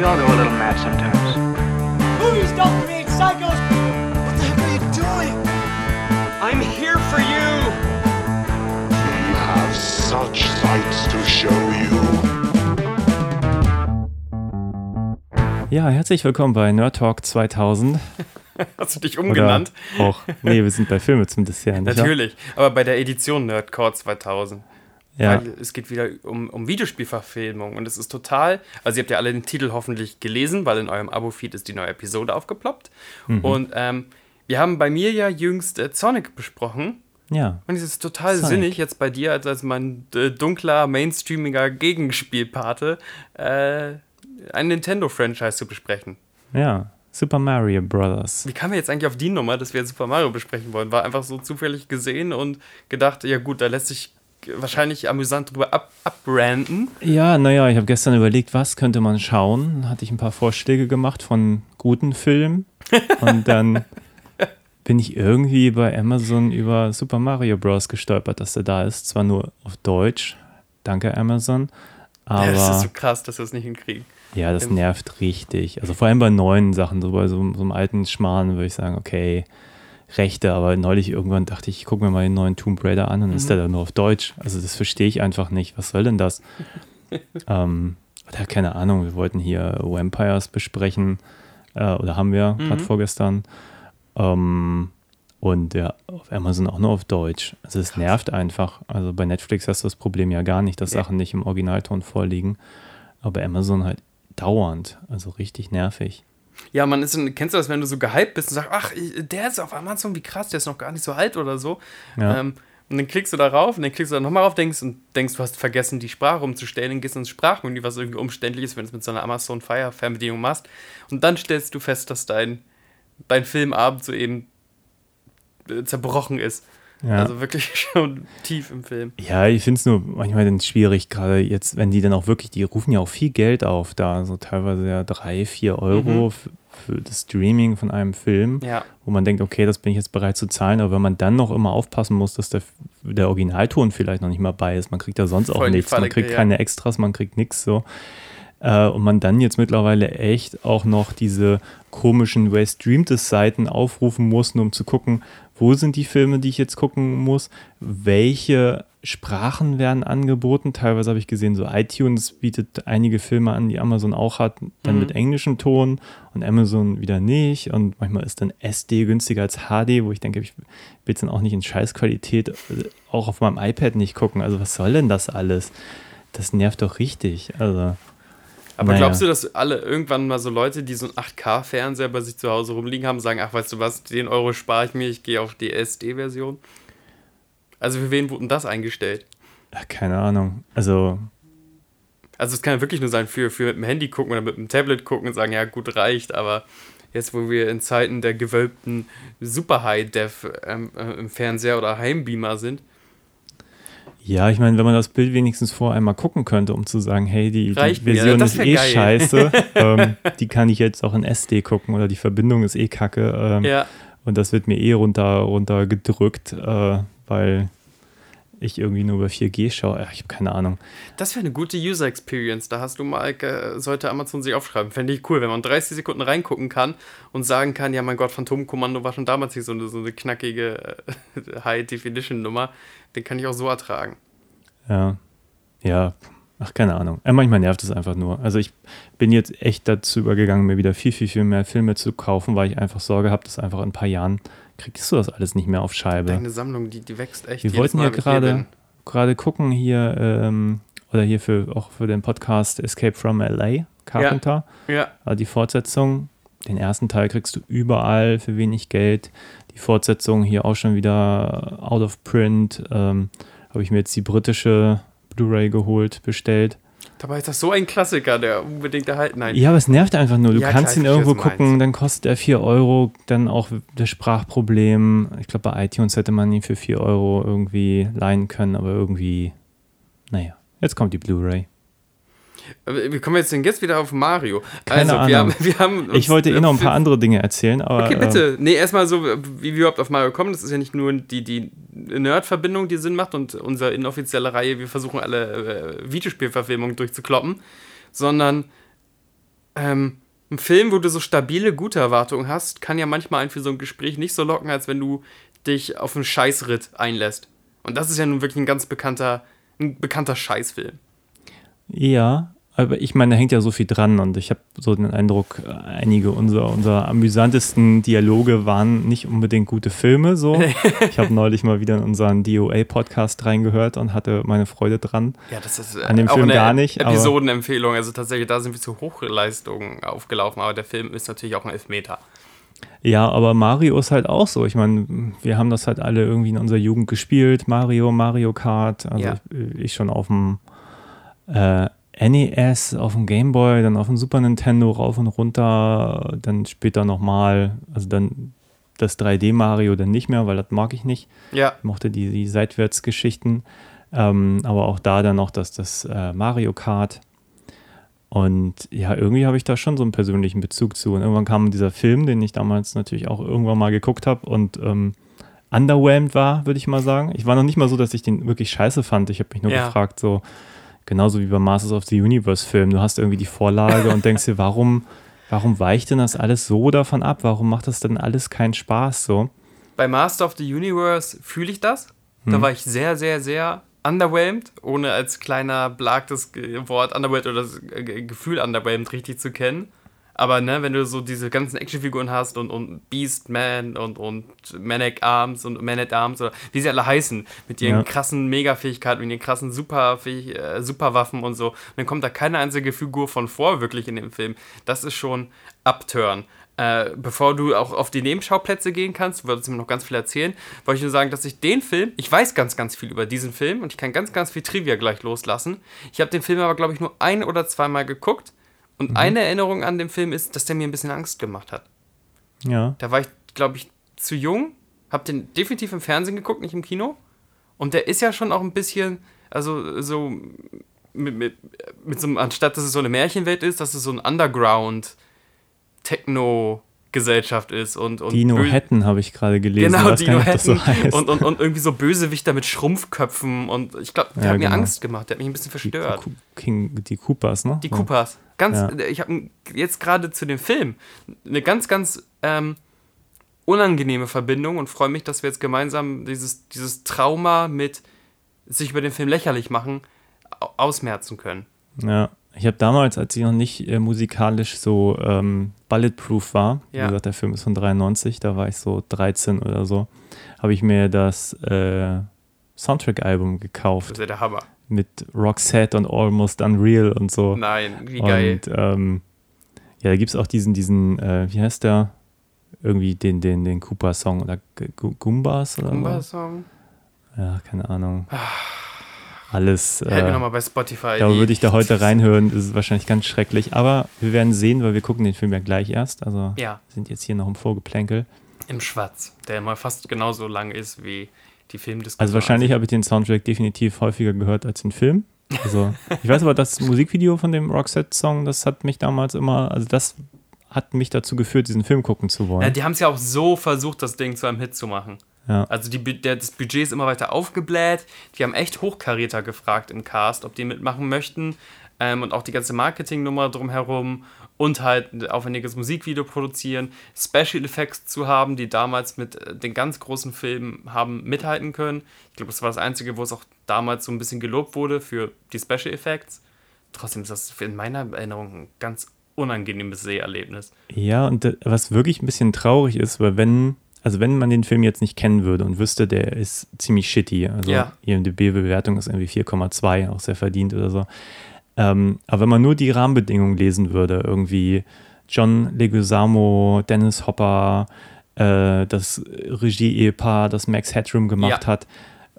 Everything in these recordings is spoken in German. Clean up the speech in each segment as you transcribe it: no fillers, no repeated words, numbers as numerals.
all go a little mad sometimes. Movies don't create psychos! What the heck are you doing? I'm here for you! We have such sights to show you. Ja, herzlich willkommen bei Nerd Talk 2000. Hast du dich umgenannt? Oder auch, nee, wir sind bei Filme zumindest ja nicht. Natürlich, aber bei der Edition Nerdcore 2000. Ja. Weil es geht wieder um Videospielverfilmung und es ist total, also ihr habt ja alle den Titel hoffentlich gelesen, weil in eurem Abo-Feed ist die neue Episode aufgeploppt. Und wir haben bei mir ja jüngst Sonic besprochen. Ja. Und es ist total Sonic. sinnig, jetzt bei dir als mein dunkler, mainstreamiger Gegenspielpate ein Nintendo-Franchise zu besprechen. Ja, Super Mario Brothers. Wie kamen wir jetzt eigentlich auf die Nummer, dass wir jetzt Super Mario besprechen wollen? War einfach so zufällig gesehen und gedacht, ja gut, da lässt sich wahrscheinlich amüsant drüber abbranden. Ja, naja, ich habe gestern überlegt, was könnte man schauen. Dann hatte ich ein paar Vorschläge gemacht von guten Filmen. Und dann bin ich irgendwie bei Amazon über Super Mario Bros. Gestolpert, dass der da ist. Zwar nur auf Deutsch, danke Amazon. Aber Ja, das ist so krass, dass wir es nicht hinkriegen. ja, das nervt richtig. Also vor allem bei neuen Sachen, so bei so einem alten Schmarrn würde ich sagen, okay, Rechte, aber neulich irgendwann dachte ich gucke mir mal den neuen Tomb Raider an und dann ist der dann nur auf Deutsch. Also das verstehe ich einfach nicht. Was soll denn das? Oder keine Ahnung, wir wollten hier Vampires besprechen oder haben wir gerade vorgestern. Und ja, auf Amazon auch nur auf Deutsch. Also es nervt einfach. Also bei Netflix hast du das Problem ja gar nicht, dass Sachen nicht im Originalton vorliegen. Aber bei Amazon halt dauernd. Also richtig nervig. Ja, kennst du das, wenn du so gehypt bist und sagst, ach, der ist auf Amazon, wie krass, der ist noch gar nicht so alt oder so. Ja. Und dann klickst du da rauf und dann klickst du da nochmal rauf denkst, du hast vergessen, die Sprache umzustellen und gehst ins Sprachmenü, was irgendwie umständlich ist, wenn du es mit so einer Amazon Fire Fernbedienung machst. Und dann stellst du fest, dass dein Filmabend so eben zerbrochen ist. Ja. Also wirklich schon tief im Film. Ja, ich finde es nur manchmal dann schwierig, gerade jetzt, wenn die dann auch wirklich, die rufen ja auch viel Geld auf da, so teilweise ja 3-4 Euro für das Streaming von einem Film, Ja. wo man denkt, okay, das bin ich jetzt bereit zu zahlen, aber wenn man dann noch immer aufpassen muss, dass der Originalton vielleicht noch nicht mal bei ist, man kriegt ja sonst Voll auch in die nichts, man Falle, kriegt ja. keine Extras, man kriegt nichts so. Und man dann jetzt mittlerweile echt auch noch diese komischen Wer streamt es Seiten aufrufen muss, nur um zu gucken, wo sind die Filme, die ich jetzt gucken muss, welche Sprachen werden angeboten. Teilweise habe ich gesehen, so iTunes bietet einige Filme an, die Amazon auch hat, dann mit englischem Ton und Amazon wieder nicht. Und manchmal ist dann SD günstiger als HD, wo ich denke, ich will es dann auch nicht in Scheißqualität auch auf meinem iPad nicht gucken. Also was soll denn das alles? Das nervt doch richtig. Also Aber naja. glaubst du, dass alle irgendwann mal so Leute, die so einen 8K-Fernseher bei sich zu Hause rumliegen haben, sagen, ach, weißt du was, 10 Euro spare ich mir, ich gehe auf die SD-Version? Also für wen wurde denn das eingestellt? Ja, keine Ahnung. Also Es kann ja wirklich nur sein, für mit dem Handy gucken oder mit dem Tablet gucken und sagen, ja gut, reicht, aber jetzt, wo wir in Zeiten der gewölbten Super-High-Def im Fernseher oder Heimbeamer sind. ja, ich meine, wenn man das Bild wenigstens vorher einmal gucken könnte, um zu sagen, hey, die Reicht mir, Version das ist wär eh geil. scheiße, die kann ich jetzt auch in SD gucken oder die Verbindung ist eh kacke Ja. und das wird mir eh runter gedrückt, weil ich irgendwie nur über 4G schaue. Ja, ich habe keine Ahnung. Das wäre eine gute User-Experience. Da hast du mal, sollte Amazon sich aufschreiben. Fände ich cool, wenn man 30 Sekunden reingucken kann und sagen kann, ja mein Gott, Phantomkommando war schon damals nicht so eine knackige High-Definition-Nummer. Den kann ich auch so ertragen. Ja, ach, keine Ahnung. Manchmal nervt es einfach nur. Also ich bin jetzt echt dazu übergegangen, mir wieder viel mehr Filme zu kaufen, weil ich einfach Sorge habe, dass einfach in ein paar Jahren kriegst du das alles nicht mehr auf Scheibe. Deine Sammlung, die wächst echt. Wir jedes wollten Mal, ja wenn ich hier gerade gucken hier, oder hier auch für den Podcast Escape from LA, Carpenter. bin. Ja. Die Fortsetzung, den ersten Teil kriegst du überall für wenig Geld. Die Fortsetzung hier auch schon wieder out of print. Habe ich mir jetzt die britische Blu-ray bestellt. Dabei ist das so ein Klassiker, der unbedingt erhalten hat. Ja, aber es nervt einfach nur. Du Ja, kannst klar, ihn ich verstehe, irgendwo was du gucken, meinst. dann kostet er 4 Euro, dann auch das Sprachproblem. Ich glaube, bei iTunes hätte man ihn für 4 Euro irgendwie leihen können, aber irgendwie, naja, jetzt kommt die Blu-ray. Wie kommen wir jetzt wieder auf Mario? Keine Ahnung. Wir haben Ich wollte noch ein paar andere Dinge erzählen, aber... Okay, bitte. Nee, erstmal so, wie wir überhaupt auf Mario kommen. Das ist ja nicht nur die Nerd-Verbindung, die Sinn macht und unsere inoffizielle Reihe, wir versuchen alle Videospielverfilmungen durchzukloppen, sondern ein Film, wo du so stabile, gute Erwartungen hast, kann ja manchmal einen für so ein Gespräch nicht so locken, als wenn du dich auf einen Scheißritt einlässt. Und das ist ja nun wirklich ein ganz bekannter Scheißfilm. Ja, aber ich meine, da hängt ja so viel dran und ich habe so den Eindruck, einige unserer amüsantesten Dialoge waren nicht unbedingt gute Filme. So. Ich habe neulich mal wieder in unseren DOA-Podcast reingehört und hatte meine Freude dran. Ja, das ist an dem auch Film eine gar nicht. Episodenempfehlung. Also tatsächlich, da sind wir zu Hochleistungen aufgelaufen, aber der Film ist natürlich auch ein Elfmeter. Ja, aber Mario ist halt auch so. Ich meine, wir haben das halt alle irgendwie in unserer Jugend gespielt. Mario Kart. Also ich schon auf dem NES, auf dem Game Boy, dann auf dem Super Nintendo rauf und runter, dann später nochmal, also dann das 3D Mario dann nicht mehr, weil das mag ich nicht. Ja. Ich mochte die Seitwärtsgeschichten, aber auch da dann noch das Mario Kart. Und ja, irgendwie habe ich da schon so einen persönlichen Bezug zu. Und irgendwann kam dieser Film, den ich damals natürlich auch irgendwann mal geguckt habe und underwhelmed war, würde ich mal sagen. Ich war noch nicht mal so, dass ich den wirklich scheiße fand. Ich habe mich nur gefragt, so genauso wie beim Masters of the Universe Film. Du hast irgendwie die Vorlage und denkst dir, warum weicht denn das alles so davon ab? Warum macht das denn alles keinen Spaß so? Bei Master of the Universe fühle ich das. Da war ich sehr, sehr, sehr underwhelmed, ohne als kleiner Blag das Wort underwhelmed oder das Gefühl underwhelmed richtig zu kennen. Aber ne, wenn du so diese ganzen Actionfiguren hast und Beastman und Man-at-Arms und Man-at-Arms oder wie sie alle heißen, mit ihren krassen Mega-Fähigkeiten, mit ihren krassen Superwaffen und so, und dann kommt da keine einzige Figur von vor wirklich in dem Film. Das ist schon Upturn. Bevor du auch auf die Nebenschauplätze gehen kannst, du würdest mir noch ganz viel erzählen, wollte ich nur sagen, dass ich den Film, ich weiß ganz, ganz viel über diesen Film und ich kann ganz, ganz viel Trivia gleich loslassen. Ich habe den Film aber, glaube ich, nur ein- oder zweimal geguckt. Und eine Erinnerung an den Film ist, dass der mir ein bisschen Angst gemacht hat. Ja. Da war ich, glaube ich, zu jung, habe den definitiv im Fernsehen geguckt, nicht im Kino. Und der ist ja schon auch ein bisschen, also so mit so einem, anstatt dass es so eine Märchenwelt ist, dass es so ein Underground-Techno-Gesellschaft ist. Und Dino Hatton habe ich gerade gelesen. Genau, Dino Hatton. So heißt. Und irgendwie so Bösewichter mit Schrumpfköpfen. Und ich glaube, der hat mir Angst gemacht, der hat mich ein bisschen verstört. Die Coopers, ne? Die Coopers. Ich habe jetzt gerade zu dem Film eine ganz, ganz unangenehme Verbindung und freue mich, dass wir jetzt gemeinsam dieses Trauma mit sich über den Film lächerlich machen ausmerzen können. Ja, ich habe damals, als ich noch nicht musikalisch so bulletproof war, wie gesagt, der Film ist von 93, da war ich so 13 oder so, habe ich mir das Soundtrack-Album gekauft. Das ist ja der Hammer. Mit Roxette und Almost Unreal und so. Nein, wie geil. Und ja, da gibt es auch diesen wie heißt der? Irgendwie den Cooper-Song oder Goombas oder so. Goomba-Song? Ja, keine Ahnung. Alles. Hält mir nochmal bei Spotify. Da würde ich da heute reinhören, das ist wahrscheinlich ganz schrecklich. Aber wir werden sehen, weil wir gucken den Film ja gleich erst. Also sind jetzt hier noch im Vorgeplänkel. Im Schwarz, der mal fast genauso lang ist wie die Filmdiskussion. Also wahrscheinlich habe ich den Soundtrack definitiv häufiger gehört als den Film. Also ich weiß aber, das Musikvideo von dem Roxette-Song, das hat mich damals immer, also das hat mich dazu geführt, diesen Film gucken zu wollen. Ja, die haben es ja auch so versucht, das Ding zu einem Hit zu machen. Ja. Also das Budget ist immer weiter aufgebläht. Die haben echt Hochkaräter gefragt im Cast, ob die mitmachen möchten. Und auch die ganze Marketingnummer drumherum und halt ein aufwendiges Musikvideo produzieren, Special Effects zu haben, die damals mit den ganz großen Filmen haben mithalten können. Ich glaube, das war das Einzige, wo es auch damals so ein bisschen gelobt wurde für die Special Effects. Trotzdem ist das in meiner Erinnerung ein ganz unangenehmes Seherlebnis. Ja, und was wirklich ein bisschen traurig ist, weil wenn man den Film jetzt nicht kennen würde und wüsste, der ist ziemlich shitty, also IMDb-Bewertung ist irgendwie 4,2, auch sehr verdient oder so. Aber wenn man nur die Rahmenbedingungen lesen würde, irgendwie John Leguizamo, Dennis Hopper, das Regie-Ehepaar, das Max Headroom gemacht hat.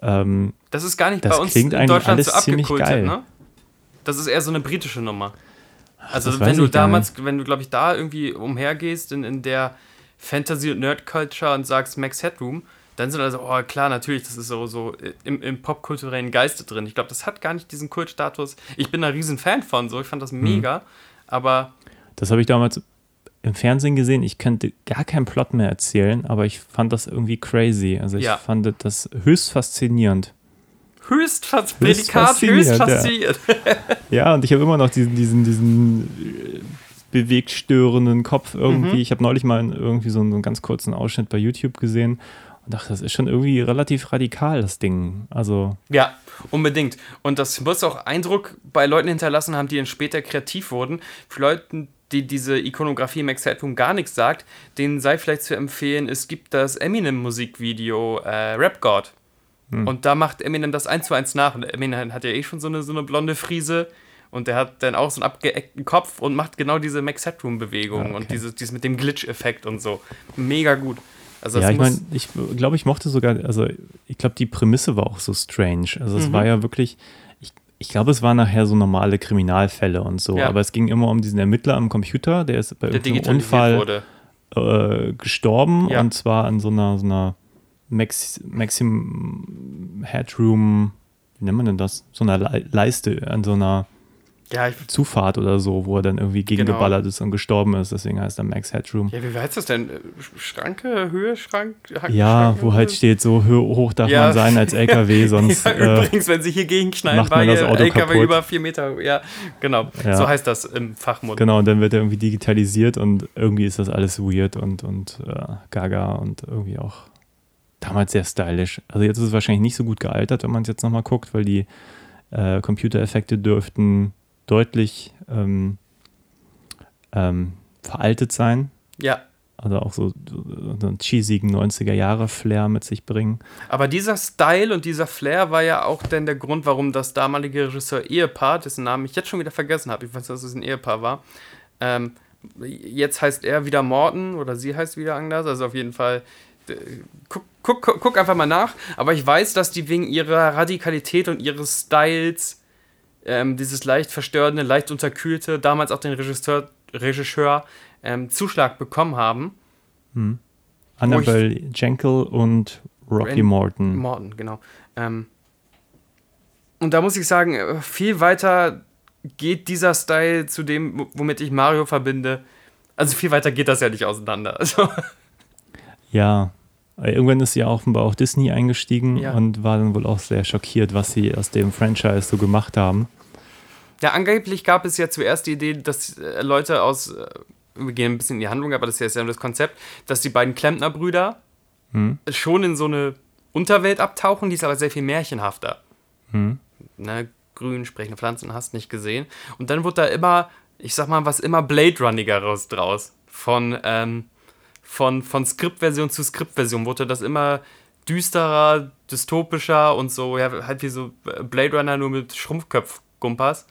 Das ist gar nicht bei uns in Deutschland so abgekultet, ne? Das ist eher so eine britische Nummer. Also wenn du glaube ich, da irgendwie umhergehst in der Fantasy- und Nerd-Culture und sagst Max Headroom, dann sind also, oh klar, natürlich, das ist so im popkulturellen Geiste drin. Ich glaube, das hat gar nicht diesen Kultstatus. Ich bin da riesen Fan von, so, ich fand das mega, aber... Das habe ich damals im Fernsehen gesehen, ich könnte gar keinen Plot mehr erzählen, aber ich fand das irgendwie crazy. Also ich fand das höchst faszinierend. Höchst fasziniert. Ja, und ich habe immer noch diesen bewegt störenden Kopf irgendwie. Ich habe neulich mal irgendwie so einen ganz kurzen Ausschnitt bei YouTube gesehen und dachte, das ist schon irgendwie relativ radikal, das Ding. Also Ja, unbedingt. Und das muss auch Eindruck bei Leuten hinterlassen haben, die dann später kreativ wurden. Für Leute, die diese Ikonografie Max Headroom gar nichts sagt, denen sei vielleicht zu empfehlen, es gibt das Eminem-Musikvideo Rap God. Und da macht Eminem das 1:1 nach. Und Eminem hat ja eh schon so eine blonde Frise. Und der hat dann auch so einen abgeeckten Kopf und macht genau diese Max Headroom-Bewegung. Okay. Und dieses mit dem Glitch-Effekt und so. Mega gut. Also ja, das ich meine, ich glaube, ich mochte sogar, also ich glaube, die Prämisse war auch so strange. Also es war ja wirklich, ich glaube, es waren nachher so normale Kriminalfälle und so, Ja. aber es ging immer um diesen Ermittler am Computer, der ist bei der irgendeinem digitalisiert Unfall wurde. gestorben Ja. und zwar an so einer Maximum Headroom, wie nennt man denn das? So einer Leiste, an so einer Ja, Zufahrt oder so, wo er dann irgendwie gegengeballert ist und gestorben ist, deswegen heißt er Max Headroom. ja, wie heißt das denn? Schranke, Höhe, Ja, wo halt steht, so hoch darf man sein als LKW, sonst Ja, übrigens, wenn sie hier gegenknallen, macht war man das ihr Auto LKW kaputt. über 4 Meter. Ja, genau. Ja. So heißt das im Fachmund. genau, und dann wird er irgendwie digitalisiert und irgendwie ist das alles weird und gaga und irgendwie auch damals sehr stylisch. Also jetzt ist es wahrscheinlich nicht so gut gealtert, wenn man es jetzt nochmal guckt, weil die Computereffekte dürften deutlich veraltet sein. Ja, Also auch so einen cheesigen 90er-Jahre-Flair mit sich bringen. aber dieser Style und dieser Flair war ja auch dann der Grund, warum das damalige Regisseur-Ehepaar, dessen Namen ich jetzt schon wieder vergessen habe, ich weiß, dass es ein Ehepaar war, jetzt heißt er wieder Morton oder sie heißt wieder anders, also auf jeden Fall guck einfach mal nach, aber ich weiß, dass die wegen ihrer Radikalität und ihres Styles dieses leicht verstörende, leicht unterkühlte, damals auch den Regisseur Zuschlag bekommen haben. Annabelle Jankel und Rocky Morton. Morton, genau. Und da muss ich sagen, viel weiter geht dieser Style zu dem, womit ich Mario verbinde. Also viel weiter geht das ja nicht auseinander. Also, Ja, irgendwann ist ja offenbar auch Disney eingestiegen Ja. und war dann wohl auch sehr schockiert, was sie aus dem Franchise so gemacht haben. ja, angeblich gab es ja zuerst die Idee, dass Leute aus, wir gehen ein bisschen in die Handlung, aber das ist ja das Konzept, dass die beiden Klempnerbrüder schon in so eine Unterwelt abtauchen, die ist aber sehr viel märchenhafter. Ne, grün, sprechende Pflanzen, hast nicht gesehen. Und dann wurde da immer, ich sag mal, was immer Blade Runnigeres draus. Von Skriptversion zu Skriptversion wurde das immer düsterer, dystopischer und so, ja, halt wie so Blade Runner nur mit Schrumpfköpf-Kupas.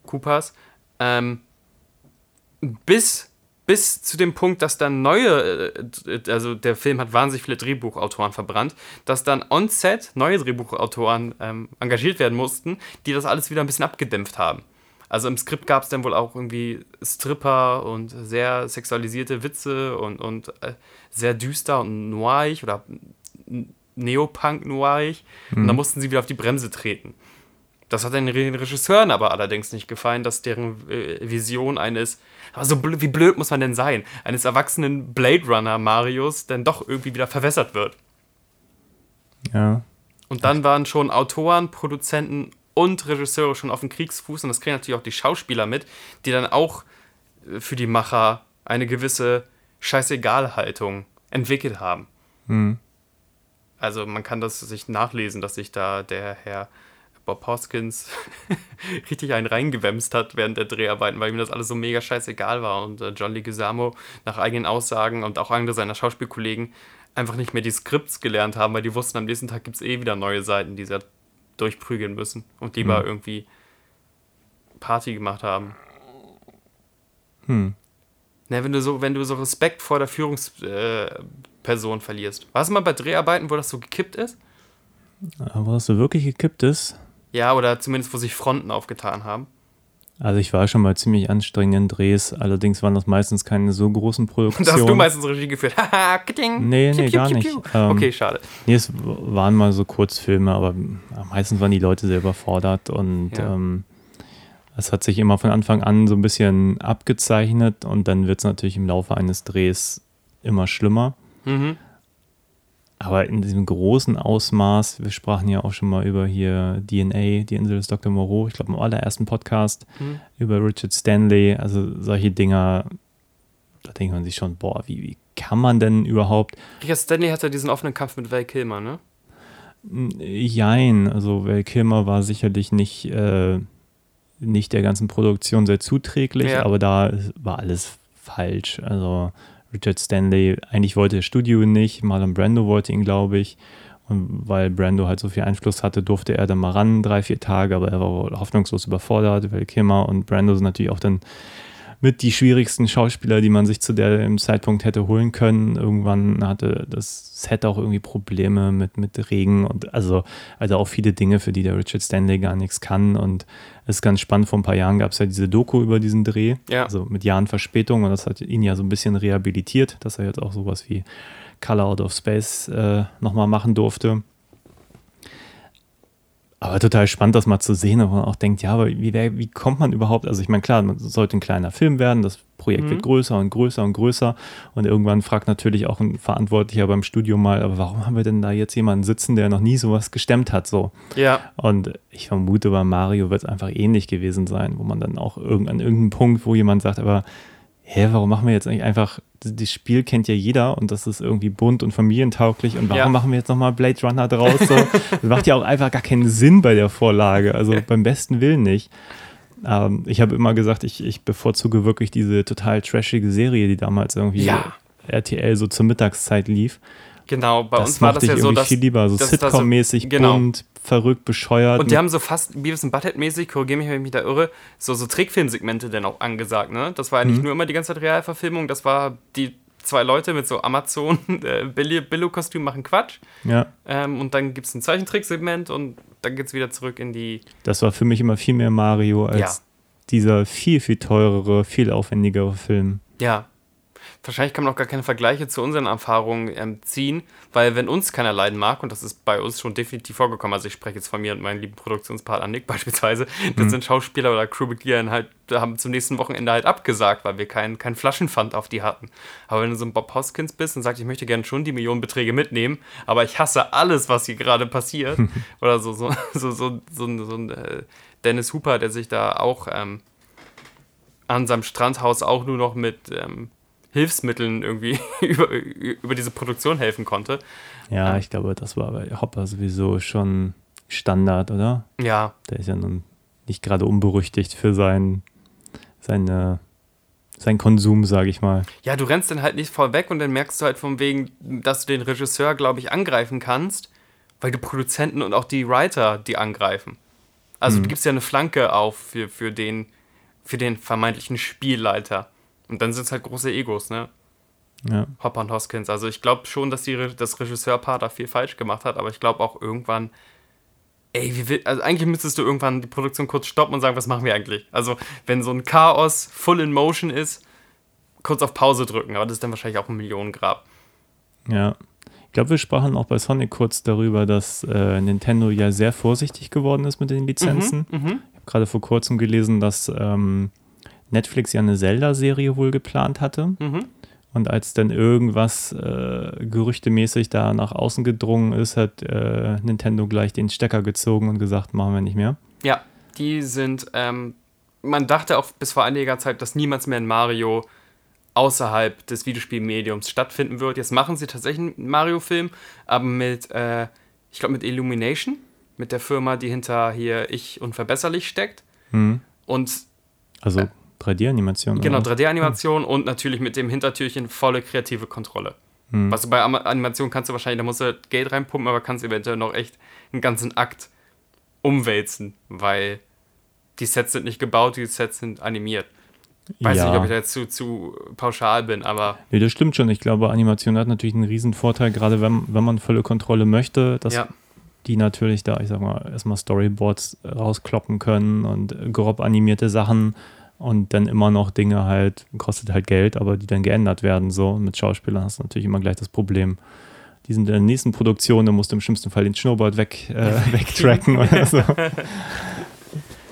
Bis zu dem Punkt, dass dann also der Film hat wahnsinnig viele Drehbuchautoren verbrannt, dass dann on-set neue Drehbuchautoren engagiert werden mussten, die das alles wieder ein bisschen abgedämpft haben. Also im Skript gab es dann wohl auch irgendwie Stripper und sehr sexualisierte Witze und sehr düster und noirig oder Neopunk-noirig. Und da mussten sie wieder auf die Bremse treten. Das hat den Regisseuren aber allerdings nicht gefallen, dass deren Vision eines, also wie blöd muss man denn sein, eines erwachsenen Blade Runner Marios dann doch irgendwie wieder verwässert wird. Ja. Und dann waren schon Autoren, Produzenten und Regisseure schon auf dem Kriegsfuß und das kriegen natürlich auch die Schauspieler mit, die dann auch für die Macher eine gewisse Scheißegal-Haltung entwickelt haben. Also man kann das sich nachlesen, dass sich da der Herr Bob Hoskins richtig einen reingewämst hat während der Dreharbeiten, weil ihm das alles so mega scheißegal war und John Leguizamo nach eigenen Aussagen und auch andere seiner Schauspielkollegen einfach nicht mehr die Skripts gelernt haben, weil die wussten, am nächsten Tag gibt es wieder neue Seiten, die sie durchprügeln müssen und lieber irgendwie Party gemacht haben. Na, wenn du so Respekt vor der Führungsperson verlierst. War es mal bei Dreharbeiten, wo das so gekippt ist? Aber was so wirklich gekippt ist, Ja, oder zumindest, wo sich Fronten aufgetan haben. also ich war schon mal ziemlich anstrengenden Drehs, allerdings waren das meistens keine so großen Produktionen. Da hast du meistens Regie geführt. Haha, Kitting. Nee, Piu, piu, gar piu, nicht. piu. Okay, schade. Nee, es waren mal so Kurzfilme, aber meistens waren die Leute sehr überfordert und Ja. es hat sich immer von Anfang an so ein bisschen abgezeichnet und dann wird es natürlich im Laufe eines Drehs immer schlimmer. Aber in diesem großen Ausmaß, wir sprachen ja auch schon mal über hier DNA, die Insel des Dr. Moreau, ich glaube im allerersten Podcast, über Richard Stanley, also solche Dinger, da denkt man sich schon, boah, wie kann man denn überhaupt... Richard Stanley hatte diesen offenen Kampf mit Val Kilmer, ne? Jein, also Val Kilmer war sicherlich nicht der ganzen Produktion sehr zuträglich, aber da war alles falsch, also... Richard Stanley, eigentlich wollte das Studio nicht, Marlon Brando wollte ihn, glaube ich. Und weil Brando halt so viel Einfluss hatte, durfte er dann mal ran, 3-4 Tage, aber er war wohl hoffnungslos überfordert, weil Kilmer und Brando sind natürlich auch dann mit die schwierigsten Schauspieler, die man sich zu dem Zeitpunkt hätte holen können. Irgendwann hatte das Set auch irgendwie Probleme mit Regen und also auch viele Dinge, für die der Richard Stanley gar nichts kann. Und es ist ganz spannend, vor ein paar Jahren gab es ja diese Doku über diesen Dreh, also mit Jahren Verspätung, und das hat ihn ja so ein bisschen rehabilitiert, dass er jetzt auch sowas wie Color Out of Space nochmal machen durfte. Aber total spannend, das mal zu sehen, und man auch denkt, ja, aber wie kommt man überhaupt, also ich meine, klar, man sollte ein kleiner Film werden, das Projekt wird größer und größer und größer, und irgendwann fragt natürlich auch ein Verantwortlicher beim Studio mal, aber warum haben wir denn da jetzt jemanden sitzen, der noch nie sowas gestemmt hat, so. Ja. Und ich vermute, bei Mario wird es einfach ähnlich gewesen sein, wo man dann auch an irgendeinem Punkt, wo jemand sagt, aber warum machen wir jetzt nicht einfach, das Spiel kennt ja jeder und das ist irgendwie bunt und familientauglich, und warum machen wir jetzt nochmal Blade Runner draus? So? Das macht ja auch einfach gar keinen Sinn bei der Vorlage, also beim besten Willen nicht. Ich habe immer gesagt, ich bevorzuge wirklich diese total trashige Serie, die damals irgendwie RTL so zur Mittagszeit lief. Genau, bei uns war das ja so, dass... viel lieber, so Sitcom-mäßig, bunt, verrückt, bescheuert. Und die haben so fast Beavis and Butthead-mäßig, korrigiere mich, wenn ich mich da irre, so Trickfilmsegmente dann auch angesagt, ne? Das war ja nicht nur immer die ganze Zeit Realverfilmung, das war die 2 Leute mit so Amazon Billo-Kostüm machen Quatsch. Ja. Und dann gibt es ein Zeichentricksegment und dann geht es wieder zurück in die... Das war für mich immer viel mehr Mario als dieser viel, viel teurere, viel aufwendigere Film. Ja. Wahrscheinlich kann man auch gar keine Vergleiche zu unseren Erfahrungen ziehen, weil wenn uns keiner leiden mag, und das ist bei uns schon definitiv vorgekommen, also ich spreche jetzt von mir und meinem lieben Produktionspartner Nick beispielsweise, das sind Schauspieler oder Crewmitglieder halt, haben zum nächsten Wochenende halt abgesagt, weil wir kein Flaschenpfand auf die hatten. Aber wenn du so ein Bob Hoskins bist und sagst, ich möchte gerne schon die Millionenbeträge mitnehmen, aber ich hasse alles, was hier gerade passiert, oder so ein Dennis Hooper, der sich da auch an seinem Strandhaus auch nur noch mit Hilfsmitteln irgendwie über diese Produktion helfen konnte. Ja, ich glaube, das war bei Hopper sowieso schon Standard, oder? Ja. Der ist ja nun nicht gerade unberüchtigt für seinen Konsum, sage ich mal. Ja, du rennst dann halt nicht vorweg und dann merkst du halt von wegen, dass du den Regisseur, glaube ich, angreifen kannst, weil die Produzenten und auch die Writer die angreifen. Also du gibst ja eine Flanke auf für den vermeintlichen Spielleiter. Und dann sind es halt große Egos, ne? Ja. Hopper und Hoskins. Also ich glaube schon, dass das Regisseurpaar da viel falsch gemacht hat, aber ich glaube auch irgendwann, also eigentlich müsstest du irgendwann die Produktion kurz stoppen und sagen, was machen wir eigentlich? Also wenn so ein Chaos full in motion ist, kurz auf Pause drücken, aber das ist dann wahrscheinlich auch ein Millionengrab. Ja. Ich glaube, wir sprachen auch bei Sonic kurz darüber, dass Nintendo ja sehr vorsichtig geworden ist mit den Lizenzen. Ich habe gerade vor kurzem gelesen, dass Netflix ja eine Zelda-Serie wohl geplant hatte. Und als dann irgendwas gerüchtemäßig da nach außen gedrungen ist, hat Nintendo gleich den Stecker gezogen und gesagt, machen wir nicht mehr. Ja, die sind, man dachte auch bis vor einiger Zeit, dass niemals mehr ein Mario außerhalb des Videospielmediums stattfinden wird. Jetzt machen sie tatsächlich einen Mario-Film, aber mit Illumination, mit der Firma, die hinter hier Ich Unverbesserlich steckt. Und also 3D-Animation. Genau, 3D-Animation und natürlich mit dem Hintertürchen volle kreative Kontrolle. Was du bei Animation kannst du wahrscheinlich, da musst du Geld reinpumpen, aber kannst eventuell noch echt einen ganzen Akt umwälzen, weil die Sets sind nicht gebaut, die Sets sind animiert. Weiß nicht, ob ich da jetzt zu pauschal bin, aber... Nee, das stimmt schon. Ich glaube, Animation hat natürlich einen riesen Vorteil, gerade wenn man volle Kontrolle möchte, dass die natürlich da, ich sag mal, erstmal Storyboards rauskloppen können und grob animierte Sachen und dann immer noch Dinge halt, kostet halt Geld, aber die dann geändert werden. So, mit Schauspielern hast du natürlich immer gleich das Problem. Die sind in der nächsten Produktion, da musst du im schlimmsten Fall den Schnurrbart wegtracken oder so.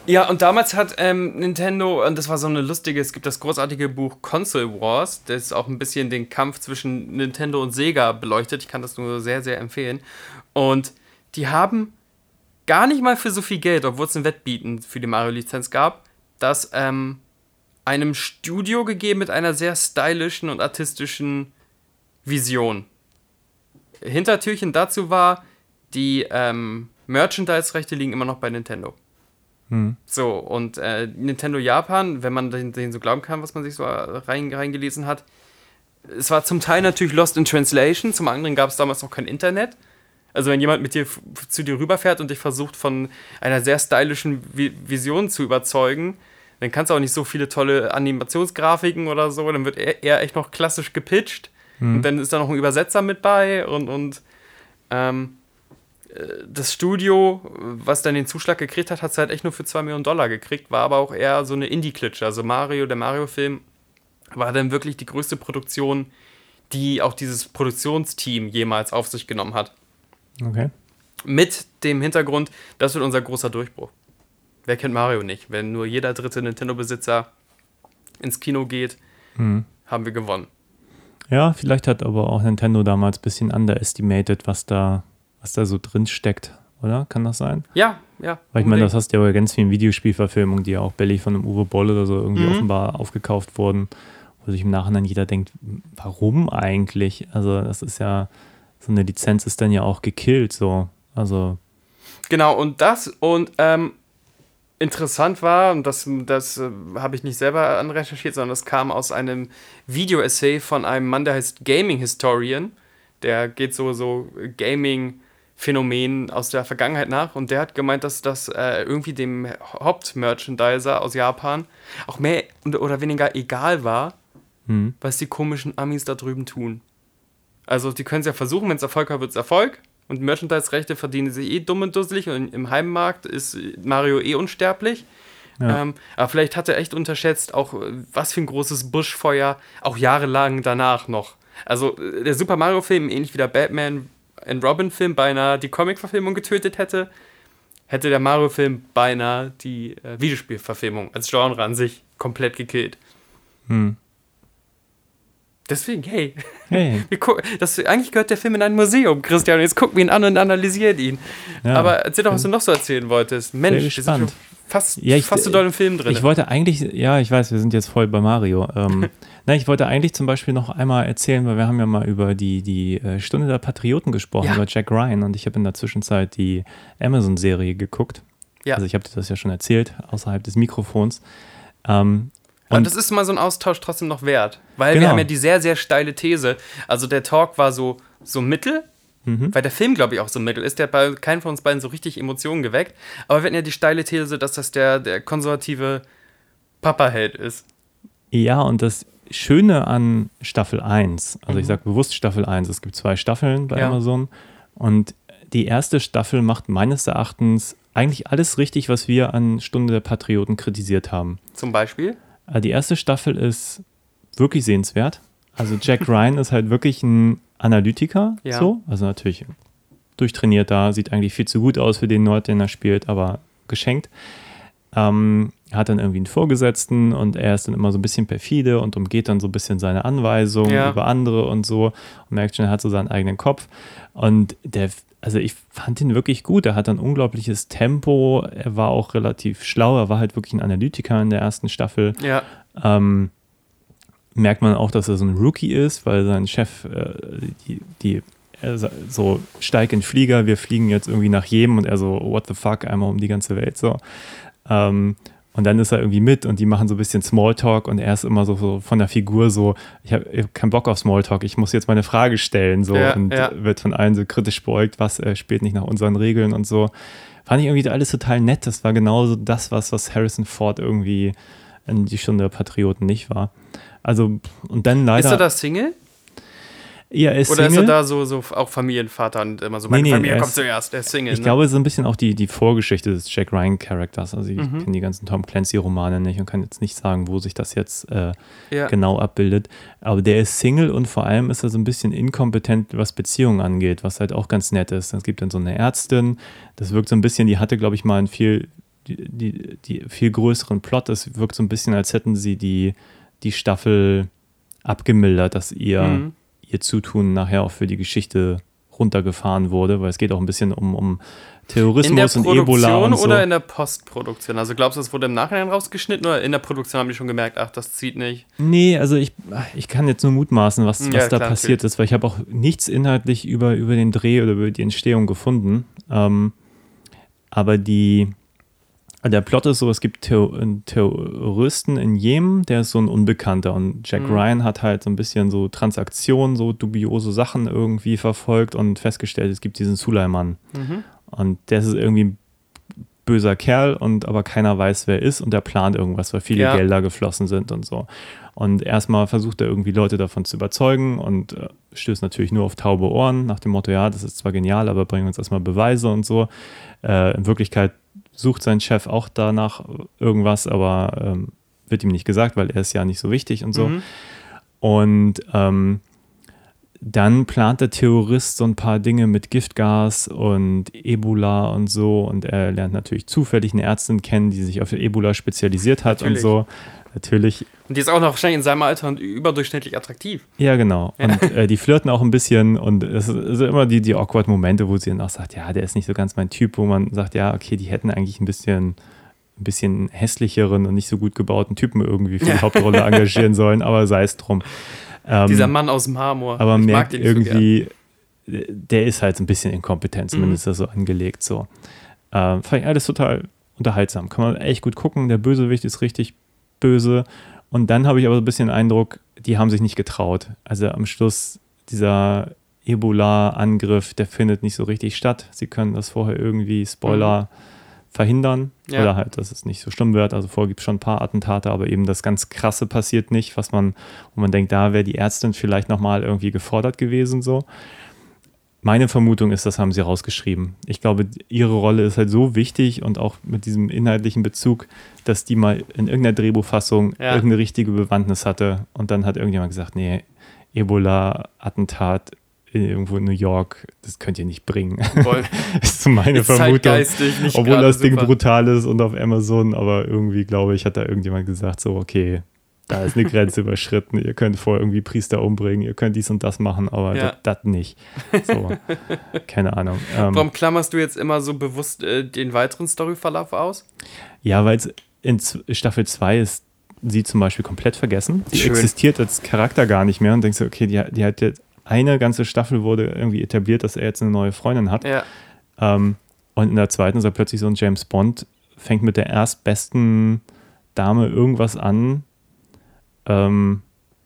Ja, und damals hat Nintendo, und das war so eine lustige, es gibt das großartige Buch Console Wars, das auch ein bisschen den Kampf zwischen Nintendo und Sega beleuchtet. Ich kann das nur sehr, sehr empfehlen. Und die haben gar nicht mal für so viel Geld, obwohl es ein Wettbieten für die Mario-Lizenz gab, das einem Studio gegeben mit einer sehr stylischen und artistischen Vision. Hintertürchen dazu war, die Merchandise-Rechte liegen immer noch bei Nintendo. So, und Nintendo Japan, wenn man denen so glauben kann, was man sich so reingelesen hat, es war zum Teil natürlich Lost in Translation, zum anderen gab es damals noch kein Internet. Also wenn jemand mit dir zu dir rüberfährt und dich versucht von einer sehr stylischen Vision zu überzeugen, dann kannst du auch nicht so viele tolle Animationsgrafiken oder so, dann wird eher echt noch klassisch gepitcht und dann ist da noch ein Übersetzer mit bei und das Studio, was dann den Zuschlag gekriegt hat, hat es halt echt nur für $2 Millionen gekriegt, war aber auch eher so eine Indie-Klitsche. Also der Mario-Film war dann wirklich die größte Produktion, die auch dieses Produktionsteam jemals auf sich genommen hat. Okay. Mit dem Hintergrund, das wird unser großer Durchbruch. Wer kennt Mario nicht? Wenn nur jeder dritte Nintendo-Besitzer ins Kino geht, haben wir gewonnen. Ja, vielleicht hat aber auch Nintendo damals ein bisschen underestimated, was da so drin steckt, oder? Kann das sein? Ja. Weil ich meine, das hast du ja bei ganz vielen Videospielverfilmungen, die ja auch billig von einem Uwe Boll oder so irgendwie offenbar aufgekauft wurden, wo sich im Nachhinein jeder denkt, warum eigentlich? Also das ist ja, so eine Lizenz ist dann ja auch gekillt, so. Also. Genau, und interessant war, und das habe ich nicht selber anrecherchiert, sondern das kam aus einem Video-Essay von einem Mann, der heißt Gaming Historian. Der geht so Gaming-Phänomenen aus der Vergangenheit nach und der hat gemeint, dass das irgendwie dem Hauptmerchandiser aus Japan auch mehr oder weniger egal war, was die komischen Amis da drüben tun. Also die können es ja versuchen, wenn es Erfolg hat, wird es Erfolg. Und Merchandise-Rechte verdienen sie dumm und dusselig und im Heimmarkt ist Mario unsterblich. Ja. Aber vielleicht hat er echt unterschätzt, auch was für ein großes Buschfeuer auch jahrelang danach noch. Also der Super Mario-Film, ähnlich wie der Batman and Robin-Film, beinahe die Comic-Verfilmung getötet hätte der Mario-Film beinahe die Videospielverfilmung als Genre an sich komplett gekillt. Deswegen, hey. Eigentlich gehört der Film in ein Museum, Christian. Jetzt gucken wir ihn an und analysieren ihn. Ja. Aber erzähl doch, was du noch so erzählen wolltest. Mensch, wir sind schon fast so doll im Film drin. Ich wollte eigentlich, ja, ich weiß, wir sind jetzt voll bei Mario. Ich wollte eigentlich zum Beispiel noch einmal erzählen, weil wir haben ja mal über die Stunde der Patrioten gesprochen, über Jack Ryan. Und ich habe in der Zwischenzeit die Amazon-Serie geguckt. Ja. Also ich habe dir das ja schon erzählt, außerhalb des Mikrofons. Und das ist mal so ein Austausch trotzdem noch wert. Weil wir haben ja die sehr, sehr steile These. Also der Talk war so mittel, weil der Film, glaube ich, auch so mittel ist. Der hat bei keinem von uns beiden so richtig Emotionen geweckt. Aber wir hatten ja die steile These, dass das der konservative Papa-Held ist. Ja, und das Schöne an Staffel 1, also ich sage bewusst Staffel 1, es gibt 2 Staffeln bei Amazon. Und die erste Staffel macht meines Erachtens eigentlich alles richtig, was wir an Stunde der Patrioten kritisiert haben. Zum Beispiel? Die erste Staffel ist wirklich sehenswert. Also Jack Ryan ist halt wirklich ein Analytiker, so. Also natürlich durchtrainiert da, sieht eigentlich viel zu gut aus für den Nerd, den er spielt, aber geschenkt. Hat dann irgendwie einen Vorgesetzten und er ist dann immer so ein bisschen perfide und umgeht dann so ein bisschen seine Anweisungen über andere und so und merkt schon, er hat so seinen eigenen Kopf. Und also ich fand ihn wirklich gut. Er hat ein unglaubliches Tempo. Er war auch relativ schlau. Er war halt wirklich ein Analytiker in der ersten Staffel. Ja. Merkt man auch, dass er so ein Rookie ist, weil sein Chef, so steig in den Flieger, wir fliegen jetzt irgendwie nach jedem und er so, what the fuck, einmal um die ganze Welt so. Und dann ist er irgendwie mit und die machen so ein bisschen Smalltalk und er ist immer so von der Figur so, ich hab keinen Bock auf Smalltalk, ich muss jetzt meine Frage stellen so wird von allen so kritisch beäugt, was spielt nicht nach unseren Regeln und so. Fand ich irgendwie alles total nett, das war genauso das, was Harrison Ford irgendwie in die Stunde der Patrioten nicht war. Also, und dann leider... Ist er da Single? Ja, er ist Oder Single. ist er da so auch Familienvater und immer so, meine Familie kommt zuerst, der ist Single. Ich glaube, es ist ein bisschen auch die Vorgeschichte des Jack Ryan-Charakters. Also ich kenne die ganzen Tom Clancy-Romane nicht und kann jetzt nicht sagen, wo sich das jetzt genau abbildet. Aber der ist Single und vor allem ist er so ein bisschen inkompetent, was Beziehungen angeht, was halt auch ganz nett ist. Es gibt dann so eine Ärztin, das wirkt so ein bisschen, die hatte, glaube ich, mal einen viel die viel größeren Plot. Es wirkt so ein bisschen, als hätten sie die Staffel abgemildert, dass ihr Zutun nachher auch für die Geschichte runtergefahren wurde, weil es geht auch ein bisschen um Terrorismus und Ebola und so. Oder in der Postproduktion? Also glaubst du, es wurde im Nachhinein rausgeschnitten oder in der Produktion haben die schon gemerkt, ach, das zieht nicht? Nee, also ich kann jetzt nur mutmaßen, was da klar, passiert ist, weil ich habe auch nichts inhaltlich über den Dreh oder über die Entstehung gefunden. Aber der Plot ist so, es gibt einen Terroristen in Jemen, der ist so ein Unbekannter und Jack Ryan hat halt so ein bisschen so Transaktionen, so dubiose Sachen irgendwie verfolgt und festgestellt, es gibt diesen Suleiman. Und der ist irgendwie ein böser Kerl aber keiner weiß, wer er ist und der plant irgendwas, weil viele Gelder geflossen sind und so. Und erstmal versucht er irgendwie Leute davon zu überzeugen und stößt natürlich nur auf taube Ohren nach dem Motto, ja, das ist zwar genial, aber bring uns erstmal Beweise und so. In Wirklichkeit sucht sein Chef auch danach irgendwas, aber wird ihm nicht gesagt, weil er ist ja nicht so wichtig und so. Und dann plant der Terrorist so ein paar Dinge mit Giftgas und Ebola und so und er lernt natürlich zufällig eine Ärztin kennen, die sich auf Ebola spezialisiert hat und so. Natürlich. Und die ist auch noch wahrscheinlich in seinem Alter und überdurchschnittlich attraktiv. Ja, genau. Und die flirten auch ein bisschen und es ist immer die awkward Momente, wo sie dann auch sagt, ja, der ist nicht so ganz mein Typ, wo man sagt, ja, okay, die hätten eigentlich ein bisschen hässlicheren und nicht so gut gebauten Typen irgendwie für die Hauptrolle engagieren sollen, aber sei es drum. Dieser Mann aus Marmor. Aber man merkt irgendwie, der ist halt ein bisschen inkompetent, zumindest das so angelegt. So. Fand ich alles total unterhaltsam. Kann man echt gut gucken. Der Bösewicht ist richtig böse. Und dann habe ich aber so ein bisschen den Eindruck, die haben sich nicht getraut. Also am Schluss dieser Ebola-Angriff, der findet nicht so richtig statt. Sie können das vorher irgendwie, Spoiler, verhindern oder halt, dass es nicht so schlimm wird. Also vorher gibt es schon ein paar Attentate, aber eben das ganz Krasse passiert nicht, wo man denkt, da wäre die Ärztin vielleicht nochmal irgendwie gefordert gewesen. So. Meine Vermutung ist, das haben sie rausgeschrieben. Ich glaube, ihre Rolle ist halt so wichtig und auch mit diesem inhaltlichen Bezug, dass die mal in irgendeiner Drehbuchfassung irgendeine richtige Bewandtnis hatte und dann hat irgendjemand gesagt, nee, Ebola-Attentat irgendwo in New York, das könnt ihr nicht bringen. Das ist so meine Vermutung. Nicht obwohl das Ding brutal ist und auf Amazon, aber irgendwie, glaube ich, hat da irgendjemand gesagt, so, okay, da ist eine Grenze überschritten, ihr könnt vorher irgendwie Priester umbringen, ihr könnt dies und das machen, aber das nicht. So, keine Ahnung. Warum klammerst du jetzt immer so bewusst den weiteren Storyverlauf aus? Ja, weil es in Staffel 2 ist sie zum Beispiel komplett vergessen. Die existiert als Charakter gar nicht mehr und denkst du, okay, die hat jetzt eine ganze Staffel wurde irgendwie etabliert, dass er jetzt eine neue Freundin hat. Ja. Und in der zweiten ist er plötzlich so ein James Bond, fängt mit der erstbesten Dame irgendwas an. Und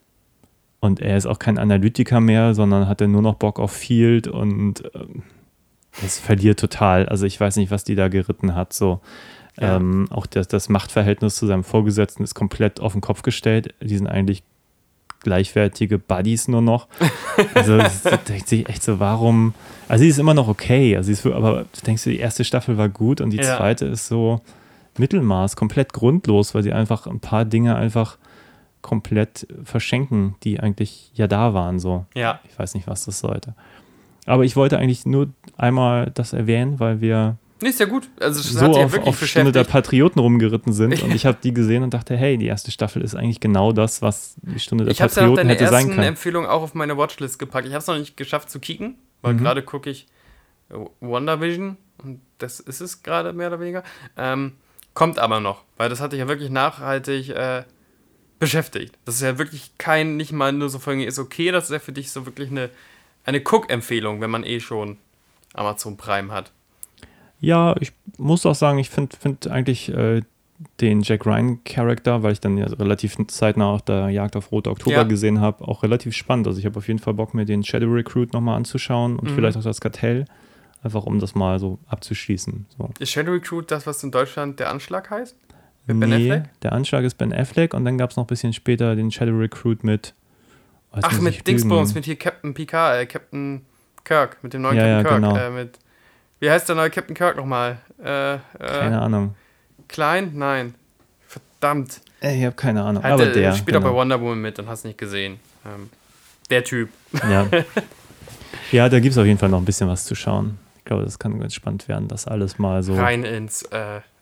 er ist auch kein Analytiker mehr, sondern hatte nur noch Bock auf Field und es verliert total. Also ich weiß nicht, was die da geritten hat. So. Auch das Machtverhältnis zu seinem Vorgesetzten ist komplett auf den Kopf gestellt. Die sind eigentlich gleichwertige Buddies nur noch. Also da denkt sich echt so, warum, also sie ist immer noch okay, aber du denkst, die erste Staffel war gut und die zweite ist so Mittelmaß, komplett grundlos, weil sie einfach ein paar Dinge einfach komplett verschenken, die eigentlich ja da waren. So. Ja. Ich weiß nicht, was das sollte. Aber ich wollte eigentlich nur einmal das erwähnen, weil wir ist ja gut. Also das so hat ja auf Stunde der Patrioten rumgeritten sind und ich habe die gesehen und dachte, hey, die erste Staffel ist eigentlich genau das, was die Stunde der Patrioten hätte sein können. Ich habe ja deine ersten Empfehlungen auch auf meine Watchlist gepackt. Ich habe es noch nicht geschafft zu kicken, weil gerade gucke ich WandaVision und das ist es gerade mehr oder weniger. Kommt aber noch, weil das hatte ich ja wirklich nachhaltig beschäftigt. Das ist ja wirklich nicht mal nur so Folgen ist okay, das ist ja für dich so wirklich eine Guck-Empfehlung, wenn man schon Amazon Prime hat. Ja, ich muss auch sagen, ich finde eigentlich den Jack Ryan-Charakter, weil ich dann ja relativ zeitnah auch der Jagd auf Rote Oktober gesehen habe, auch relativ spannend. Also ich habe auf jeden Fall Bock, mir den Shadow Recruit nochmal anzuschauen und vielleicht auch das Kartell, einfach um das mal so abzuschließen. So. Ist Shadow Recruit das, was in Deutschland der Anschlag heißt? Mit Ben Affleck? Der Anschlag ist Ben Affleck und dann gab es noch ein bisschen später den Shadow Recruit mit mit Dingsbums, mit hier Captain Picard, Captain Kirk, mit dem neuen Captain Kirk. Genau. Wie heißt der neue Captain Kirk nochmal? Keine Ahnung. Klein? Nein. Verdammt. Ich habe keine Ahnung. Aber der spielt auch bei Wonder Woman mit, dann hast du nicht gesehen. Der Typ. Ja. Ja, da gibt es auf jeden Fall noch ein bisschen was zu schauen. Ich glaube, das kann ganz spannend werden, das alles mal so rein ins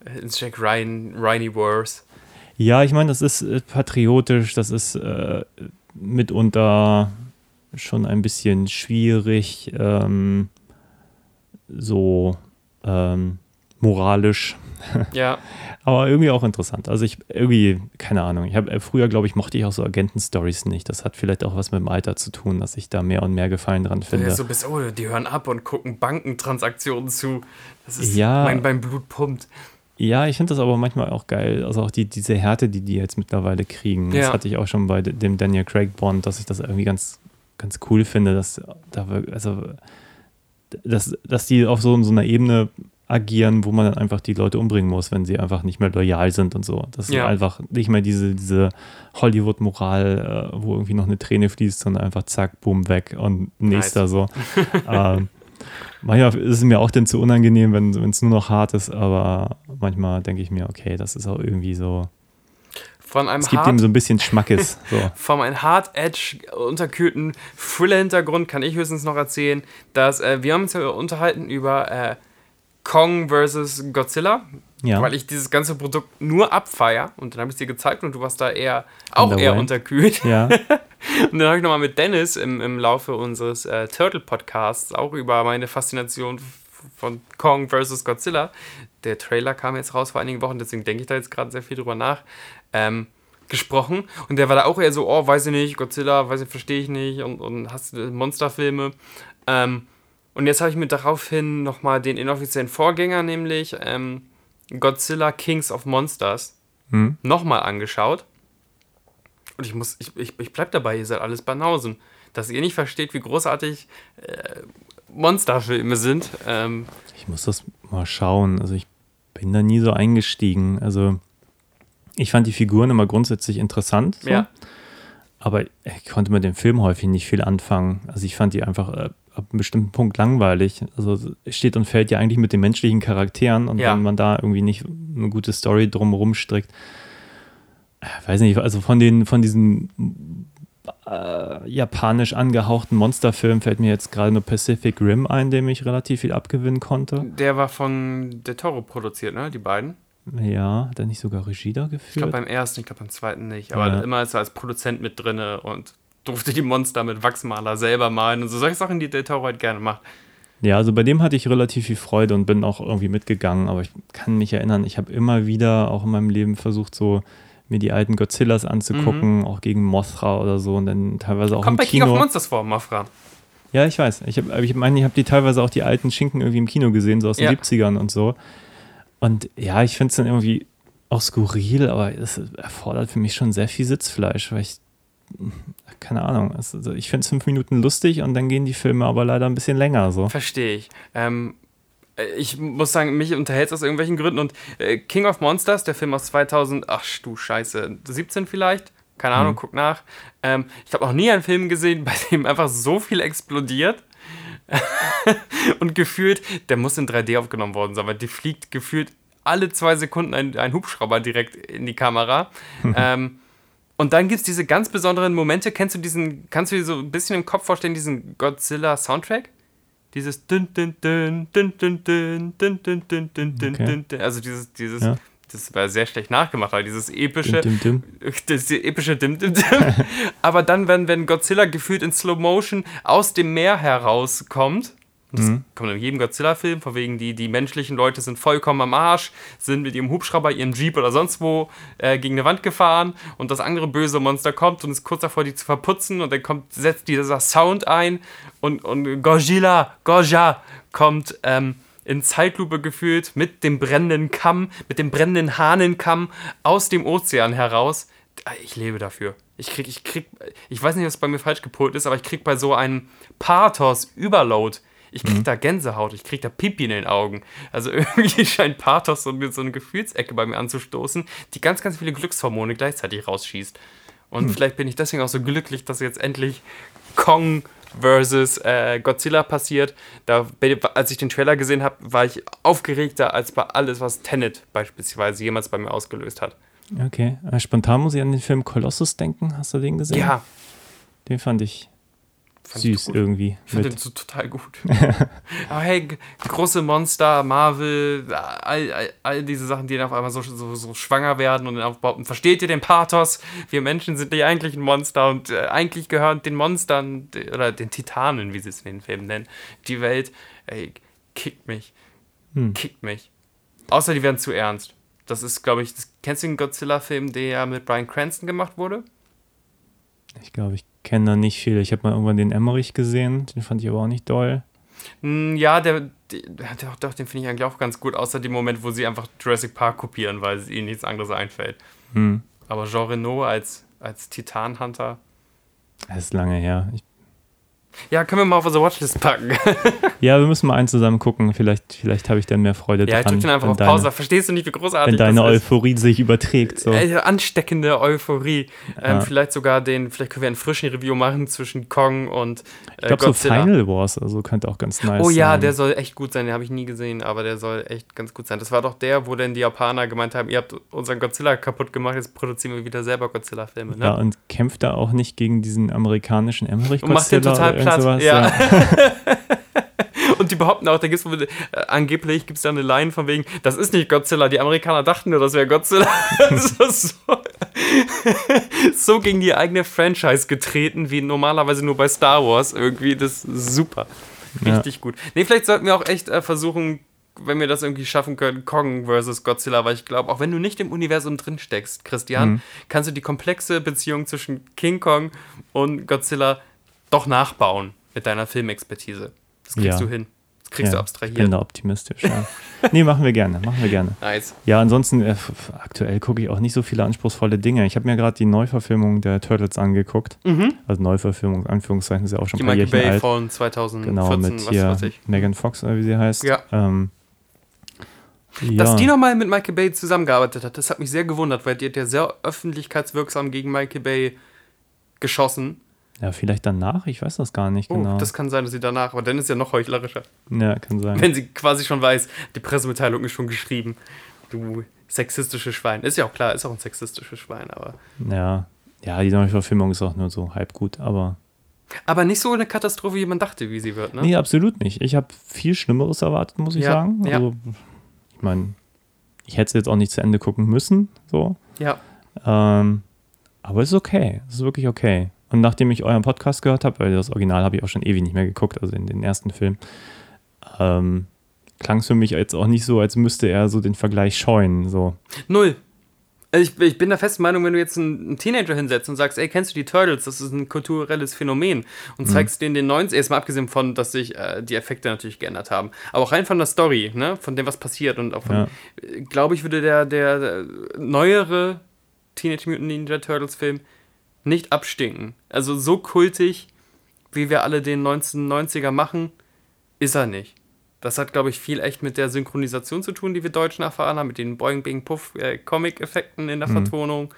ins Jack Ryan-Wars. Ja, ich meine, das ist patriotisch, das ist mitunter schon ein bisschen schwierig, moralisch. Ja. Aber irgendwie auch interessant. Also keine Ahnung. Früher, glaube ich, mochte ich auch so Agenten-Stories nicht. Das hat vielleicht auch was mit dem Alter zu tun, dass ich da mehr und mehr Gefallen dran finde. Ja, so bist, die hören ab und gucken Bankentransaktionen zu. Das ist, ja, mein Blut pumpt. Ja, ich finde das aber manchmal auch geil. Also auch diese Härte, die jetzt mittlerweile kriegen. Ja. Das hatte ich auch schon bei dem Daniel Craig Bond, dass ich das irgendwie ganz, ganz cool finde, dass die auf so einer Ebene agieren, wo man dann einfach die Leute umbringen muss, wenn sie einfach nicht mehr loyal sind und so. Das ist einfach nicht mehr diese Hollywood-Moral, wo irgendwie noch eine Träne fließt, sondern einfach zack, boom, weg und nächster nice. So. Manchmal ist es mir auch dann zu unangenehm, wenn es nur noch hart ist, aber manchmal denke ich mir, okay, das ist auch irgendwie so. Es gibt ihm so ein bisschen Schmackes. So. Von einem hard-edge unterkühlten Thriller-Hintergrund kann ich höchstens noch erzählen, dass wir haben uns ja unterhalten über Kong vs. Godzilla, weil ich dieses ganze Produkt nur abfeier und dann habe ich es dir gezeigt und du warst da eher unterkühlt. Ja. Und dann habe ich nochmal mit Dennis im Laufe unseres Turtle-Podcasts auch über meine Faszination von Kong vs. Godzilla, der Trailer kam jetzt raus vor einigen Wochen, deswegen denke ich da jetzt gerade sehr viel drüber nach, gesprochen und der war da auch eher so, weiß ich nicht, Godzilla, verstehe ich nicht und hast Monsterfilme. Und jetzt habe ich mir daraufhin nochmal den inoffiziellen Vorgänger, nämlich Godzilla Kings of Monsters, nochmal angeschaut. Und ich bleib dabei, ihr seid alles Banausen. Dass ihr nicht versteht, wie großartig Monsterfilme sind. Ich muss das mal schauen. Also ich bin da nie so eingestiegen. Also ich fand die Figuren immer grundsätzlich interessant. So. Ja. Aber ich konnte mit dem Film häufig nicht viel anfangen. Also ich fand die einfach ab einem bestimmten Punkt langweilig. Also es steht und fällt ja eigentlich mit den menschlichen Charakteren. Und wenn man da irgendwie nicht eine gute Story drumherum strickt, weiß nicht, also von diesen japanisch angehauchten Monsterfilmen fällt mir jetzt gerade nur Pacific Rim ein, dem ich relativ viel abgewinnen konnte. Der war von Del Toro produziert, ne? Die beiden. Ja, hat er nicht sogar Regie da geführt? Ich glaube beim ersten, ich glaube beim zweiten nicht. Aber immer ist er als Produzent mit drin und durfte die Monster mit Wachsmaler selber malen und so solche Sachen, die Del Toro halt gerne macht. Ja, also bei dem hatte ich relativ viel Freude und bin auch irgendwie mitgegangen, aber ich kann mich erinnern, ich habe immer wieder auch in meinem Leben versucht, so mir die alten Godzillas anzugucken, auch gegen Mothra oder so und dann teilweise auch Kommt im Kino. King of Monsters vor, Mothra. Ja, ich weiß. Ich habe die teilweise auch die alten Schinken irgendwie im Kino gesehen, so aus den 70ern und so. Und ja, ich finde es dann irgendwie auch skurril, aber es erfordert für mich schon sehr viel Sitzfleisch, weil keine Ahnung, also ich finde es 5 Minuten lustig und dann gehen die Filme aber leider ein bisschen länger. So. Verstehe ich. Ich muss sagen, mich unterhält es aus irgendwelchen Gründen und King of Monsters, der Film aus 2017 vielleicht, keine Ahnung, guck nach. Ich habe noch nie einen Film gesehen, bei dem einfach so viel explodiert und gefühlt, der muss in 3D aufgenommen worden sein, weil die fliegt gefühlt alle 2 Sekunden ein Hubschrauber direkt in die Kamera. Und dann gibt es diese ganz besonderen Momente, kannst du dir so ein bisschen im Kopf vorstellen, diesen Godzilla-Soundtrack? Dieses dün dün dün dün dün dün dün dün dün dün dün dün, also dieses das war sehr schlecht nachgemacht, aber dieses epische Dim Dim Dim. Aber dann, wenn Godzilla gefühlt in Slow Motion aus dem Meer herauskommt, das kommt in jedem Godzilla-Film, von wegen die menschlichen Leute sind vollkommen am Arsch, sind mit ihrem Hubschrauber, ihrem Jeep oder sonst wo gegen eine Wand gefahren und das andere böse Monster kommt und ist kurz davor, die zu verputzen und dann setzt dieser Sound ein und Godzilla kommt in Zeitlupe gefühlt mit dem brennenden Hahnenkamm aus dem Ozean heraus. Ich lebe dafür. Ich weiß nicht, was bei mir falsch gepolt ist, aber ich krieg bei so einem Pathos-Überload, ich krieg da Gänsehaut, ich krieg da Pipi in den Augen. Also irgendwie scheint Pathos so eine Gefühlsecke bei mir anzustoßen, die ganz, ganz viele Glückshormone gleichzeitig rausschießt. Und vielleicht bin ich deswegen auch so glücklich, dass jetzt endlich Kong versus Godzilla passiert. Als ich den Trailer gesehen habe, war ich aufgeregter als bei alles, was Tenet beispielsweise jemals bei mir ausgelöst hat. Okay, spontan muss ich an den Film Colossus denken. Hast du den gesehen? Ja. Den fand ich süß irgendwie. Ich fand den so total gut. Aber hey, große Monster, Marvel, all diese Sachen, die dann auf einmal so schwanger werden und dann aufbauen. Versteht ihr den Pathos? Wir Menschen sind die eigentlichen Monster und eigentlich gehören den Monstern oder den Titanen, wie sie es in den Filmen nennen, die Welt. Ey, kickt mich. Kickt mich. Außer die werden zu ernst. Das ist, glaube ich, kennst du den Godzilla-Film, der mit Bryan Cranston gemacht wurde? Ich glaube, ich kenne da nicht viel. Ich habe mal irgendwann den Emmerich gesehen, den fand ich aber auch nicht doll. Ja, den finde ich eigentlich auch ganz gut, außer dem Moment, wo sie einfach Jurassic Park kopieren, weil ihnen nichts anderes einfällt. Aber Jean Reno als Titan-Hunter. Das ist lange her. Ja, können wir mal auf unsere Watchlist packen. Ja, wir müssen mal einen zusammen gucken. Vielleicht habe ich dann mehr Freude dran. Ja, drück den einfach auf Pause. Verstehst du nicht, wie großartig das ist? Wenn deine Euphorie sich überträgt. So. Ansteckende Euphorie. Vielleicht können wir ein frischen Review machen zwischen Kong und ich glaube, so Final Wars, also könnte auch ganz nice sein. Oh ja, der soll echt gut sein. Den habe ich nie gesehen, aber der soll echt ganz gut sein. Das war doch der, wo dann die Japaner gemeint haben, ihr habt unseren Godzilla kaputt gemacht, jetzt produzieren wir wieder selber Godzilla-Filme. Ne? Ja, und kämpft da auch nicht gegen diesen amerikanischen Emmerich-Godzilla? Und macht den total platt. Ja. Und die behaupten auch, angeblich gibt es da eine Line von wegen, das ist nicht Godzilla, die Amerikaner dachten nur, das wäre Godzilla. So gegen die eigene Franchise getreten, wie normalerweise nur bei Star Wars irgendwie. Das ist super. Richtig gut. Nee, vielleicht sollten wir auch echt versuchen, wenn wir das irgendwie schaffen können, Kong versus Godzilla, weil ich glaube, auch wenn du nicht im Universum drin steckst, Christian, kannst du die komplexe Beziehung zwischen King Kong und Godzilla doch nachbauen mit deiner Filmexpertise. Das kriegst du hin. Das kriegst du abstrahiert. Ich bin da optimistisch, ja. Nee, machen wir gerne. Nice. Ja, ansonsten, aktuell gucke ich auch nicht so viele anspruchsvolle Dinge. Ich habe mir gerade die Neuverfilmung der Turtles angeguckt. Also Neuverfilmung, Anführungszeichen, ist ja auch schon ein paar Jährchen alt. Die Michael Bay von 2014, genau, mit hier Megan Fox, oder wie sie heißt. Ja. Dass die nochmal mit Michael Bay zusammengearbeitet hat, das hat mich sehr gewundert, weil die hat ja sehr öffentlichkeitswirksam gegen Michael Bay geschossen. Ja, vielleicht danach, ich weiß das gar nicht genau. Das kann sein, dass sie danach, aber dann ist ja noch heuchlerischer. Ja, kann sein. Wenn sie quasi schon weiß, die Pressemitteilung ist schon geschrieben. Du sexistisches Schwein. Ist ja auch klar, ist auch ein sexistisches Schwein, aber... Ja, die neue Verfilmung ist auch nur so halb gut, aber... Aber nicht so eine Katastrophe, wie man dachte, wie sie wird, ne? Nee, absolut nicht. Ich habe viel Schlimmeres erwartet, muss ich sagen. Also, ich meine, ich hätte es jetzt auch nicht zu Ende gucken müssen, so. Ja. Aber es ist okay. Es ist wirklich okay. Und nachdem ich euren Podcast gehört habe, weil das Original habe ich auch schon ewig nicht mehr geguckt, also in den ersten Film, klang es für mich jetzt auch nicht so, als müsste er so den Vergleich scheuen. So. Null. Also ich bin der festen Meinung, wenn du jetzt einen Teenager hinsetzt und sagst, ey, kennst du die Turtles? Das ist ein kulturelles Phänomen. Und zeigst denen den 90s, erstmal abgesehen von, dass sich die Effekte natürlich geändert haben, aber auch rein von der Story, ne? Von dem, was passiert. Und auch von, glaube ich, würde der neuere Teenage Mutant Ninja Turtles Film nicht abstinken. Also so kultig, wie wir alle den 1990er machen, ist er nicht. Das hat, glaube ich, viel echt mit der Synchronisation zu tun, die wir Deutschen erfahren haben, mit den Boing, Bing, Puff Comic-Effekten in der Vertonung.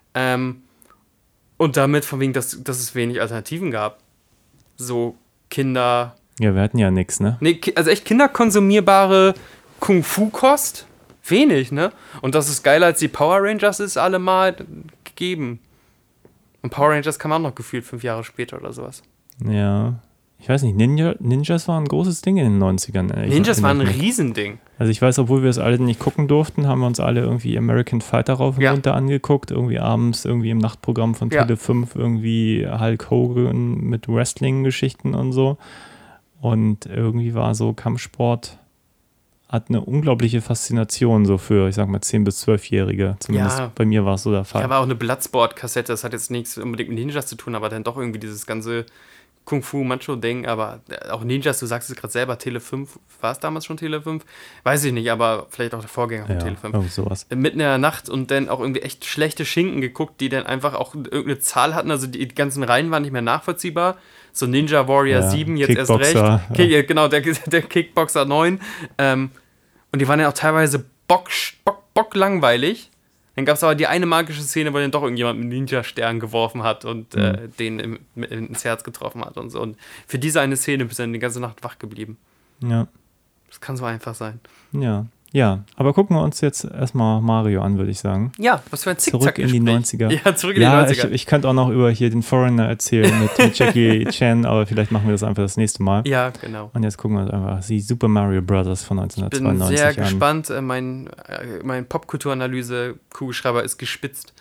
Und damit von wegen, dass es wenig Alternativen gab. So Kinder... Ja, wir hatten ja nichts, ne? Nee, also echt kinderkonsumierbare Kung-Fu-Kost? Wenig, ne? Und dass es geiler als die Power Rangers ist, allemal gegeben. Und Power Rangers kam auch noch gefühlt 5 Jahre später oder sowas. Ja, ich weiß nicht, Ninjas waren ein großes Ding in den 90ern. Ninjas waren ein Riesending. Also ich weiß, obwohl wir es alle nicht gucken durften, haben wir uns alle irgendwie American Fighter rauf und runter angeguckt. Irgendwie abends irgendwie im Nachtprogramm von Tele 5 irgendwie Hulk Hogan mit Wrestling-Geschichten und so. Und irgendwie war so Kampfsport... hat eine unglaubliche Faszination so für, ich sag mal, 10- bis 12-Jährige. Zumindest bei mir war es so der Fall. Ich habe auch eine Bloodsport-Kassette, das hat jetzt nichts unbedingt mit Ninjas zu tun, aber dann doch irgendwie dieses ganze Kung-Fu-Macho-Ding, aber auch Ninjas, du sagst es gerade selber, Tele 5, war es damals schon Tele 5? Weiß ich nicht, aber vielleicht auch der Vorgänger von Tele 5. Irgendwie sowas. Mitten in der Nacht und dann auch irgendwie echt schlechte Schinken geguckt, die dann einfach auch irgendeine Zahl hatten, also die ganzen Reihen waren nicht mehr nachvollziehbar. So Ninja Warrior 7, jetzt erst recht. Genau, der Kickboxer 9. Und die waren ja auch teilweise bocklangweilig. Dann gab es aber die eine magische Szene, wo dann doch irgendjemand einen Ninja-Stern geworfen hat und den ins Herz getroffen hat und so. Und für diese eine Szene bist du dann die ganze Nacht wach geblieben. Ja. Das kann so einfach sein. Ja. Ja, aber gucken wir uns jetzt erstmal Mario an, würde ich sagen. Ja, was für ein Zurück in die 90er. Ja, zurück in die 90er. Ich könnte auch noch über hier den Foreigner erzählen mit Jackie Chan, aber vielleicht machen wir das einfach das nächste Mal. Ja, genau. Und jetzt gucken wir uns einfach die Super Mario Bros. Von 1992 Ich bin sehr gespannt. Mein Popkulturanalyse-Kugelschreiber ist gespitzt.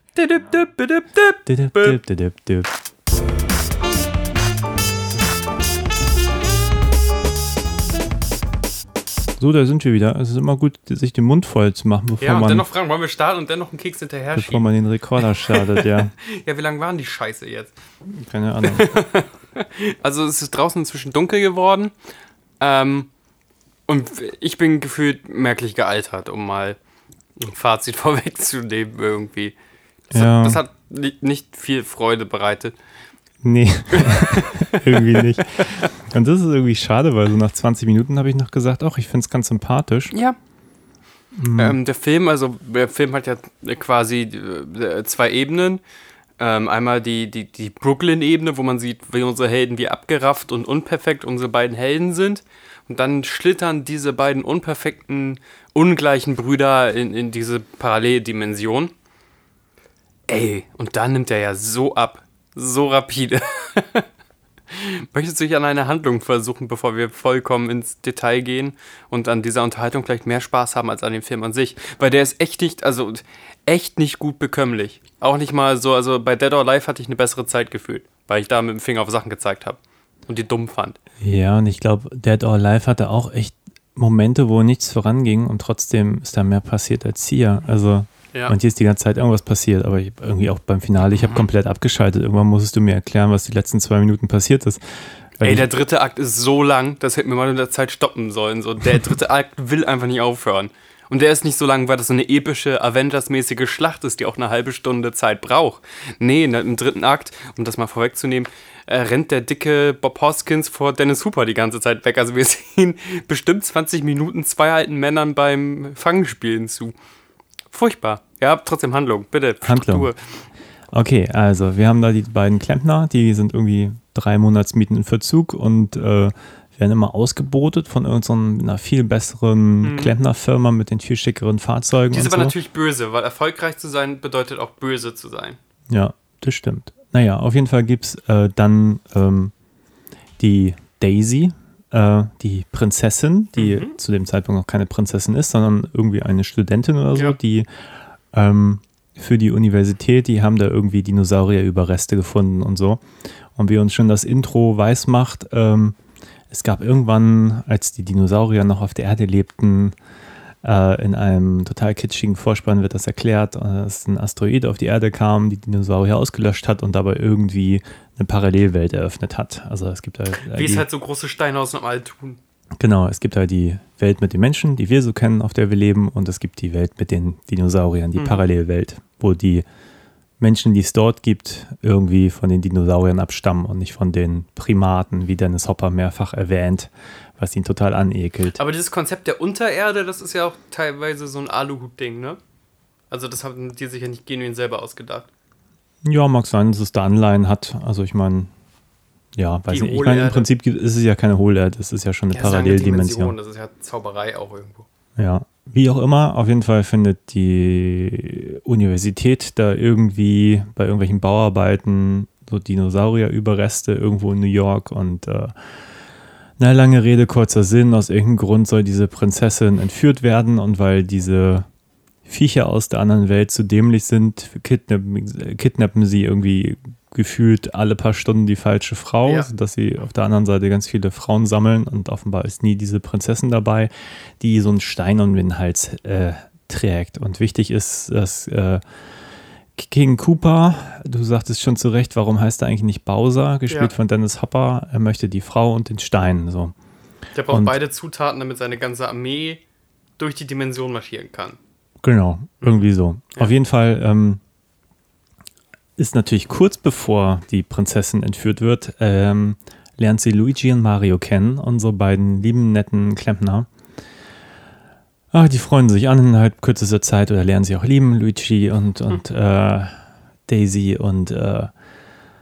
So, da sind wir wieder. Es ist immer gut, sich den Mund voll zu machen, bevor man dennoch fragen, wollen wir starten und dann noch einen Keks hinterher schieben? Bevor man den Rekorder startet, ja. Ja, wie lange waren die Scheiße jetzt? Keine Ahnung. Also es ist draußen inzwischen dunkel geworden und ich bin gefühlt merklich gealtert, um mal ein Fazit vorwegzunehmen irgendwie. Das hat nicht viel Freude bereitet. Nee, irgendwie nicht. Und das ist irgendwie schade, weil so nach 20 Minuten habe ich noch gesagt, ich finde es ganz sympathisch. Ja. Der Film hat ja quasi 2 Ebenen. Einmal die Brooklyn-Ebene, wo man sieht, wie unsere Helden wie abgerafft und unperfekt unsere beiden Helden sind. Und dann schlittern diese beiden unperfekten, ungleichen Brüder in diese Paralleldimension. Ey, und dann nimmt er ja so ab. So rapide. Möchtest du dich an einer Handlung versuchen, bevor wir vollkommen ins Detail gehen und an dieser Unterhaltung vielleicht mehr Spaß haben als an dem Film an sich? Weil der ist echt nicht gut bekömmlich. Auch nicht mal so, also bei Dead or Alive hatte ich eine bessere Zeit gefühlt, weil ich da mit dem Finger auf Sachen gezeigt habe und die dumm fand. Ja, und ich glaube, Dead or Alive hatte auch echt Momente, wo nichts voranging und trotzdem ist da mehr passiert als hier. Also ja. Und hier ist die ganze Zeit irgendwas passiert, aber irgendwie auch beim Finale, ich habe komplett abgeschaltet. Irgendwann musstest du mir erklären, was die letzten 2 Minuten passiert ist. Der 3. Akt ist so lang, das hätten wir mal in der Zeit stoppen sollen. So, der 3. Akt will einfach nicht aufhören. Und der ist nicht so lang, weil das so eine epische, Avengers-mäßige Schlacht ist, die auch eine halbe Stunde Zeit braucht. Nee, im 3. Akt, um das mal vorwegzunehmen, rennt der dicke Bob Hoskins vor Dennis Hooper die ganze Zeit weg. Also wir sehen bestimmt 20 Minuten 2 alten Männern beim Fangspielen zu. Furchtbar. Ja, trotzdem Handlung, bitte. Handlung. Okay, also wir haben da die beiden Klempner, die sind irgendwie 3 Monatsmieten in Verzug und werden immer ausgebotet von irgendeiner viel besseren Klempnerfirma mit den viel schickeren Fahrzeugen. Die ist aber natürlich böse, weil erfolgreich zu sein bedeutet auch böse zu sein. Ja, das stimmt. Naja, auf jeden Fall gibt es dann die Daisy, die Prinzessin, die zu dem Zeitpunkt noch keine Prinzessin ist, sondern irgendwie eine Studentin oder so, die für die Universität, die haben da irgendwie Dinosaurierüberreste gefunden und so. Und wie uns schon das Intro weiß macht, es gab irgendwann, als die Dinosaurier noch auf der Erde lebten, in einem total kitschigen Vorspann wird das erklärt, dass ein Asteroid auf die Erde kam, die Dinosaurier ausgelöscht hat und dabei irgendwie eine Parallelwelt eröffnet hat. Also es gibt wie es halt so große Steine aus dem All tun. Genau, es gibt halt die Welt mit den Menschen, die wir so kennen, auf der wir leben, und es gibt die Welt mit den Dinosauriern, die Parallelwelt, wo die Menschen, die es dort gibt, irgendwie von den Dinosauriern abstammen und nicht von den Primaten, wie Dennis Hopper mehrfach erwähnt, was ihn total anekelt. Aber dieses Konzept der Untererde, das ist ja auch teilweise so ein Aluhut-Ding, ne? Also das haben die sich ja nicht genuin selber ausgedacht. Ja, mag sein, dass es da Anleihen hat. Also ich meine, ja, weiß nicht. Ich meine, im Prinzip ist es ja keine Hohlerde, es ist ja schon eine Paralleldimension. Das ist ja Zauberei auch irgendwo. Ja, wie auch immer, auf jeden Fall findet die Universität da irgendwie bei irgendwelchen Bauarbeiten so Dinosaurierüberreste irgendwo in New York und lange Rede, kurzer Sinn, aus irgendeinem Grund soll diese Prinzessin entführt werden und weil diese Viecher aus der anderen Welt zu dämlich sind, kidnappen sie irgendwie gefühlt alle paar Stunden die falsche Frau, sodass sie auf der anderen Seite ganz viele Frauen sammeln und offenbar ist nie diese Prinzessin dabei, die so einen Stein um den Hals trägt. Und wichtig ist, dass King Koopa, du sagtest schon zu Recht, warum heißt er eigentlich nicht Bowser, gespielt von Dennis Hopper, er möchte die Frau und den Stein. So. Der braucht beide Zutaten, damit seine ganze Armee durch die Dimension marschieren kann. Genau, irgendwie so. Ja. Auf jeden Fall ist natürlich kurz bevor die Prinzessin entführt wird, lernt sie Luigi und Mario kennen, unsere beiden lieben, netten Klempner. Die freuen sich an innerhalb kürzester Zeit oder lernen sie auch lieben, Luigi und Daisy und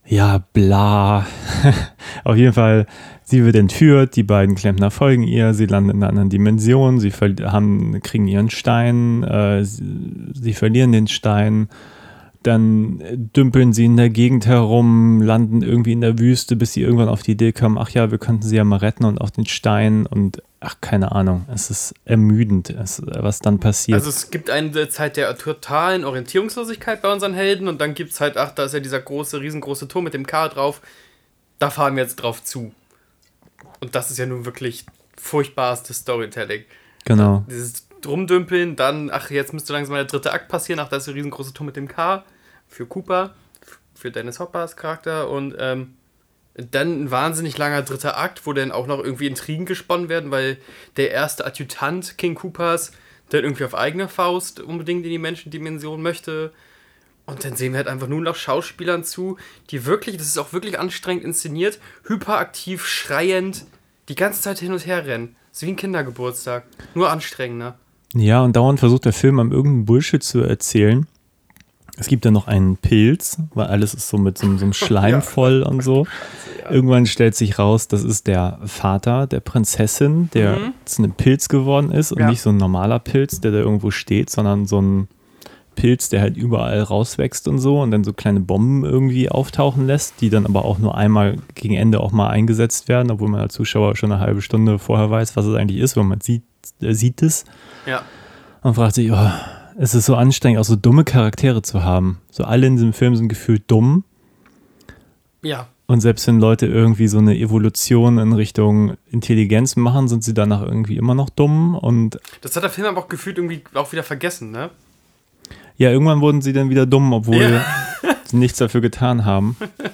Ja, bla. Auf jeden Fall, sie wird entführt, die beiden Klempner folgen ihr, sie landen in einer anderen Dimension, sie kriegen ihren Stein, sie verlieren den Stein, dann dümpeln sie in der Gegend herum, landen irgendwie in der Wüste, bis sie irgendwann auf die Idee kommen, ach ja, wir könnten sie ja mal retten und auch den Stein und ach, keine Ahnung, es ist ermüdend, was dann passiert. Also es gibt eine Zeit der totalen Orientierungslosigkeit bei unseren Helden und dann gibt es halt, ach, da ist ja dieser riesengroße Turm mit dem K drauf, da fahren wir jetzt drauf zu. Und das ist ja nun wirklich furchtbarstes Storytelling. Genau. Dieses Rumdümpeln, dann, ach, jetzt müsste langsam mal der 3. Akt passieren, ach, da ist der riesengroße Turm mit dem K für Cooper, für Dennis Hoppers Charakter und dann ein wahnsinnig langer 3. Akt, wo dann auch noch irgendwie Intrigen gesponnen werden, weil der erste Adjutant King Coopers dann irgendwie auf eigene Faust unbedingt in die Menschendimension möchte. Und dann sehen wir halt einfach nur noch Schauspielern zu, die wirklich, das ist auch wirklich anstrengend inszeniert, hyperaktiv, schreiend, die ganze Zeit hin und her rennen. Das ist wie ein Kindergeburtstag, nur anstrengender. Ja, und dauernd versucht der Film am irgendeinen Bullshit zu erzählen. Es gibt dann noch einen Pilz, weil alles ist so mit so einem Schleim Ja. voll und so. Irgendwann stellt sich raus, das ist der Vater der Prinzessin, der zu einem Pilz geworden ist und Ja. nicht so ein normaler Pilz, der da irgendwo steht, sondern so ein Pilz, der halt überall rauswächst und so und dann so kleine Bomben irgendwie auftauchen lässt, die dann aber auch nur einmal gegen Ende auch mal eingesetzt werden, obwohl man als Zuschauer schon eine halbe Stunde vorher weiß, was es eigentlich ist, weil man sieht es Ja. und fragt sich, oh, es ist so anstrengend, auch so dumme Charaktere zu haben. So alle in diesem Film sind gefühlt dumm. Ja. Und selbst wenn Leute irgendwie so eine Evolution in Richtung Intelligenz machen, sind sie danach irgendwie immer noch dumm. Und Das hat der Film aber auch gefühlt irgendwie auch wieder vergessen, ne? ja, irgendwann wurden sie dann wieder dumm, obwohl sie nichts dafür getan haben.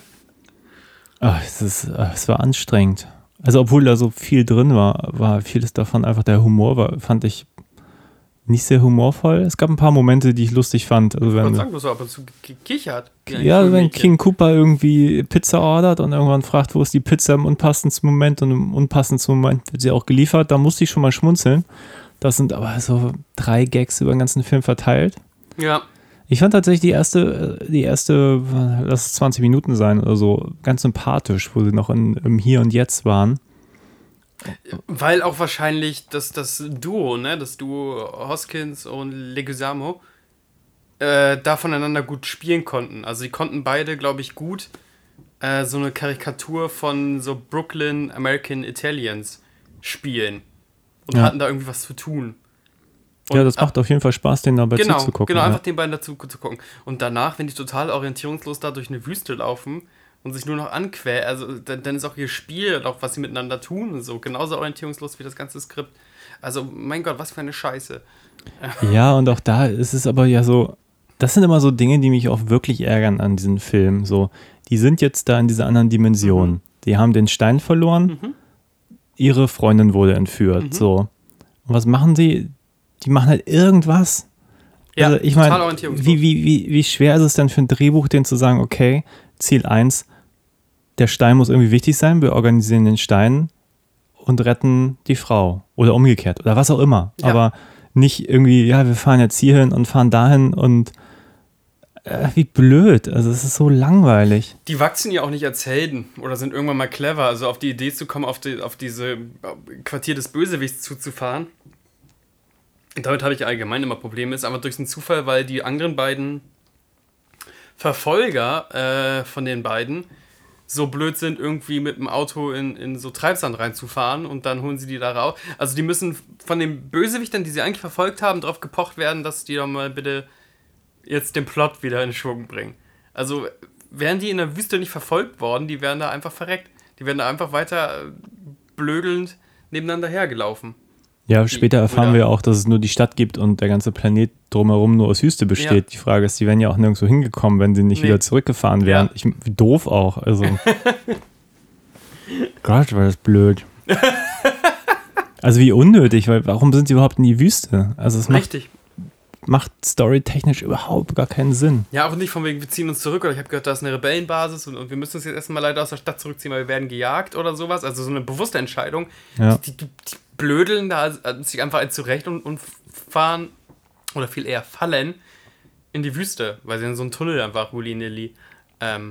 Es war anstrengend. Also obwohl da so viel drin war vieles davon einfach, der Humor fand ich nicht sehr humorvoll. Es gab ein paar Momente, die ich lustig fand. Also Ich wollte wenn, sagen, du hast ab und zu gekichert. ja, wenn King Cooper irgendwie Pizza ordert und irgendwann fragt, wo ist die Pizza im unpassendsten Moment und im unpassendsten Moment wird sie auch geliefert, da musste ich schon mal schmunzeln. Das sind aber so 3 Gags über den ganzen Film verteilt. Ja. Ich fand tatsächlich die erste, lass es 20 Minuten sein oder so, ganz sympathisch, wo sie noch im Hier und Jetzt waren. Weil auch wahrscheinlich das Duo, ne, das Duo Hoskins und Leguizamo da voneinander gut spielen konnten. Also sie konnten beide, glaube ich, gut so eine Karikatur von so Brooklyn American Italians spielen. Und Ja. hatten da irgendwie was zu tun. Und Ja, das macht auf jeden Fall Spaß, denen dabei zuzugucken. Genau, ja. einfach den beiden dazu zu gucken. Und danach, wenn die total orientierungslos da durch eine Wüste laufen und sich nur noch anquälen, also dann ist auch ihr Spiel und auch was sie miteinander tun und so genauso orientierungslos wie das ganze Skript. Also, mein Gott, was für eine Scheiße. Ja, und auch da ist es aber ja so, das sind immer so Dinge, die mich auch wirklich ärgern an diesen Film. So, die sind jetzt da in dieser anderen Dimension. Die haben den Stein verloren, ihre Freundin wurde entführt. So. Und was machen sie? Die machen halt irgendwas. Ja, Also ich total meine, orientierungslos. wie schwer ist es denn für ein Drehbuch, denen zu sagen, okay, Ziel 1, der Stein muss irgendwie wichtig sein, wir organisieren den Stein und retten die Frau. Oder umgekehrt. Oder was auch immer. Ja. Aber nicht irgendwie, ja, wir fahren jetzt hierhin und fahren dahin und wie blöd. Also es ist so langweilig. Die wachsen ja auch nicht als Helden oder sind irgendwann mal clever, also auf die Idee zu kommen, auf diese Quartier des Bösewichts zuzufahren. Und damit habe ich allgemein immer Probleme, ist einfach durch den Zufall, weil die anderen beiden Verfolger von den beiden so blöd sind, irgendwie mit dem Auto in so Treibsand reinzufahren und dann holen sie die da raus. Also die müssen von den Bösewichtern, die sie eigentlich verfolgt haben, darauf gepocht werden, dass die doch mal bitte jetzt den Plot wieder in Schwung bringen. Also wären die in der Wüste nicht verfolgt worden, die wären da einfach verreckt. Die wären da einfach weiter blödelnd nebeneinander hergelaufen. Ja, später erfahren oder- wir auch, dass es nur die Stadt gibt und der ganze Planet drumherum nur aus Wüste besteht. Ja. Die Frage ist, die wären ja auch nirgendwo hingekommen, wenn sie nicht Nee. wieder zurückgefahren wären. Ja. Wie doof auch. Also. Gott, war das blöd. Also wie unnötig, weil warum sind sie überhaupt in die Wüste? Also es Richtig. macht storytechnisch überhaupt gar keinen Sinn. Ja, auch nicht von wegen, wir ziehen uns zurück oder ich habe gehört, da ist eine Rebellenbasis und wir müssen uns jetzt erstmal leider aus der Stadt zurückziehen, weil wir werden gejagt oder sowas. Also so eine bewusste Entscheidung. Ja. Die blödeln da sich einfach ein zurecht und fahren oder viel eher fallen in die Wüste, weil sie in so einen Tunnel einfach willy-nilly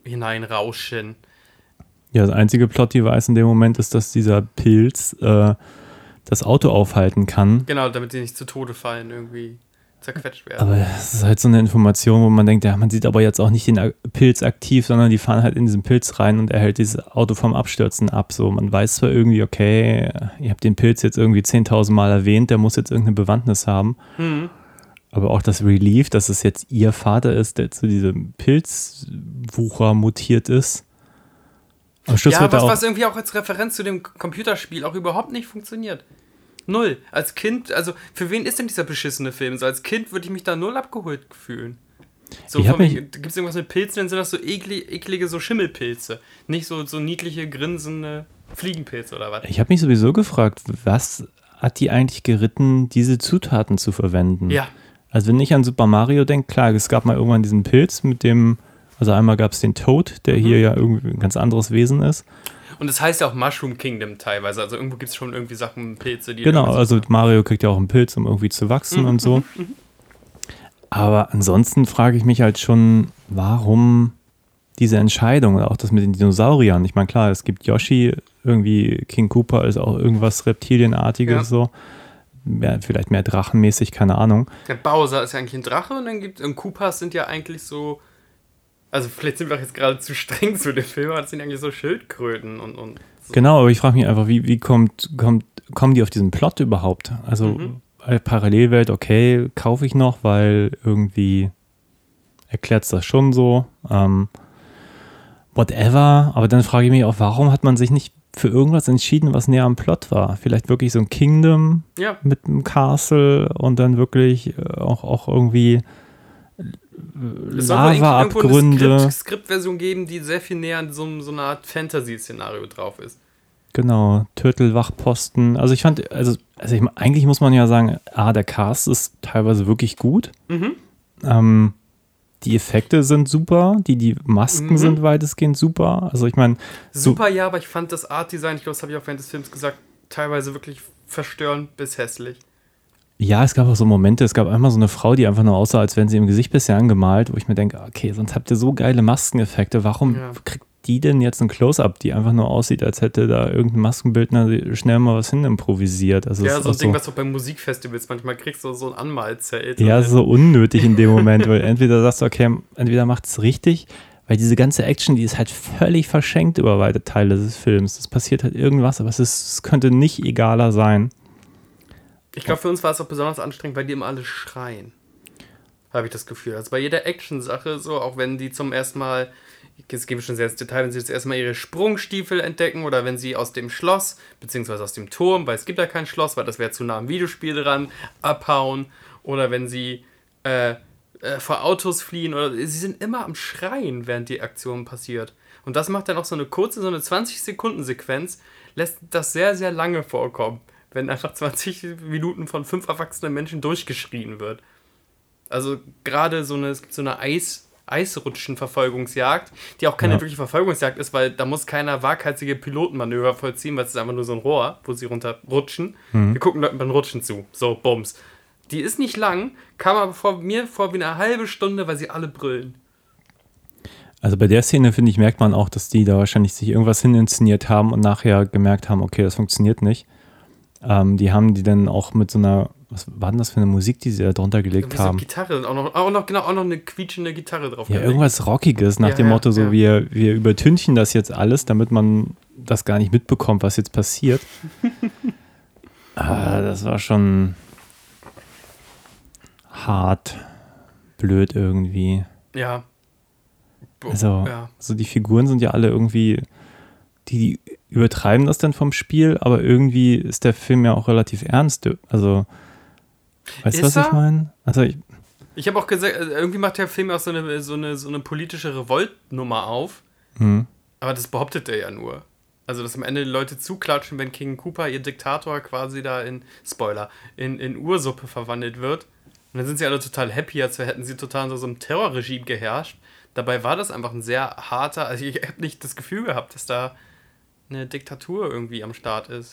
hineinrauschen. Ja, das einzige Plot-Device in dem Moment ist, dass dieser Pilz das Auto aufhalten kann. Genau, damit sie nicht zu Tode fallen, irgendwie zerquetscht werden. Aber es ist halt so eine Information, wo man denkt, ja, man sieht aber jetzt auch nicht den Pilz aktiv, sondern die fahren halt in diesen Pilz rein und er hält dieses Auto vom Abstürzen ab. So, man weiß zwar irgendwie, okay, ihr habt den Pilz jetzt irgendwie 10.000 Mal erwähnt, der muss jetzt irgendeine Bewandtnis haben. Aber auch das Relief, dass es jetzt ihr Vater ist, der zu diesem Pilzwucher mutiert ist. Am Schluss wird was irgendwie auch als Referenz zu dem Computerspiel auch überhaupt nicht funktioniert. Null. Als Kind, also für wen ist denn dieser beschissene Film? So als Kind würde ich mich da null abgeholt fühlen. So gibt es irgendwas mit Pilzen, dann sind das so eklige so Schimmelpilze. Nicht so niedliche, grinsende Fliegenpilze oder was. Ich habe mich sowieso gefragt, was hat die eigentlich geritten, diese Zutaten zu verwenden? Ja. Also wenn ich an Super Mario denke, klar, es gab mal irgendwann diesen Pilz mit dem, also einmal gab es den Toad, der hier ja irgendwie ein ganz anderes Wesen ist. Und es heißt ja auch Mushroom Kingdom teilweise, also irgendwo gibt es schon irgendwie Sachen, Pilze, die... Genau, also Mario kriegt ja auch einen Pilz, um irgendwie zu wachsen und so. Aber ansonsten frage ich mich halt schon, warum diese Entscheidung oder auch das mit den Dinosauriern. Ich meine, klar, es gibt Yoshi, irgendwie King Koopa ist auch irgendwas Reptilienartiges so. Vielleicht mehr drachenmäßig, keine Ahnung. Der Bowser ist ja eigentlich ein Drache und Koopas sind ja eigentlich so... Also vielleicht sind wir jetzt gerade zu streng zu dem Film, aber das sind eigentlich so Schildkröten und so. Genau, aber ich frage mich einfach, wie kommen die auf diesen Plot überhaupt? Also Parallelwelt, okay, kaufe ich noch, weil irgendwie erklärt es das schon so. Whatever, aber dann frage ich mich auch, warum hat man sich nicht für irgendwas entschieden, was näher am Plot war? Vielleicht wirklich so ein Kingdom mit einem Castle und dann wirklich auch irgendwie Lava-Abgründe. Es soll Skriptversion geben, die sehr viel näher an so einer Art Fantasy-Szenario drauf ist. Genau, Turtle-Wachposten. Also ich fand, eigentlich muss man ja sagen, der Cast ist teilweise wirklich gut. Die Effekte sind super, die Masken sind weitestgehend super. Also ich meine... Super, ja, aber ich fand das Art-Design, ich glaube, das habe ich auch während des Films gesagt, teilweise wirklich verstörend bis hässlich. Ja, es gab auch so Momente, es gab einmal so eine Frau, die einfach nur aussah, als wären sie im Gesicht bisher angemalt, wo ich mir denke, okay, sonst habt ihr so geile Maskeneffekte, warum kriegt die denn jetzt ein Close-Up, die einfach nur aussieht, als hätte da irgendein Maskenbildner schnell mal was hin improvisiert. Also ja, so ein Ding, was du bei Musikfestivals manchmal kriegst, so ein Anmalzelt. Ja, so unnötig in dem Moment, weil entweder sagst du, okay, entweder macht es richtig, weil diese ganze Action, die ist halt völlig verschenkt über weite Teile des Films. Es passiert halt irgendwas, aber es könnte nicht egaler sein. Ich glaube, für uns war es auch besonders anstrengend, weil die immer alle schreien. Habe ich das Gefühl. Also bei jeder Action-Sache so, auch wenn die zum ersten Mal, jetzt gehen wir schon sehr ins Detail, wenn sie das erste Mal ihre Sprungstiefel entdecken oder wenn sie aus dem Schloss, beziehungsweise aus dem Turm, weil es gibt ja kein Schloss, weil das wäre zu nah am Videospiel dran, abhauen oder wenn sie vor Autos fliehen oder sie sind immer am Schreien, während die Aktion passiert. Und das macht dann auch so eine kurze, so eine 20-Sekunden-Sequenz, lässt das sehr, sehr lange vorkommen, wenn einfach 20 Minuten von 5 erwachsenen Menschen durchgeschrien wird. Also gerade es gibt so eine Eisrutschen-Verfolgungsjagd, die auch keine wirkliche Verfolgungsjagd ist, weil da muss keiner waghalsige Pilotenmanöver vollziehen, weil es ist einfach nur so ein Rohr, wo sie runterrutschen. Wir gucken Leuten beim Rutschen zu. So, bums. Die ist nicht lang, kam aber mir vor wie eine halbe Stunde, weil sie alle brüllen. Also bei der Szene, finde ich, merkt man auch, dass die da wahrscheinlich sich irgendwas hininszeniert haben und nachher gemerkt haben, okay, das funktioniert nicht. Die haben die dann auch mit so einer, was war denn das für eine Musik, die sie da drunter gelegt haben? So Gitarre, auch noch eine quietschende Gitarre drauf. Ja, irgendwas Rockiges nach dem Motto, so wir übertünchen das jetzt alles, damit man das gar nicht mitbekommt, was jetzt passiert. Das war schon hart, blöd irgendwie. Ja. Also die Figuren sind ja alle irgendwie, die übertreiben das dann vom Spiel, aber irgendwie ist der Film ja auch relativ ernst. Also, weißt du, was ich meine? Also ich habe auch gesagt, irgendwie macht der Film auch so eine politische Revoltnummer auf. Aber das behauptet er ja nur. Also, dass am Ende die Leute zuklatschen, wenn King Koopa, ihr Diktator, quasi da in Ursuppe verwandelt wird. Und dann sind sie alle total happy, als hätten sie total unter so einem Terrorregime geherrscht. Dabei war das einfach ein sehr harter, also ich habe nicht das Gefühl gehabt, dass da eine Diktatur irgendwie am Start ist.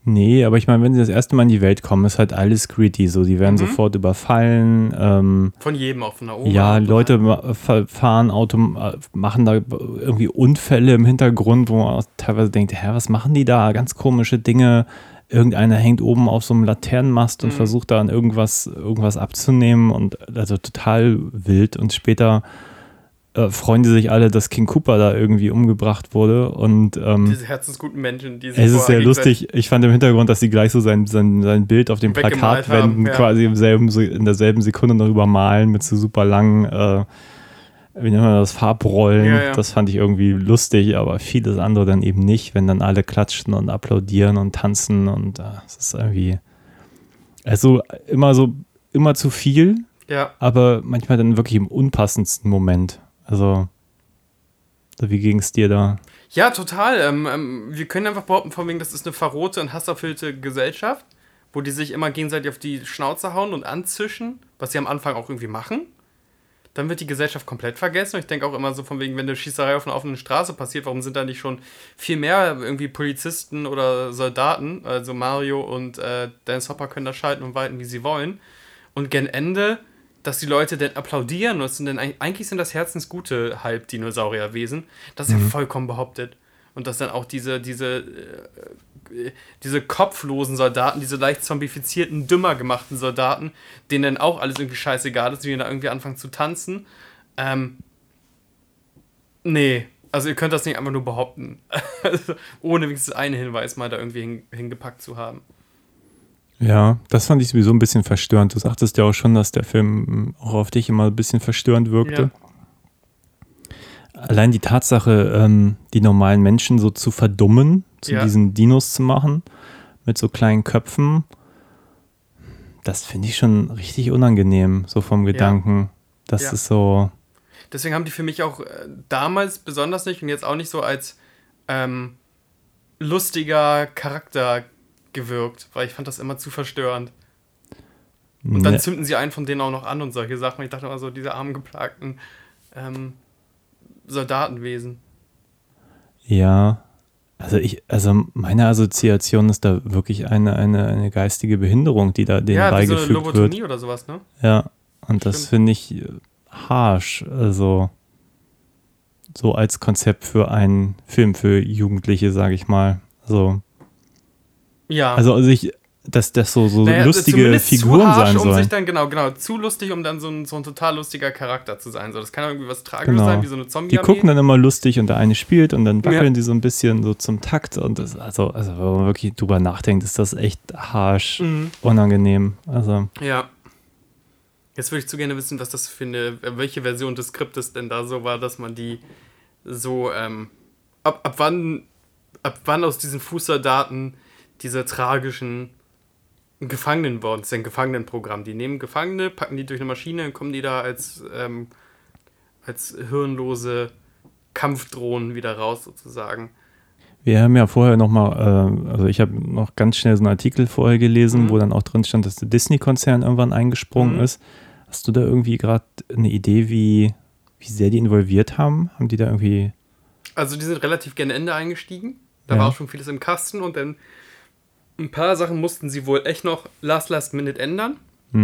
Nee, aber ich meine, wenn sie das erste Mal in die Welt kommen, ist halt alles gritty. So, die werden sofort überfallen. Von jedem, auch von der Oma. Ja, Leute fahren Auto, machen da irgendwie Unfälle im Hintergrund, wo man auch teilweise denkt, was machen die da? Ganz komische Dinge. Irgendeiner hängt oben auf so einem Laternenmast und versucht da an irgendwas abzunehmen und also total wild. Und später freuen die sich alle, dass King Cooper da irgendwie umgebracht wurde. Und diese herzensguten Menschen, die sich es ist sehr lustig. Ich fand im Hintergrund, dass sie gleich so sein Bild auf den Plakatwänden quasi in derselben Sekunde noch übermalen mit so super langen, wie nennt man das, Farbrollen. Ja. Das fand ich irgendwie lustig, aber vieles andere dann eben nicht, wenn dann alle klatschen und applaudieren und tanzen und es ist irgendwie immer zu viel, aber manchmal dann wirklich im unpassendsten Moment. Also, wie ging es dir da? Ja, total. Wir können einfach behaupten, von wegen, das ist eine verrohte und hasserfüllte Gesellschaft, wo die sich immer gegenseitig auf die Schnauze hauen und anzischen, was sie am Anfang auch irgendwie machen. Dann wird die Gesellschaft komplett vergessen. Und ich denke auch immer so von wegen, wenn eine Schießerei auf einer offenen Straße passiert, warum sind da nicht schon viel mehr irgendwie Polizisten oder Soldaten? Also Mario und Dennis Hopper können da schalten und walten, wie sie wollen. Und gen Ende, dass die Leute dann applaudieren, und eigentlich sind das herzensgute Halbdinosaurierwesen. Das ist ja vollkommen behauptet. Und dass dann auch diese kopflosen Soldaten, diese leicht zombifizierten, dümmer gemachten Soldaten, denen dann auch alles irgendwie scheißegal ist, wie da irgendwie anfangen zu tanzen. Nee, also ihr könnt das nicht einfach nur behaupten. Ohne wenigstens einen Hinweis mal da irgendwie hingepackt zu haben. Ja, das fand ich sowieso ein bisschen verstörend. Du sagtest ja auch schon, dass der Film auch auf dich immer ein bisschen verstörend wirkte. Ja. Allein die Tatsache, die normalen Menschen so zu verdummen, zu diesen Dinos zu machen, mit so kleinen Köpfen, das finde ich schon richtig unangenehm, so vom Gedanken. Das ist so... Deswegen haben die für mich auch damals besonders nicht und jetzt auch nicht so als lustiger Charakter gewirkt, weil ich fand das immer zu verstörend. Und dann zünden sie einen von denen auch noch an und solche Sachen. Ich dachte immer so, diese armen, geplagten Soldatenwesen. Ja, also meine Assoziation ist da wirklich eine geistige Behinderung, die da denen beigefügt wird. Ja, wie so eine Lobotomie oder sowas, ne? Ja, und das finde ich harsch, also so als Konzept für einen Film für Jugendliche, sage ich mal. Also dass das so lustige Figuren sein sollen. Sich dann, genau, zu lustig, um dann so ein total lustiger Charakter zu sein. So, das kann irgendwie was Tragisches sein, wie so eine Zombie-Armee. Die gucken dann immer lustig und der eine spielt und dann wackeln die so ein bisschen so zum Takt. Und das, also wenn man wirklich drüber nachdenkt, ist das echt harsch, unangenehm. Also. Ja. Jetzt würde ich zu gerne wissen, was das für welche Version des Skriptes denn da so war, dass man die so, ab wann aus diesen Fußsoldaten diese tragischen Gefangenen worden. Das ist ein Gefangenenprogramm. Die nehmen Gefangene, packen die durch eine Maschine, dann kommen die da als hirnlose Kampfdrohnen wieder raus, sozusagen. Wir haben ja vorher nochmal, also ich habe noch ganz schnell so einen Artikel vorher gelesen, wo dann auch drin stand, dass der Disney-Konzern irgendwann eingesprungen ist. Hast du da irgendwie gerade eine Idee, wie sehr die involviert haben? Haben die da irgendwie... Also die sind relativ gerne Ende eingestiegen. Da war auch schon vieles im Kasten und dann ein paar Sachen mussten sie wohl echt noch last minute ändern.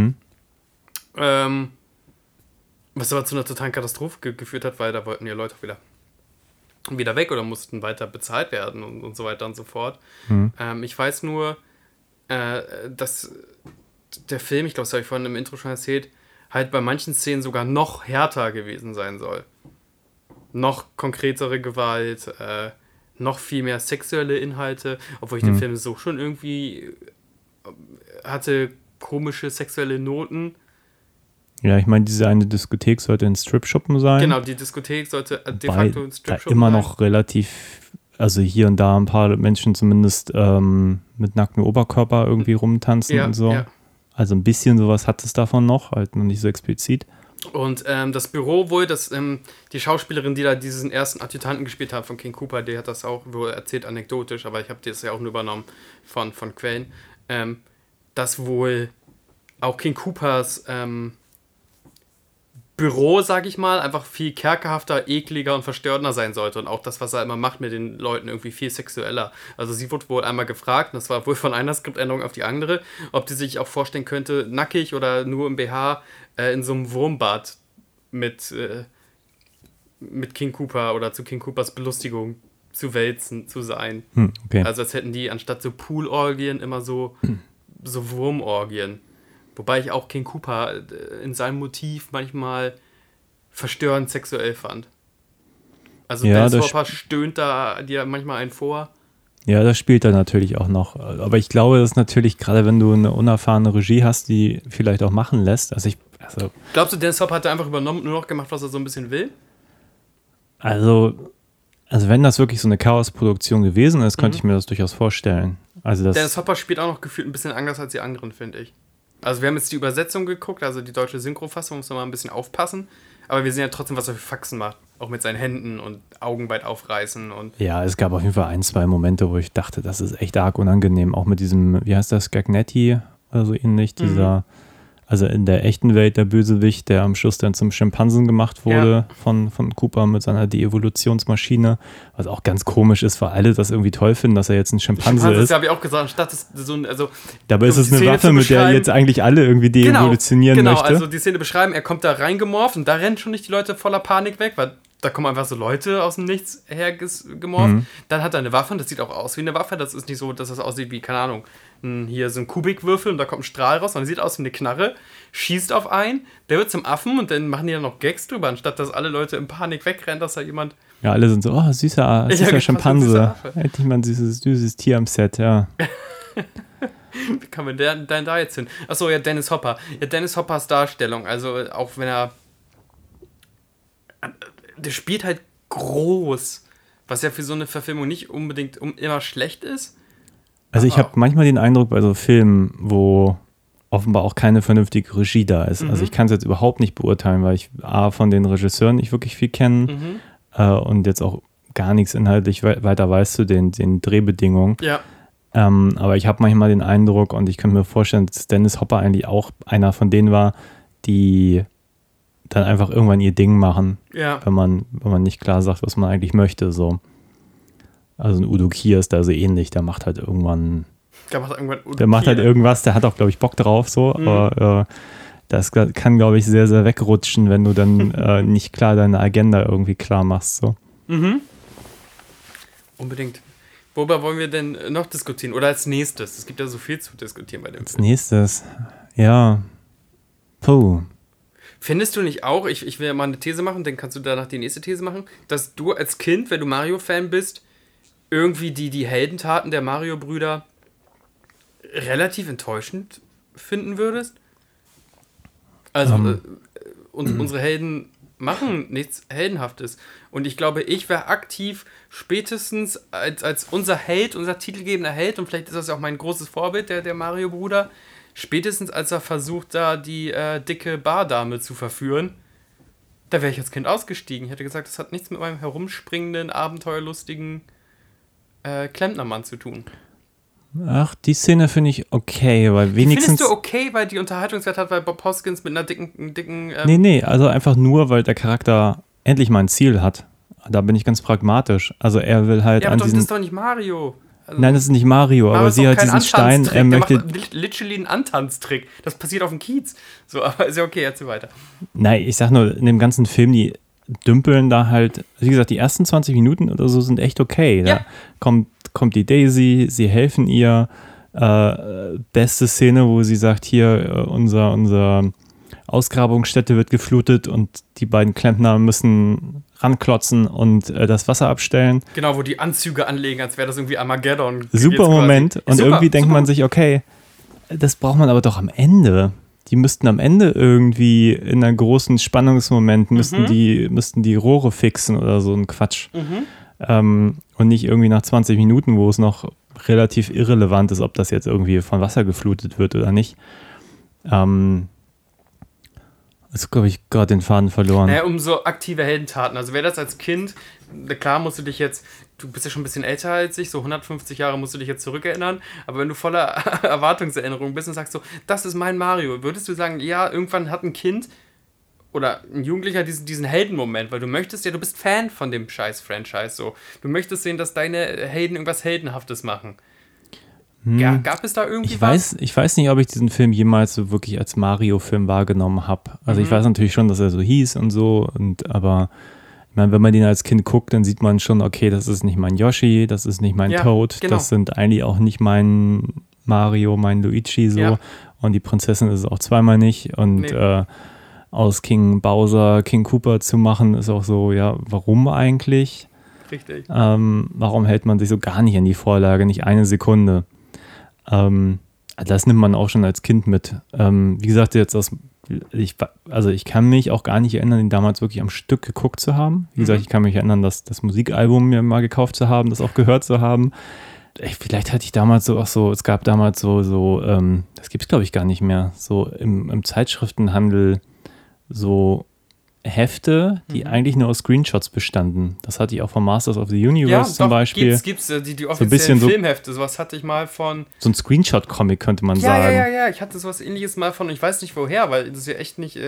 Was aber zu einer totalen Katastrophe geführt hat, weil da wollten ja Leute auch wieder weg oder mussten weiter bezahlt werden und so weiter und so fort. Ich weiß nur, dass der Film, ich glaube, das habe ich vorhin im Intro schon erzählt, halt bei manchen Szenen sogar noch härter gewesen sein soll. Noch konkretere Gewalt, noch viel mehr sexuelle Inhalte, obwohl ich den Film so schon irgendwie hatte komische sexuelle Noten. Ja, ich meine, diese eine Diskothek sollte ein Strip-Schuppen sein. Genau, die Diskothek sollte de facto ein Strip-Schuppen sein. Immer noch relativ, also hier und da ein paar Menschen zumindest mit nacktem Oberkörper irgendwie rumtanzen und so. Ja. Also ein bisschen sowas hat es davon noch, halt noch nicht so explizit. Und das Büro wohl, die Schauspielerin, die da diesen ersten Adjutanten gespielt hat von King Cooper, die hat das auch wohl erzählt anekdotisch, aber ich habe das ja auch nur übernommen von Quellen, dass wohl auch King Coopers Büro, sag ich mal, einfach viel kerkerhafter, ekliger und verstörender sein sollte. Und auch das, was er immer macht mit den Leuten, irgendwie viel sexueller. Also sie wurde wohl einmal gefragt, und das war wohl von einer Skriptänderung auf die andere, ob die sich auch vorstellen könnte, nackig oder nur im BH in so einem Wurmbad mit King Cooper oder zu King Coopers Belustigung zu wälzen, zu sein. Okay. Also als hätten die anstatt so Poolorgien immer so Wurmorgien. Wobei ich auch King Cooper in seinem Motiv manchmal verstörend sexuell fand. Also Ja, Dennis das Hopper stöhnt da dir manchmal einen vor. Ja, das spielt er natürlich auch noch. Aber ich glaube, das ist natürlich, gerade wenn du eine unerfahrene Regie hast, die vielleicht auch machen lässt. Glaubst du, Dennis Hopper hat da einfach übernommen und nur noch gemacht, was er so ein bisschen will? Also wenn das wirklich so eine Chaosproduktion gewesen ist, könnte ich mir das durchaus vorstellen. Dennis Hopper spielt auch noch gefühlt ein bisschen anders als die anderen, finde ich. Also wir haben jetzt die Übersetzung geguckt, also die deutsche Synchrofassung, muss man mal ein bisschen aufpassen. Aber wir sehen ja trotzdem, was er für Faxen macht. Auch mit seinen Händen und Augen weit aufreißen. Und Ja, es gab auf jeden Fall 1-2 Momente, wo ich dachte, das ist echt arg unangenehm. Auch mit diesem, wie heißt das, Gagnetti oder so ähnlich, also in der echten Welt der Bösewicht, der am Schluss dann zum Schimpansen gemacht wurde von Cooper mit seiner De-Evolutionsmaschine, was auch ganz komisch ist, weil alle das irgendwie toll finden, dass er jetzt ein Schimpanse ist. Das habe ich auch gesagt, anstatt so ein, also Dabei ist es eine Waffe, mit der jetzt eigentlich alle irgendwie de-evolutionieren möchte. Genau, also die Szene beschreiben, er kommt da reingemorpht und da rennen schon nicht die Leute voller Panik weg, weil da kommen einfach so Leute aus dem Nichts hergemorpht. Dann hat er eine Waffe und das sieht auch aus wie eine Waffe. Das ist nicht so, dass das aussieht wie, keine Ahnung, hier so ein Kubikwürfel und da kommt ein Strahl raus, sondern sieht aus wie eine Knarre, schießt auf einen, der wird zum Affen und dann machen die dann noch Gags drüber, anstatt dass alle Leute in Panik wegrennen, dass da jemand... Ja, alle sind so, oh, süßer Schimpanse. Endlich mal ein süßes Tier am Set, ja. Wie kann man denn da jetzt hin? Achso, ja, Dennis Hopper. Ja, Dennis Hoppers Darstellung, also auch wenn er... Der spielt halt groß, was ja für so eine Verfilmung nicht unbedingt immer schlecht ist. Also ich habe manchmal den Eindruck bei so Filmen, wo offenbar auch keine vernünftige Regie da ist. Also ich kann es jetzt überhaupt nicht beurteilen, weil ich von den Regisseuren nicht wirklich viel kenne und jetzt auch gar nichts inhaltlich weiter weiß zu den Drehbedingungen. Ja. Aber ich habe manchmal den Eindruck und ich könnte mir vorstellen, dass Dennis Hopper eigentlich auch einer von denen war, die dann einfach irgendwann ihr Ding machen, wenn man nicht klar sagt, was man eigentlich möchte. So. Also ein Udo Kier ist da so ähnlich, der macht halt irgendwann irgendwas, der hat auch, glaube ich, Bock drauf, so, aber das kann, glaube ich, sehr, sehr wegrutschen, wenn du dann nicht klar deine Agenda irgendwie klar machst. So. Unbedingt. Worüber wollen wir denn noch diskutieren? Oder als nächstes? Es gibt ja so viel zu diskutieren bei dem Film. Als nächstes, ja. Puh. Findest du nicht auch, ich will ja mal eine These machen, dann kannst du danach die nächste These machen, dass du als Kind, wenn du Mario-Fan bist, irgendwie die Heldentaten der Mario-Brüder relativ enttäuschend finden würdest? Also, unsere Helden machen nichts Heldenhaftes. Und ich glaube, ich wäre aktiv spätestens als unser Held, unser titelgebender Held, und vielleicht ist das ja auch mein großes Vorbild, der Mario-Bruder, spätestens als er versucht, da die dicke Bardame zu verführen, da wäre ich als Kind ausgestiegen. Ich hätte gesagt, das hat nichts mit meinem herumspringenden, abenteuerlustigen Klempnermann zu tun. Ach, die Szene finde ich okay, weil wenigstens... Findest du okay, weil die Unterhaltungswert hat, weil Bob Hoskins mit einer dicken Nee, also einfach nur, weil der Charakter endlich mal ein Ziel hat. Da bin ich ganz pragmatisch. Also er will halt ja, an aber diesen... das ist doch nicht Mario. Also, nein, das ist nicht Mario, aber sie hat diesen Stein, er möchte... Der macht literally einen Antanztrick. Das passiert auf dem Kiez. So, aber ist ja okay, erzähl weiter. Nein, ich sag nur, in dem ganzen Film, die dümpeln da halt, wie gesagt, die ersten 20 Minuten oder so sind echt okay. Da kommt die Daisy, sie helfen ihr. Beste Szene, wo sie sagt, hier, unser Ausgrabungsstätte wird geflutet und die beiden Klempner müssen ranklotzen und das Wasser abstellen. Genau, wo die Anzüge anlegen, als wäre das irgendwie Armageddon. Super Moment. Und irgendwie denkt man sich, okay, das braucht man aber doch am Ende. Die müssten am Ende irgendwie in einem großen Spannungsmoment müssten die Rohre fixen oder so ein Quatsch. Und nicht irgendwie nach 20 Minuten, wo es noch relativ irrelevant ist, ob das jetzt irgendwie von Wasser geflutet wird oder nicht. Jetzt glaube ich gerade den Faden verloren. Naja, um so aktive Heldentaten. Also wäre das als Kind, klar musst du dich jetzt, du bist ja schon ein bisschen älter als ich, so 150 Jahre musst du dich jetzt zurückerinnern, aber wenn du voller Erwartungserinnerung bist und sagst so, das ist mein Mario, würdest du sagen, ja, irgendwann hat ein Kind oder ein Jugendlicher diesen Heldenmoment, weil du möchtest ja, du bist Fan von dem Scheiß-Franchise so. Du möchtest sehen, dass deine Helden irgendwas Heldenhaftes machen. Ja, gab es da irgendwie Ich weiß nicht, ob ich diesen Film jemals so wirklich als Mario-Film wahrgenommen habe. Also ich weiß natürlich schon, dass er so hieß und so, aber ich meine, wenn man den als Kind guckt, dann sieht man schon, okay, das ist nicht mein Yoshi, das ist nicht mein Toad, genau. Das sind eigentlich auch nicht mein Mario, mein Luigi so. Ja. Und die Prinzessin ist es auch zweimal nicht. Und aus King Bowser King Koopa zu machen, ist auch so, ja, warum eigentlich? Richtig. Warum hält man sich so gar nicht an die Vorlage, nicht eine Sekunde? Das nimmt man auch schon als Kind mit. Wie gesagt, jetzt ich kann mich auch gar nicht erinnern, den damals wirklich am Stück geguckt zu haben. Wie gesagt, ich kann mich erinnern, das Musikalbum mir mal gekauft zu haben, das auch gehört zu haben. Vielleicht hatte ich damals es gab damals das gibt es glaube ich gar nicht mehr, so im Zeitschriftenhandel so Hefte, die eigentlich nur aus Screenshots bestanden. Das hatte ich auch von Masters of the Universe zum Beispiel. Gibt's die offiziellen Filmhefte, sowas hatte ich mal von... So ein Screenshot-Comic könnte man sagen. Ja, ich hatte sowas ähnliches mal von, ich weiß nicht woher, weil das ja echt nicht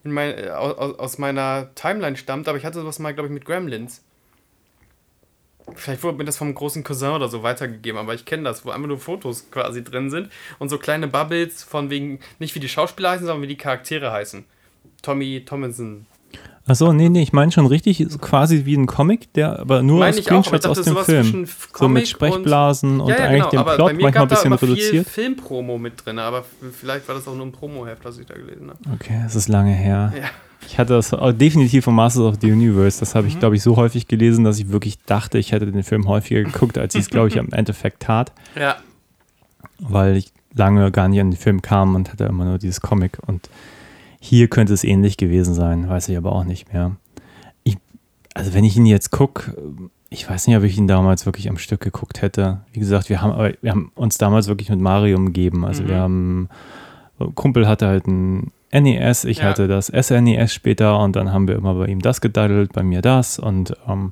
aus meiner Timeline stammt, aber ich hatte sowas mal, glaube ich, mit Gremlins. Vielleicht wurde mir das vom großen Cousin oder so weitergegeben, aber ich kenne das, wo einfach nur Fotos quasi drin sind und so kleine Bubbles von wegen, nicht wie die Schauspieler heißen, sondern wie die Charaktere heißen. Tommy Tomlinson. Achso, nee, ich meine schon richtig, quasi wie ein Comic, der aber nur aus Screenshots aus dem Film. So mit Sprechblasen und eigentlich dem Plot, manchmal ein bisschen reduziert. Viel Filmpromo mit drin, aber vielleicht war das auch nur ein Promoheft, was ich da gelesen habe. Okay, das ist lange her. Ja. Ich hatte das definitiv von Masters of the Universe, das habe ich, glaube ich, so häufig gelesen, dass ich wirklich dachte, ich hätte den Film häufiger geguckt, als ich es, glaube ich, am Endeffekt tat. Ja. Weil ich lange gar nicht an den Film kam und hatte immer nur dieses Comic und hier könnte es ähnlich gewesen sein, weiß ich aber auch nicht mehr. Also wenn ich ihn jetzt gucke, ich weiß nicht, ob ich ihn damals wirklich am Stück geguckt hätte. Wie gesagt, wir haben uns damals wirklich mit Mario umgeben. Also ein Kumpel hatte halt ein NES, ich hatte das SNES später und dann haben wir immer bei ihm das gedaddelt, bei mir das und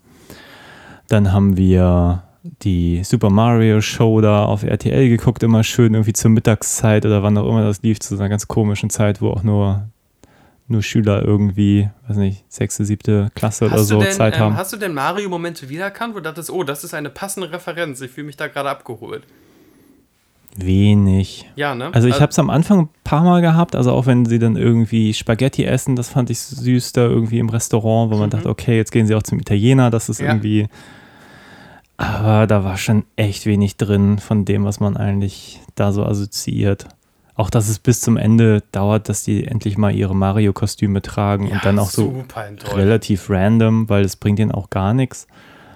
dann haben wir die Super Mario Show da auf RTL geguckt, immer schön irgendwie zur Mittagszeit oder wann auch immer das lief, zu einer ganz komischen Zeit, wo auch nur Schüler irgendwie, weiß nicht, 6., 7. Klasse oder so Zeit haben. Hast du denn Mario-Momente wiedererkannt, wo du dachtest, oh, das ist eine passende Referenz, ich fühle mich da gerade abgeholt? Wenig. Ja, ne? Also ich habe es am Anfang ein paar Mal gehabt, also auch wenn sie dann irgendwie Spaghetti essen, das fand ich süß da irgendwie im Restaurant, wo man dachte, okay, jetzt gehen sie auch zum Italiener, das ist irgendwie... Aber da war schon echt wenig drin von dem, was man eigentlich da so assoziiert. Auch, dass es bis zum Ende dauert, dass die endlich mal ihre Mario-Kostüme tragen und dann auch so relativ random, weil es bringt ihnen auch gar nichts.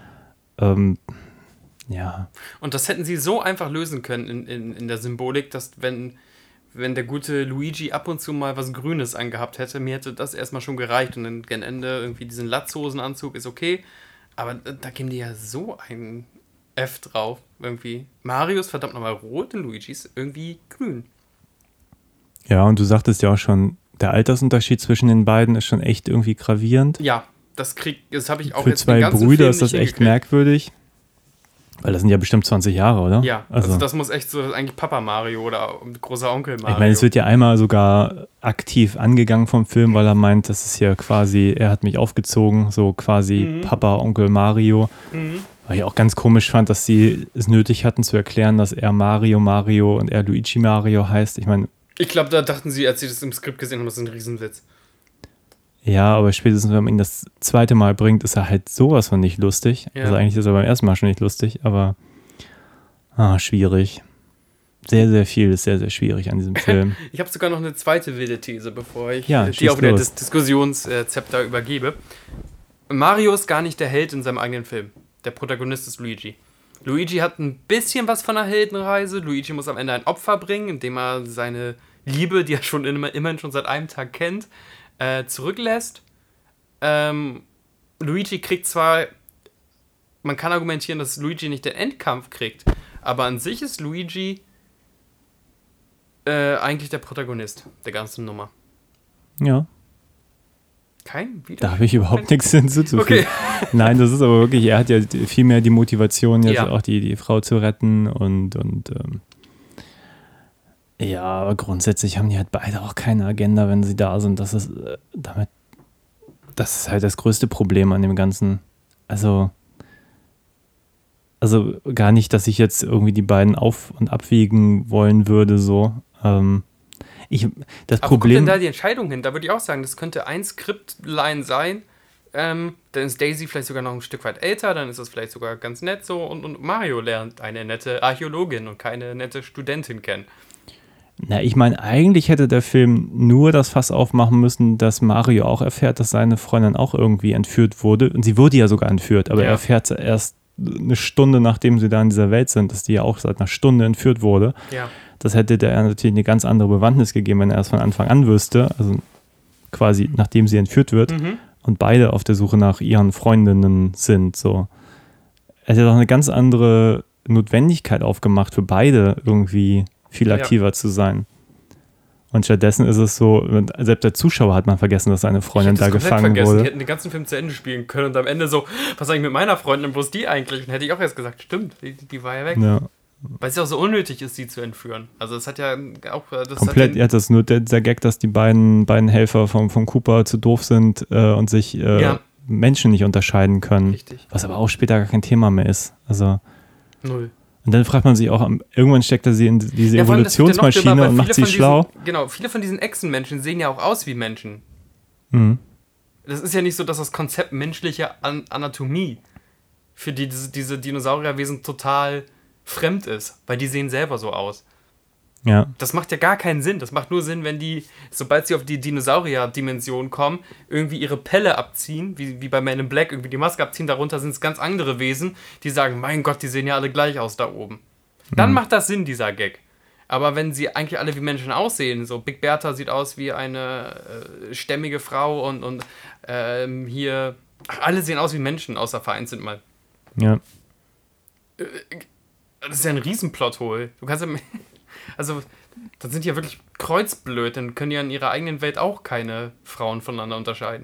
Ja. Und das hätten sie so einfach lösen können in der Symbolik, dass wenn der gute Luigi ab und zu mal was Grünes angehabt hätte, mir hätte das erstmal schon gereicht und dann gegen Ende irgendwie diesen Latzhosenanzug ist okay. Aber da geben die ja so einen F drauf, irgendwie. Mario ist verdammt nochmal rot und Luigi ist irgendwie grün. Ja, und du sagtest ja auch schon, der Altersunterschied zwischen den beiden ist schon echt irgendwie gravierend. Ja, das habe ich auch für jetzt zwei Brüder ist das echt merkwürdig. Weil das sind ja bestimmt 20 Jahre, oder? Ja, also das muss echt so eigentlich Papa Mario oder großer Onkel Mario. Ich meine, es wird ja einmal sogar aktiv angegangen vom Film, weil er meint, das ist ja quasi, er hat mich aufgezogen, so quasi Papa, Onkel Mario. Weil ich auch ganz komisch fand, dass sie es nötig hatten zu erklären, dass er Mario und er Luigi Mario heißt. Ich glaube, da dachten sie, als sie das im Skript gesehen haben, das ist ein Riesenwitz. Ja, aber spätestens, wenn man ihn das zweite Mal bringt, ist er halt sowas von nicht lustig. Ja. Also eigentlich ist er beim ersten Mal schon nicht lustig, aber schwierig. Sehr, sehr viel ist sehr, sehr schwierig an diesem Film. Ich habe sogar noch eine zweite wilde These, bevor ich die auf der Diskussionszepter übergebe. Mario ist gar nicht der Held in seinem eigenen Film. Der Protagonist ist Luigi. Luigi hat ein bisschen was von einer Heldenreise. Luigi muss am Ende ein Opfer bringen, indem er seine Liebe, die er schon immerhin schon seit einem Tag kennt, zurücklässt. Luigi kriegt zwar, man kann argumentieren, dass Luigi nicht den Endkampf kriegt, aber an sich ist Luigi eigentlich der Protagonist der ganzen Nummer. Ja. Kein Widerspruch. Da habe ich überhaupt nichts hinzuzufügen. Okay. Nein, das ist aber wirklich, er hat ja viel mehr die Motivation, jetzt auch die Frau zu retten und ja, aber grundsätzlich haben die halt beide auch keine Agenda, wenn sie da sind. Das ist, damit das ist halt das größte Problem an dem Ganzen. Also gar nicht, dass ich jetzt irgendwie die beiden auf- und abwägen wollen würde, so. Das Aber wo kommt Problem, denn da die Entscheidung hin? Da würde ich auch sagen, das könnte ein Skriptline sein. Dann ist Daisy vielleicht sogar noch ein Stück weit älter, dann ist das vielleicht sogar ganz nett so. Und Mario lernt eine nette Archäologin und keine nette Studentin kennen. na, ich meine, eigentlich hätte der Film nur das Fass aufmachen müssen, dass Mario auch erfährt, dass seine Freundin auch irgendwie entführt wurde. Und sie wurde ja sogar entführt, aber Ja. er erfährt erst eine Stunde, nachdem sie da in dieser Welt sind, dass die ja auch seit einer Stunde entführt wurde. Ja. Das hätte der natürlich eine ganz andere Bewandtnis gegeben, wenn er es von Anfang an wüsste, also quasi nachdem sie entführt wird und beide auf der Suche nach ihren Freundinnen sind. So. Er hätte doch eine ganz andere Notwendigkeit aufgemacht für beide irgendwie viel Ja. aktiver zu sein. Und stattdessen ist es so, selbst der Zuschauer hat mal vergessen, dass seine Freundin da gefangen Die wurde. hätten den ganzen Film zu Ende spielen können und am Ende so, was sag ich mit meiner Freundin, wo ist die eigentlich? Und hätte ich auch erst gesagt, stimmt, die war ja weg. Ja, Weil es ja auch so unnötig ist, sie zu entführen. Also es hat ja auch... Das komplett, hat ja, das ist nur der Gag, dass die beiden Helfer vom Cooper zu doof sind und sich Ja. Menschen nicht unterscheiden können. Richtig. Was aber auch später gar kein Thema mehr ist. Also, Null. und dann fragt man sich auch, irgendwann steckt er sie in diese Ja, vor allem, das wird ja noch Evolutionsmaschine schlimmer, weil und macht viele sie von schlau. Genau, viele von diesen Echsenmenschen sehen ja auch aus wie Menschen. Mhm. Das ist ja nicht so, dass das Konzept menschliche Anatomie für diese Dinosaurierwesen total fremd ist, weil die sehen selber so aus. Ja, Das macht ja gar keinen Sinn. Das macht nur Sinn, wenn die, sobald sie auf die Dinosaurier-Dimension kommen, irgendwie ihre Pelle abziehen, wie bei Man in Black, irgendwie die Maske abziehen, darunter sind es ganz andere Wesen, die sagen, mein Gott, die sehen ja alle gleich aus da oben. Dann macht das Sinn, dieser Gag. Aber wenn sie eigentlich alle wie Menschen aussehen, so Big Bertha sieht aus wie eine stämmige Frau und hier, alle sehen aus wie Menschen, außer vereinzelt mal. ja. Das ist ja ein Riesenplothole. Du kannst ja, also, das sind ja wirklich kreuzblöd, dann können ja in ihrer eigenen Welt auch keine Frauen voneinander unterscheiden.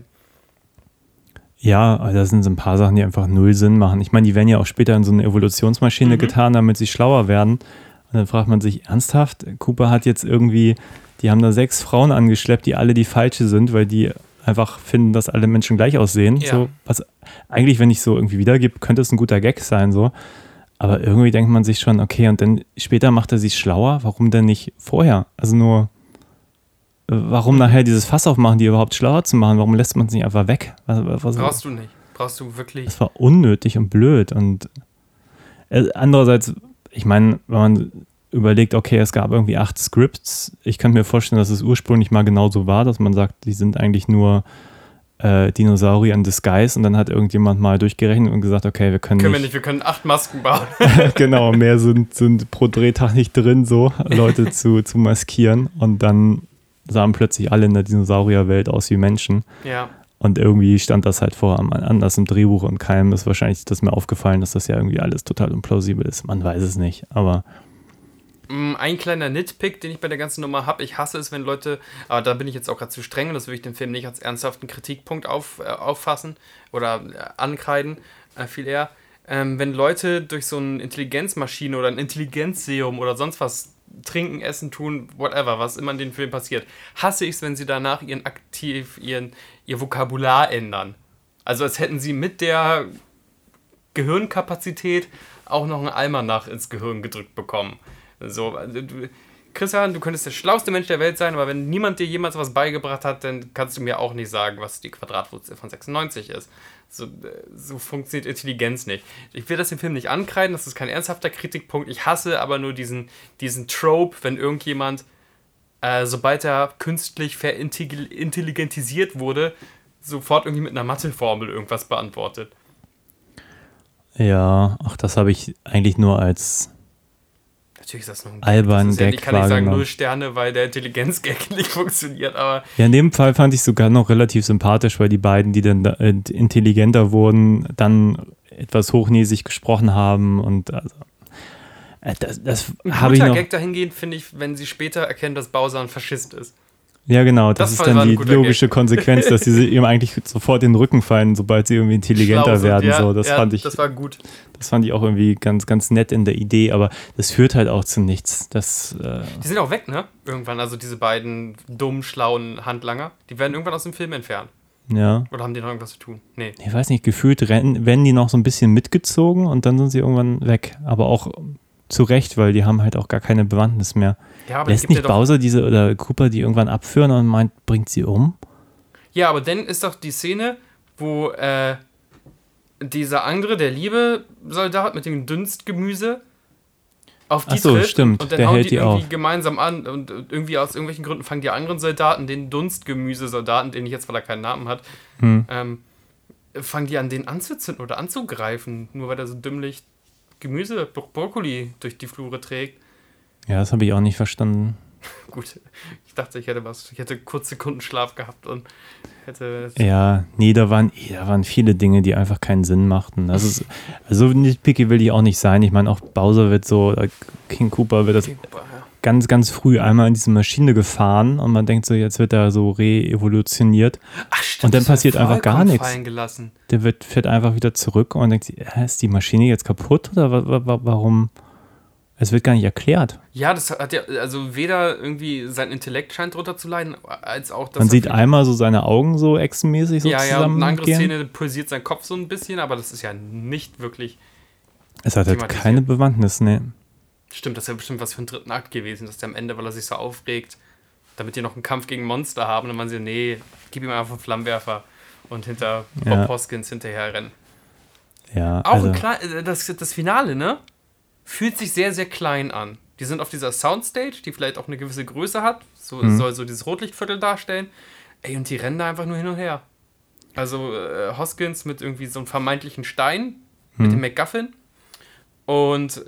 Ja, aber das sind so ein paar Sachen, die einfach null Sinn machen. Ich meine, die werden ja auch später in so eine Evolutionsmaschine getan, damit sie schlauer werden. Und dann fragt man sich, ernsthaft? Cooper hat jetzt irgendwie, die haben da 6 Frauen angeschleppt, die alle die falsche sind, weil die einfach finden, dass alle Menschen gleich aussehen. Ja. So, was eigentlich, wenn ich so irgendwie wiedergebe, könnte es ein guter Gag sein, so. Aber irgendwie denkt man sich schon, okay, und dann später macht er sich schlauer, warum denn nicht vorher? Also nur, warum nachher dieses Fass aufmachen, die überhaupt schlauer zu machen? Warum lässt man es nicht einfach weg? Brauchst du nicht. Brauchst du wirklich. Das war unnötig und blöd. Und andererseits, ich meine, wenn man überlegt, okay, es gab irgendwie 8 Scripts, ich kann mir vorstellen, dass es ursprünglich mal genauso war, dass man sagt, die sind eigentlich nur Dinosaurier in Disguise und dann hat irgendjemand mal durchgerechnet und gesagt, okay, wir können Wir können 8 Masken bauen. genau, mehr sind pro Drehtag nicht drin, so Leute zu maskieren und dann sahen plötzlich alle in der Dinosaurierwelt aus wie Menschen. Ja. Und irgendwie stand das halt vorher anders im Drehbuch und keinem ist wahrscheinlich das mir aufgefallen, dass das ja irgendwie alles total unplausibel ist. Man weiß es nicht, aber Ein kleiner Nitpick, den ich bei der ganzen Nummer habe, ich hasse es, wenn Leute, aber da bin ich jetzt auch gerade zu streng und das würde ich den Film nicht als ernsthaften Kritikpunkt auffassen oder ankreiden, viel eher, wenn Leute durch so eine Intelligenzmaschine oder ein Intelligenzserum oder sonst was trinken, essen, tun, whatever, was immer in den Film passiert, hasse ich es, wenn sie danach ihr Vokabular ändern. Also als hätten sie mit der Gehirnkapazität auch noch einen Almanach ins Gehirn gedrückt bekommen. So, Christian, du könntest der schlauste Mensch der Welt sein, aber wenn niemand dir jemals was beigebracht hat, dann kannst du mir auch nicht sagen, was die Quadratwurzel von 96 ist. So funktioniert Intelligenz nicht. Ich will das dem Film nicht ankreiden, das ist kein ernsthafter Kritikpunkt. Ich hasse aber nur diesen Trope, wenn irgendjemand, sobald er künstlich verintelligentisiert wurde, sofort irgendwie mit einer Matheformel irgendwas beantwortet. ja, ach, das habe ich eigentlich nur als Natürlich ist das noch ein albern Gag ich kann nicht sagen wahrgenommen. 0 Sterne, weil der Intelligenz-Gag nicht funktioniert, aber Ja, in dem Fall fand ich sogar noch relativ sympathisch, weil die beiden, die dann intelligenter wurden, dann etwas hochnäsig gesprochen haben und also, das ein habe ich guter noch. Gag dahingehend finde ich, wenn sie später erkennen, dass Bowser ein Faschist ist. Ja, genau, das Das ist war dann ein die guter logische Gag. Konsequenz, dass sie ihm eigentlich sofort in den Rücken fallen, sobald sie irgendwie intelligenter Schlau sind, werden. ja, So, das ja, fand ich. das war gut. Das fand ich auch irgendwie ganz, ganz nett in der Idee, aber das führt halt auch zu nichts. Die sind auch weg, ne? Irgendwann, also diese beiden dummen, schlauen Handlanger, die werden irgendwann aus dem Film entfernt. Ja. Oder haben die noch irgendwas zu tun? Nee. Ich weiß nicht, gefühlt werden die noch so ein bisschen mitgezogen und dann sind sie irgendwann weg. Aber auch zu Recht, weil die haben halt auch gar keine Bewandtnis mehr. Ja, aber Lässt nicht Bowser oder Cooper die irgendwann abführen und meint, bringt sie um? Ja, aber dann ist doch die Szene, wo dieser andere, der liebe Soldat mit dem Dunstgemüse auf die Ach so, trifft stimmt, und dann der hauen hält die die irgendwie auf. gemeinsam an und irgendwie aus irgendwelchen Gründen fangen die anderen Soldaten, den Dunstgemüse-Soldaten, den ich jetzt, weil er keinen Namen hat, fangen die an, den anzuzünden oder anzugreifen, nur weil er so dümmlich Gemüse, Brokkoli durch die Flure trägt. Ja, das habe ich auch nicht verstanden. Gut, ich dachte, ich hätte kurz Sekunden Schlaf gehabt und hätte... Ja, nee, da waren viele Dinge, die einfach keinen Sinn machten. Also nicht picky will ich auch nicht sein. Ich meine, auch Bowser wird so, King Koopa wird das ganz, ganz früh einmal in diese Maschine gefahren und man denkt so, jetzt wird er so re-evolutioniert. Ach, stimmt, und dann das war passiert einfach gar vollkommen nichts. fallen gelassen. Der fährt einfach wieder zurück und man denkt sich, ist die Maschine jetzt kaputt oder warum? Es wird gar nicht erklärt. Ja, das hat ja, also weder irgendwie sein Intellekt scheint drunter zu leiden, als auch, dass Man er sieht vielleicht- einmal so seine Augen so echsenmäßig so Ja, und eine andere zusammengehen. Szene pulsiert sein Kopf so ein bisschen, aber das ist ja nicht wirklich... Es hat halt thematisiert. keine Bewandtnis, ne. Stimmt, das ist ja bestimmt was für einen dritten Akt gewesen, dass der am Ende, weil er sich so aufregt, damit die noch einen Kampf gegen Monster haben, und dann meinen sie, nee, gib ihm einfach einen Flammenwerfer und hinter Ja. Bob Hoskins hinterher rennen. Ja, Auch also, das Finale, ne? Fühlt sich sehr, sehr klein an. Die sind auf dieser Soundstage, die vielleicht auch eine gewisse Größe hat, soll so dieses Rotlichtviertel darstellen. Ey, und die rennen da einfach nur hin und her. Also Hoskins mit irgendwie so einem vermeintlichen Stein, mit dem MacGuffin. Und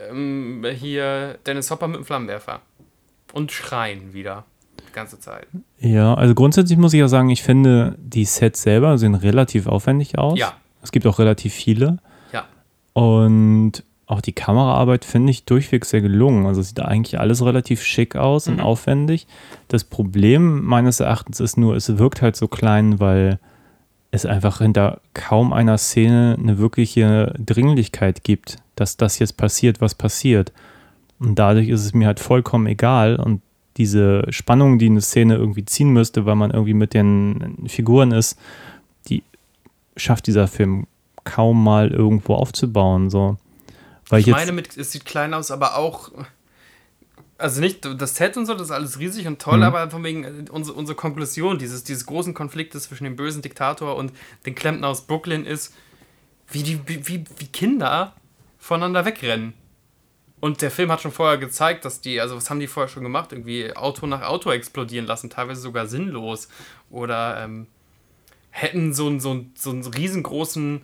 hier Dennis Hopper mit dem Flammenwerfer. Und schreien wieder. Die ganze Zeit. ja, also grundsätzlich muss ich auch sagen, ich finde, die Sets selber sehen relativ aufwendig aus. Ja. Es gibt auch relativ viele. Ja. Und auch die Kameraarbeit finde ich durchweg sehr gelungen. Also es sieht eigentlich alles relativ schick aus und aufwendig. Das Problem meines Erachtens ist nur, es wirkt halt so klein, weil es einfach hinter kaum einer Szene eine wirkliche Dringlichkeit gibt, dass das jetzt passiert, was passiert. Und dadurch ist es mir halt vollkommen egal. Und diese Spannung, die eine Szene irgendwie ziehen müsste, weil man irgendwie mit den Figuren ist, die schafft dieser Film kaum mal irgendwo aufzubauen. So. Weil Ich meine, es sieht klein aus, aber auch, also nicht das Set und so, das ist alles riesig und toll, aber von wegen unsere Konklusion dieses großen Konfliktes zwischen dem bösen Diktator und den Klempner aus Brooklyn ist, wie Kinder voneinander wegrennen. Und der Film hat schon vorher gezeigt, dass also was haben die vorher schon gemacht? Irgendwie Auto nach Auto explodieren lassen, teilweise sogar sinnlos. Oder hätten so einen riesengroßen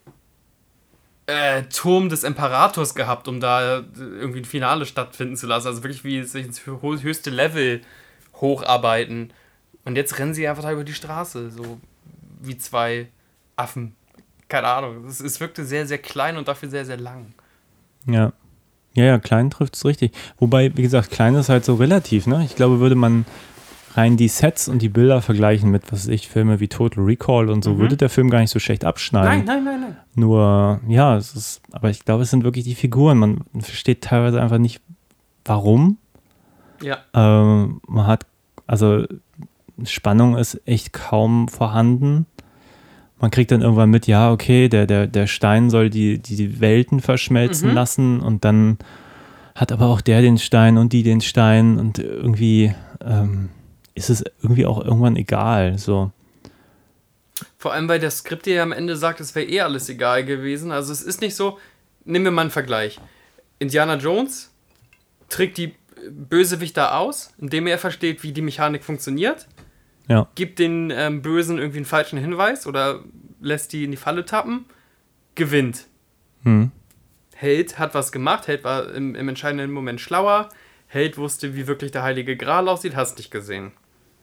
Turm des Imperators gehabt, um da irgendwie ein Finale stattfinden zu lassen. Also wirklich wie sich ins höchste Level hocharbeiten. Und jetzt rennen sie einfach da über die Straße, so wie zwei Affen. Keine Ahnung. Es wirkte sehr, sehr klein und dafür sehr, sehr lang. Ja. Ja, klein trifft es richtig. Wobei, wie gesagt, klein ist halt so relativ, ne? Ich glaube, würde man rein die Sets und die Bilder vergleichen mit, was weiß ich, Filme wie Total Recall und so, würde der Film gar nicht so schlecht abschneiden. Nein. Nur, ja, aber ich glaube, es sind wirklich die Figuren. Man versteht teilweise einfach nicht, warum. Ja. Man hat, also Spannung ist echt kaum vorhanden. Man kriegt dann irgendwann mit, ja, okay, der Stein soll die Welten verschmelzen lassen und dann hat aber auch der den Stein und die den Stein und irgendwie ist es irgendwie auch irgendwann egal. So. Vor allem, weil der Skript ja am Ende sagt, es wäre alles egal gewesen. Also es ist nicht so, nehmen wir mal einen Vergleich. Indiana Jones trägt die Bösewichter aus, indem er versteht, wie die Mechanik funktioniert. Ja. Gibt den Bösen irgendwie einen falschen Hinweis oder lässt die in die Falle tappen, gewinnt. Held hat was gemacht, Held war im entscheidenden Moment schlauer, Held wusste, wie wirklich der Heilige Gral aussieht, hast nicht gesehen.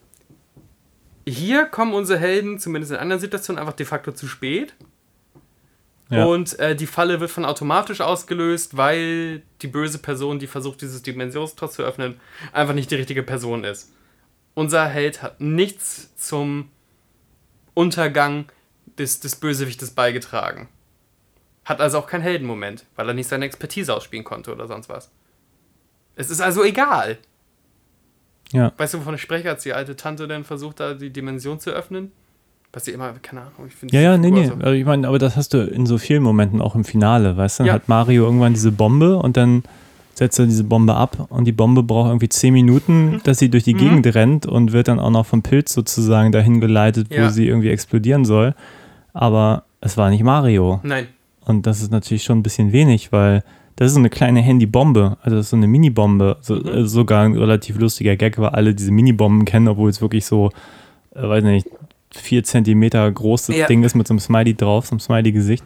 Hier kommen unsere Helden, zumindest in anderen Situationen, einfach de facto zu spät. Ja. Und die Falle wird von automatisch ausgelöst, weil die böse Person, die versucht, dieses Dimensionstor zu öffnen, einfach nicht die richtige Person ist. Unser Held hat nichts zum Untergang des Bösewichtes beigetragen. Hat also auch keinen Heldenmoment, weil er nicht seine Expertise ausspielen konnte oder sonst was. Es ist also egal. Ja. Weißt du, wovon ich spreche, als die alte Tante dann versucht, da die Dimension zu öffnen? Was sie immer, keine Ahnung, ich finde Ja, die nee. Figur so- Also ich meine, aber das hast du in so vielen Momenten auch im Finale, weißt du? Dann Ja. hat Mario irgendwann diese Bombe und dann setzt er diese Bombe ab und die Bombe braucht irgendwie 10 Minuten, dass sie durch die Gegend rennt und wird dann auch noch vom Pilz sozusagen dahin geleitet, wo Ja. sie irgendwie explodieren soll. Aber es war nicht Mario. Nein. Und das ist natürlich schon ein bisschen wenig, weil das ist so eine kleine Handybombe, also das ist so eine Minibombe. Sogar ein relativ lustiger Gag, weil alle diese Minibomben kennen, obwohl es wirklich so, weiß nicht, 4 Zentimeter großes Ja. Ding ist mit so einem Smiley drauf, so einem Smiley-Gesicht.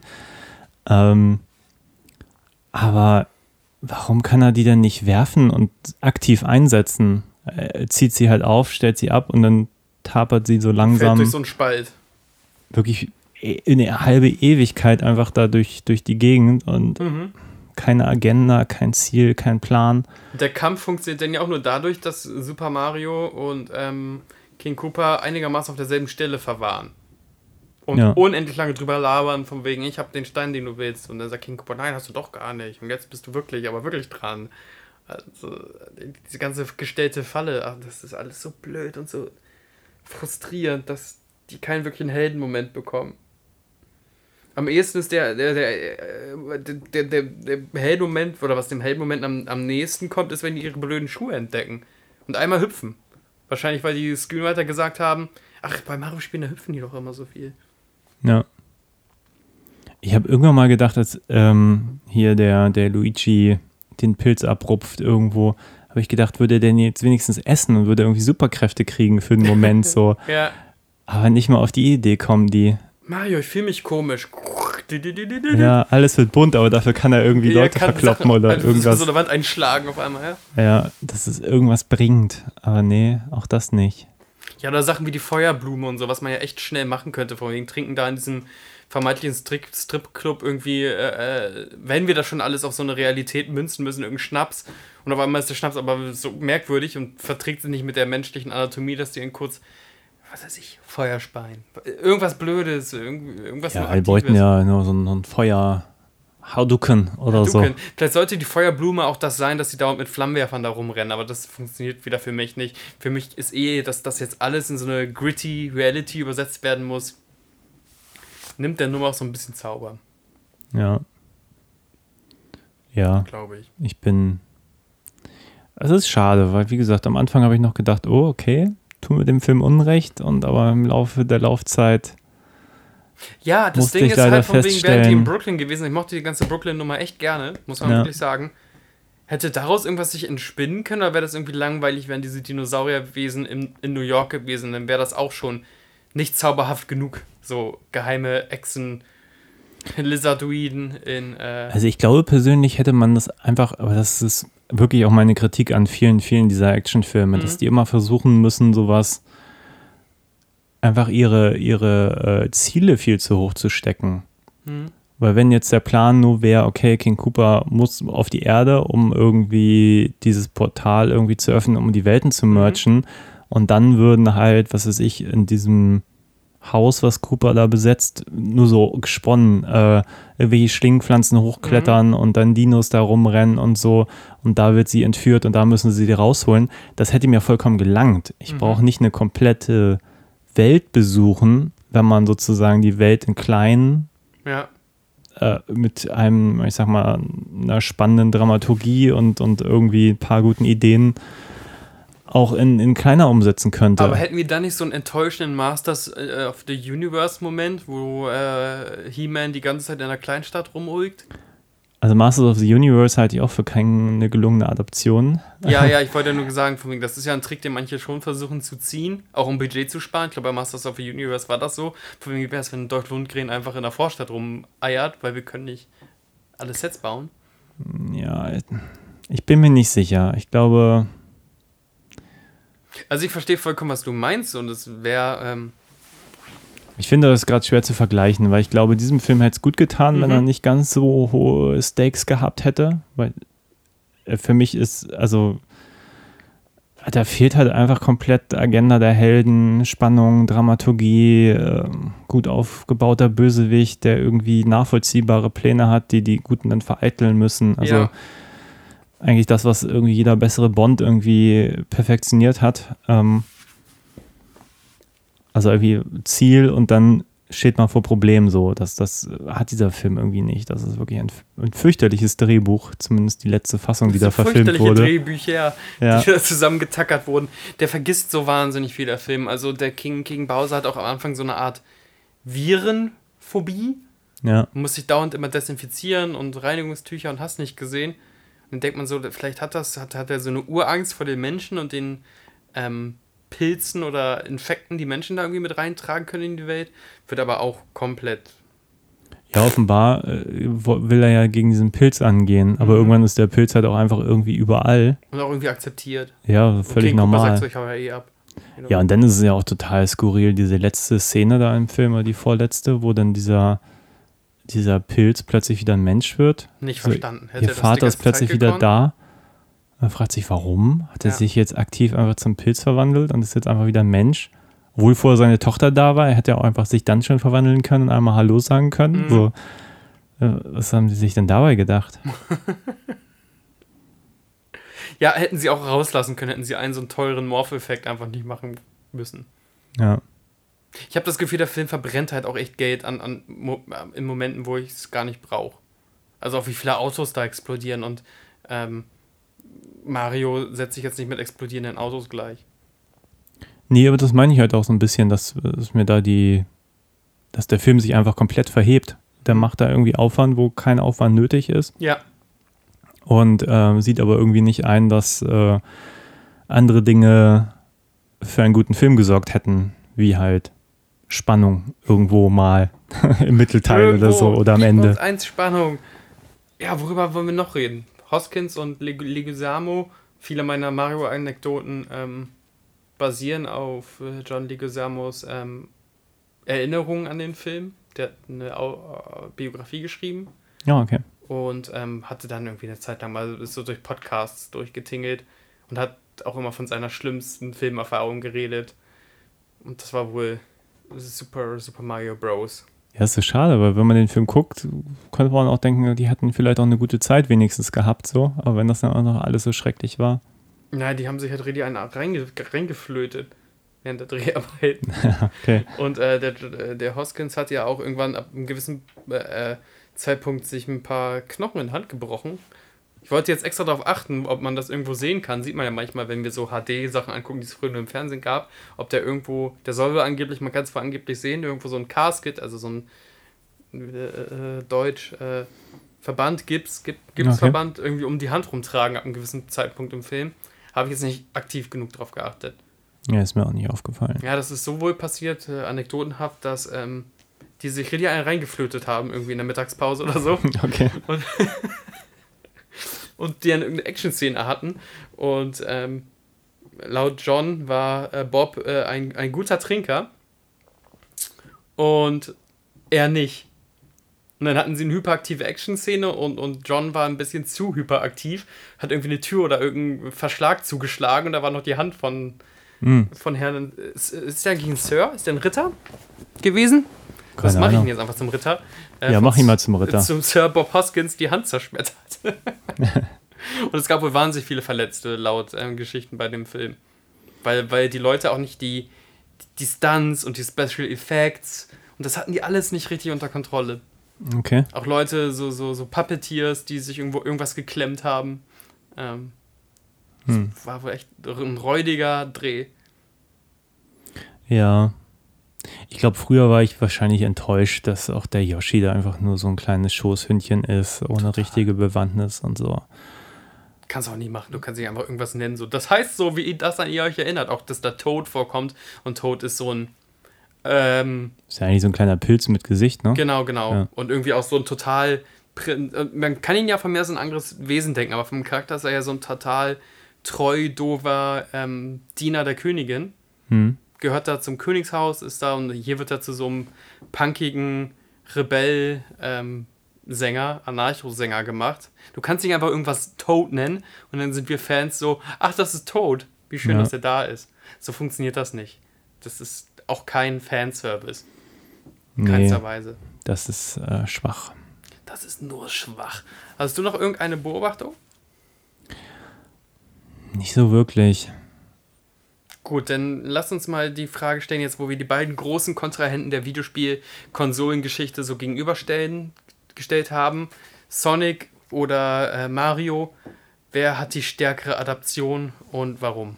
Aber warum kann er die denn nicht werfen und aktiv einsetzen? Er zieht sie halt auf, stellt sie ab und dann tapert sie so Fällt langsam durch so einen Spalt. wirklich in eine halbe Ewigkeit einfach da durch die Gegend und keine Agenda, kein Ziel, kein Plan. Der Kampf funktioniert dann ja auch nur dadurch, dass Super Mario und King Koopa einigermaßen auf derselben Stelle verwahren. Und Ja. unendlich lange drüber labern, von wegen, ich habe den Stein, den du willst. Und dann sagt King Koopa, nein, hast du doch gar nicht. Und jetzt bist du wirklich dran. Also, diese ganze gestellte Falle, ach, das ist alles so blöd und so frustrierend, dass die keinen wirklichen Heldenmoment bekommen. Am ehesten ist der Heldenmoment, oder was dem Heldenmoment am nächsten kommt, ist, wenn die ihre blöden Schuhe entdecken und einmal hüpfen. Wahrscheinlich, weil die Screenwriter gesagt haben, ach, bei Mario-Spielen, da hüpfen die doch immer so viel. Ja. Ich habe irgendwann mal gedacht, als hier der Luigi den Pilz abrupft irgendwo, habe ich gedacht, würde er denn jetzt wenigstens essen und würde irgendwie Superkräfte kriegen für den Moment so. Ja. Aber nicht mal auf die Idee kommen die. Mario, ich fühle mich komisch. Ja, alles wird bunt, aber dafür kann er irgendwie Er Leute kann verkloppen Sachen oder einfach irgendwas. so eine Wand einschlagen auf einmal, ja. Ja, dass es irgendwas bringt. Aber nee, auch das nicht. Ja, oder Sachen wie die Feuerblume und so, was man ja echt schnell machen könnte. Vor allem trinken da in diesem vermeintlichen Stripclub irgendwie, wenn wir das schon alles auf so eine Realität münzen müssen, irgendeinen Schnaps. Und auf einmal ist der Schnaps aber so merkwürdig und verträgt sich nicht mit der menschlichen Anatomie, dass die ihn kurz, was weiß ich, Feuer speien. Irgendwas Blödes, irgendwas Ja, nur wir wollten Aktives. ja nur so ein Feuer Hadouken oder so. Hadouken. Vielleicht sollte die Feuerblume auch das sein, dass sie dauernd mit Flammenwerfern da rumrennen, aber das funktioniert wieder für mich nicht. Für mich ist dass das jetzt alles in so eine gritty Reality übersetzt werden muss, nimmt der Nummer auch so ein bisschen Zauber, Ja. Ja, glaube ich. ich bin. Es ist schade, weil wie gesagt, am Anfang habe ich noch gedacht, oh, okay, tun wir dem Film Unrecht, und aber im Laufe der Laufzeit. Ja, das Musste Ding ich ist leider halt von wegen, wären die in feststellen. Brooklyn gewesen, ich mochte die ganze Brooklyn-Nummer echt gerne, muss man Ja. wirklich sagen. Hätte daraus irgendwas sich entspinnen können, oder wäre das irgendwie langweilig, wären diese Dinosaurierwesen in New York gewesen, dann wäre das auch schon nicht zauberhaft genug. So geheime Echsen, Lizardoiden in... Also ich glaube persönlich hätte man das einfach, aber das ist wirklich auch meine Kritik an vielen dieser Actionfilme, dass die immer versuchen müssen, sowas einfach ihre Ziele viel zu hoch zu stecken. Weil wenn jetzt der Plan nur wäre, okay, King Koopa muss auf die Erde, um irgendwie dieses Portal irgendwie zu öffnen, um die Welten zu merchen, und dann würden halt, was weiß ich, in diesem Haus, was Koopa da besetzt, nur so gesponnen, irgendwelche Schlingpflanzen hochklettern und dann Dinos da rumrennen und so, und da wird sie entführt und da müssen sie die rausholen. Das hätte mir vollkommen gelangt. Ich brauche nicht eine komplette Welt besuchen, wenn man sozusagen die Welt in kleinen ja. mit einem, ich sag mal, einer spannenden Dramaturgie und irgendwie ein paar guten Ideen auch in kleiner umsetzen könnte. Aber hätten wir da nicht so einen enttäuschenden Masters of the Universe-Moment, wo He-Man die ganze Zeit in einer Kleinstadt rumulgt? Also Masters of the Universe halte ich auch für keine gelungene Adaption. Ja, ich wollte ja nur sagen, von wegen, das ist ja ein Trick, den manche schon versuchen zu ziehen, auch um Budget zu sparen. Ich glaube, bei Masters of the Universe war das so. Von wegen, wie wäre es, wenn Dolph Lundgren einfach in der Vorstadt rumeiert, weil wir können nicht alle Sets bauen. Ja, ich bin mir nicht sicher. Ich glaube... Also ich verstehe vollkommen, was du meinst, und es wäre... Ich finde das gerade schwer zu vergleichen, weil ich glaube, diesem Film hätte es gut getan, wenn er nicht ganz so hohe Stakes gehabt hätte. Weil für mich ist, also, da fehlt halt einfach komplett Agenda der Helden, Spannung, Dramaturgie, gut aufgebauter Bösewicht, der irgendwie nachvollziehbare Pläne hat, die Guten dann vereiteln müssen. Also Ja. eigentlich das, was irgendwie jeder bessere Bond irgendwie perfektioniert hat. Also irgendwie Ziel und dann steht man vor Problemen so. Das hat dieser Film irgendwie nicht. Das ist wirklich ein fürchterliches Drehbuch, zumindest die letzte Fassung, die da verfilmt wurde. Drehbücher, Ja. die da zusammengetackert wurden. Der vergisst so wahnsinnig viel, der Film. Also der King Bowser hat auch am Anfang so eine Art Virenphobie. Ja. Man muss sich dauernd immer desinfizieren und Reinigungstücher und hast nicht gesehen. Dann denkt man so, vielleicht hat er so eine Urangst vor den Menschen und den Pilzen oder Infekten, die Menschen da irgendwie mit reintragen können in die Welt. Wird aber auch komplett. Ja, offenbar will er ja gegen diesen Pilz angehen, aber irgendwann ist der Pilz halt auch einfach irgendwie überall. Und auch irgendwie akzeptiert. Ja, völlig King normal. Cooper sagt so, ich hau ja eh ab. Ja, und dann ist es ja auch total skurril, diese letzte Szene da im Film, oder die vorletzte, wo dann dieser Pilz plötzlich wieder ein Mensch wird. Nicht So, verstanden. Ihr Vater ist plötzlich wieder da. Man fragt sich, warum? Hat er sich jetzt aktiv einfach zum Pilz verwandelt und ist jetzt einfach wieder ein Mensch? Obwohl vorher seine Tochter da war, er hätte ja auch einfach sich dann schon verwandeln können und einmal Hallo sagen können. So, was haben sie sich denn dabei gedacht? Ja, hätten sie auch rauslassen können, hätten sie einen so einen teuren Morph-Effekt einfach nicht machen müssen. Ja. Ich habe das Gefühl, der Film verbrennt halt auch echt Geld in Momenten, wo ich es gar nicht brauche. Also auch wie viele Autos da explodieren und Mario setzt sich jetzt nicht mit explodierenden Autos gleich. Nee, aber das meine ich halt auch so ein bisschen, dass der Film sich einfach komplett verhebt. Der macht da irgendwie Aufwand, wo kein Aufwand nötig ist. Ja. Und sieht aber irgendwie nicht ein, dass andere Dinge für einen guten Film gesorgt hätten, wie halt Spannung irgendwo mal im Mittelteil oder so oder am Ende. Eins Spannung. Ja, worüber wollen wir noch reden? Hoskins und Leguizamo. Viele meiner Mario-Anekdoten basieren auf John Leguizamos Erinnerungen an den Film. Der hat eine Biografie geschrieben. Ja, okay. Und hatte dann irgendwie eine Zeit lang mal ist so durch Podcasts durchgetingelt und hat auch immer von seiner schlimmsten Filmerfahrung geredet. Und das war wohl Super Mario Bros. Ja, ist so schade, weil wenn man den Film guckt, könnte man auch denken, die hatten vielleicht auch eine gute Zeit wenigstens gehabt, so. Aber wenn das dann auch noch alles so schrecklich war. Nein, die haben sich halt richtig einen reingeflötet während der Dreharbeiten. Okay. Und der Hoskins hat ja auch irgendwann ab einem gewissen Zeitpunkt sich ein paar Knochen in die Hand gebrochen. Ich wollte jetzt extra darauf achten, ob man das irgendwo sehen kann. Sieht man ja manchmal, wenn wir so HD-Sachen angucken, die es früher nur im Fernsehen gab, ob der irgendwo, der soll angeblich, man kann es zwar angeblich sehen, irgendwo so ein Casket, also so ein Verband, Gipsverband irgendwie um die Hand rumtragen ab einem gewissen Zeitpunkt im Film. Habe ich jetzt nicht aktiv genug drauf geachtet. Ja, ist mir auch nicht aufgefallen. Ja, das ist so wohl passiert, anekdotenhaft, dass die sich richtig einen reingeflötet haben, irgendwie in der Mittagspause oder so. Okay. Und die dann irgendeine Action-Szene hatten. Und laut John war Bob ein guter Trinker und er nicht. Und dann hatten sie eine hyperaktive Action-Szene und John war ein bisschen zu hyperaktiv, hat irgendwie eine Tür oder irgendeinen Verschlag zugeschlagen und da war noch die Hand von Herrn. Ist der eigentlich ein Sir? Ist der ein Ritter gewesen? Was mache ich denn jetzt einfach zum Ritter? Ja, mach ihn mal zum Ritter. Zum Sir Bob Hoskins die Hand zerschmettert. Und es gab wohl wahnsinnig viele Verletzte laut Geschichten bei dem Film. Weil die Leute auch nicht die Stunts und die Special Effects und das hatten die alles nicht richtig unter Kontrolle. Okay. Auch Leute, so Puppeteers, die sich irgendwas geklemmt haben. Das war wohl echt ein räudiger Dreh. Ja. Ich glaube, früher war ich wahrscheinlich enttäuscht, dass auch der Yoshi da einfach nur so ein kleines Schoßhündchen ist, ohne richtige Bewandtnis und so. Kannst auch nie machen, du kannst dich einfach irgendwas nennen. So. Das heißt so, wie das an ihr euch erinnert, auch dass da Toad vorkommt und Toad ist so ein ist ja eigentlich so ein kleiner Pilz mit Gesicht, ne? Genau. Ja. Und irgendwie auch so ein total man kann ihn ja von mir so ein anderes Wesen denken, aber vom Charakter ist er ja so ein total treu, dover Diener der Königin. Gehört da zum Königshaus, ist da und hier wird er zu so einem punkigen Rebell Sänger, Anarcho-Sänger gemacht. Du kannst nicht einfach irgendwas Toad nennen und dann sind wir Fans so, ach, das ist Toad. Wie schön, dass er da ist. So funktioniert das nicht. Das ist auch kein Fanservice. Keinster Weise. Das ist schwach. Das ist nur schwach. Hast du noch irgendeine Beobachtung? Nicht so wirklich. Gut, dann lass uns mal die Frage stellen, jetzt wo wir die beiden großen Kontrahenten der Videospiel-Konsolengeschichte so gestellt haben. Sonic oder Mario. Wer hat die stärkere Adaption und warum?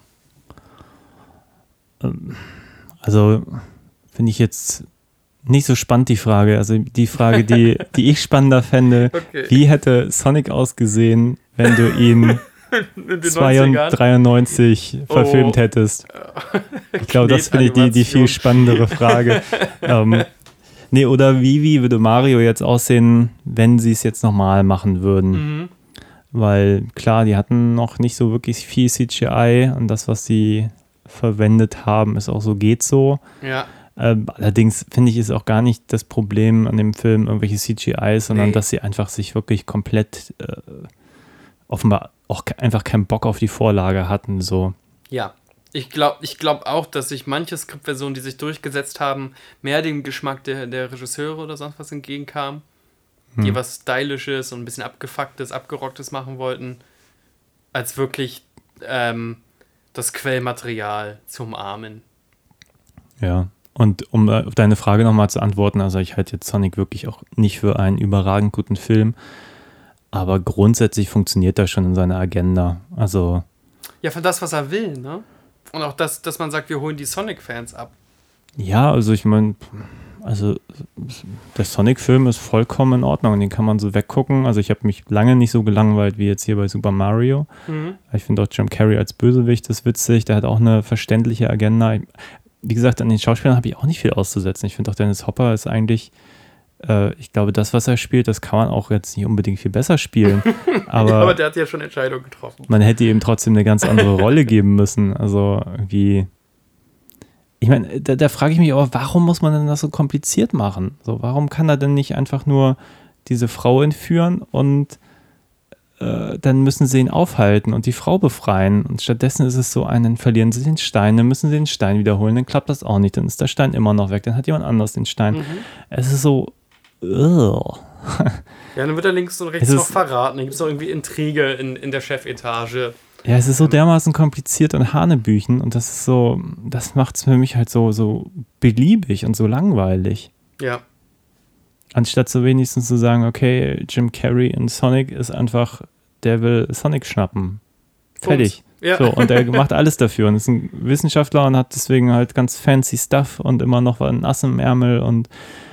Also finde ich jetzt nicht so spannend, die Frage. Also die Frage, die ich spannender fände, Okay. wie hätte Sonic ausgesehen, wenn du ihn In den 90ern? 93 verfilmt hättest? Ich glaube, das finde ich die viel spannendere Frage. Nee, oder wie würde Mario jetzt aussehen, wenn sie es jetzt nochmal machen würden? Mhm. Weil klar, die hatten noch nicht so wirklich viel CGI und das, was sie verwendet haben, ist auch so, geht so. Ja. Allerdings finde ich, ist auch gar nicht das Problem an dem Film irgendwelche CGIs, sondern Nee. dass sie einfach sich wirklich komplett offenbar auch einfach keinen Bock auf die Vorlage hatten. So. Ja. Ich glaub auch, dass sich manche Skriptversionen, die sich durchgesetzt haben, mehr dem Geschmack der Regisseure oder sonst was entgegenkamen. Die was Stylisches und ein bisschen abgefucktes, abgerocktes machen wollten, als wirklich das Quellmaterial zu umarmen. Ja. Und um auf deine Frage nochmal zu antworten, also ich halte jetzt Sonic wirklich auch nicht für einen überragend guten Film, aber grundsätzlich funktioniert er schon in seiner Agenda. Also Ja, für das, was er will, ne? Und auch das, dass man sagt, wir holen die Sonic-Fans ab. ja, also ich meine, also der Sonic-Film ist vollkommen in Ordnung, den kann man so weggucken. Also ich habe mich lange nicht so gelangweilt wie jetzt hier bei Super Mario. Ich finde auch Jim Carrey als Bösewicht ist witzig, der hat auch eine verständliche Agenda. Wie gesagt, an den Schauspielern habe ich auch nicht viel auszusetzen. Ich finde auch Dennis Hopper ist eigentlich, ich glaube, das, was er spielt, das kann man auch jetzt nicht unbedingt viel besser spielen. Aber, Ja, aber der hat ja schon Entscheidungen getroffen. man hätte ihm trotzdem eine ganz andere Rolle geben müssen. Also irgendwie, ich meine, da frage ich mich aber, warum muss man denn das so kompliziert machen? So, warum kann er denn nicht einfach nur diese Frau entführen und dann müssen sie ihn aufhalten und die Frau befreien. Und stattdessen ist es so, dann verlieren sie den Stein, dann müssen sie den Stein wiederholen, dann klappt das auch nicht, dann ist der Stein immer noch weg, dann hat jemand anders den Stein. Es ist so, Ja, dann wird er links und rechts Es noch ist- verraten. Dann gibt es noch irgendwie Intrige in der Chefetage. ja, es ist so dermaßen kompliziert und Hanebüchen und das ist so, das macht es für mich halt so beliebig und so langweilig. Ja. Anstatt so wenigstens zu sagen, okay, Jim Carrey in Sonic ist einfach, der will Sonic schnappen. Fertig. Ja. So, und er macht alles dafür und ist ein Wissenschaftler und hat deswegen halt ganz fancy Stuff und immer noch ein Ass im Ärmel und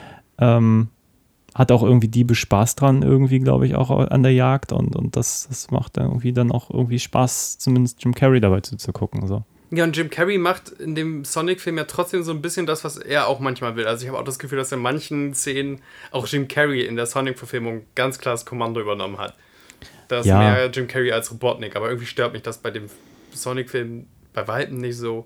hat auch irgendwie Diebe Spaß dran, irgendwie, glaube ich, auch an der Jagd und das macht dann auch irgendwie Spaß, zumindest Jim Carrey dabei zuzugucken. So. Ja, und Jim Carrey macht in dem Sonic-Film ja trotzdem so ein bisschen das, was er auch manchmal will. Also ich habe auch das Gefühl, dass in manchen Szenen auch Jim Carrey in der Sonic-Verfilmung ganz klar das Kommando übernommen hat. Da ist Ja. mehr Jim Carrey als Robotnik, aber irgendwie stört mich das bei dem Sonic-Film bei weitem nicht so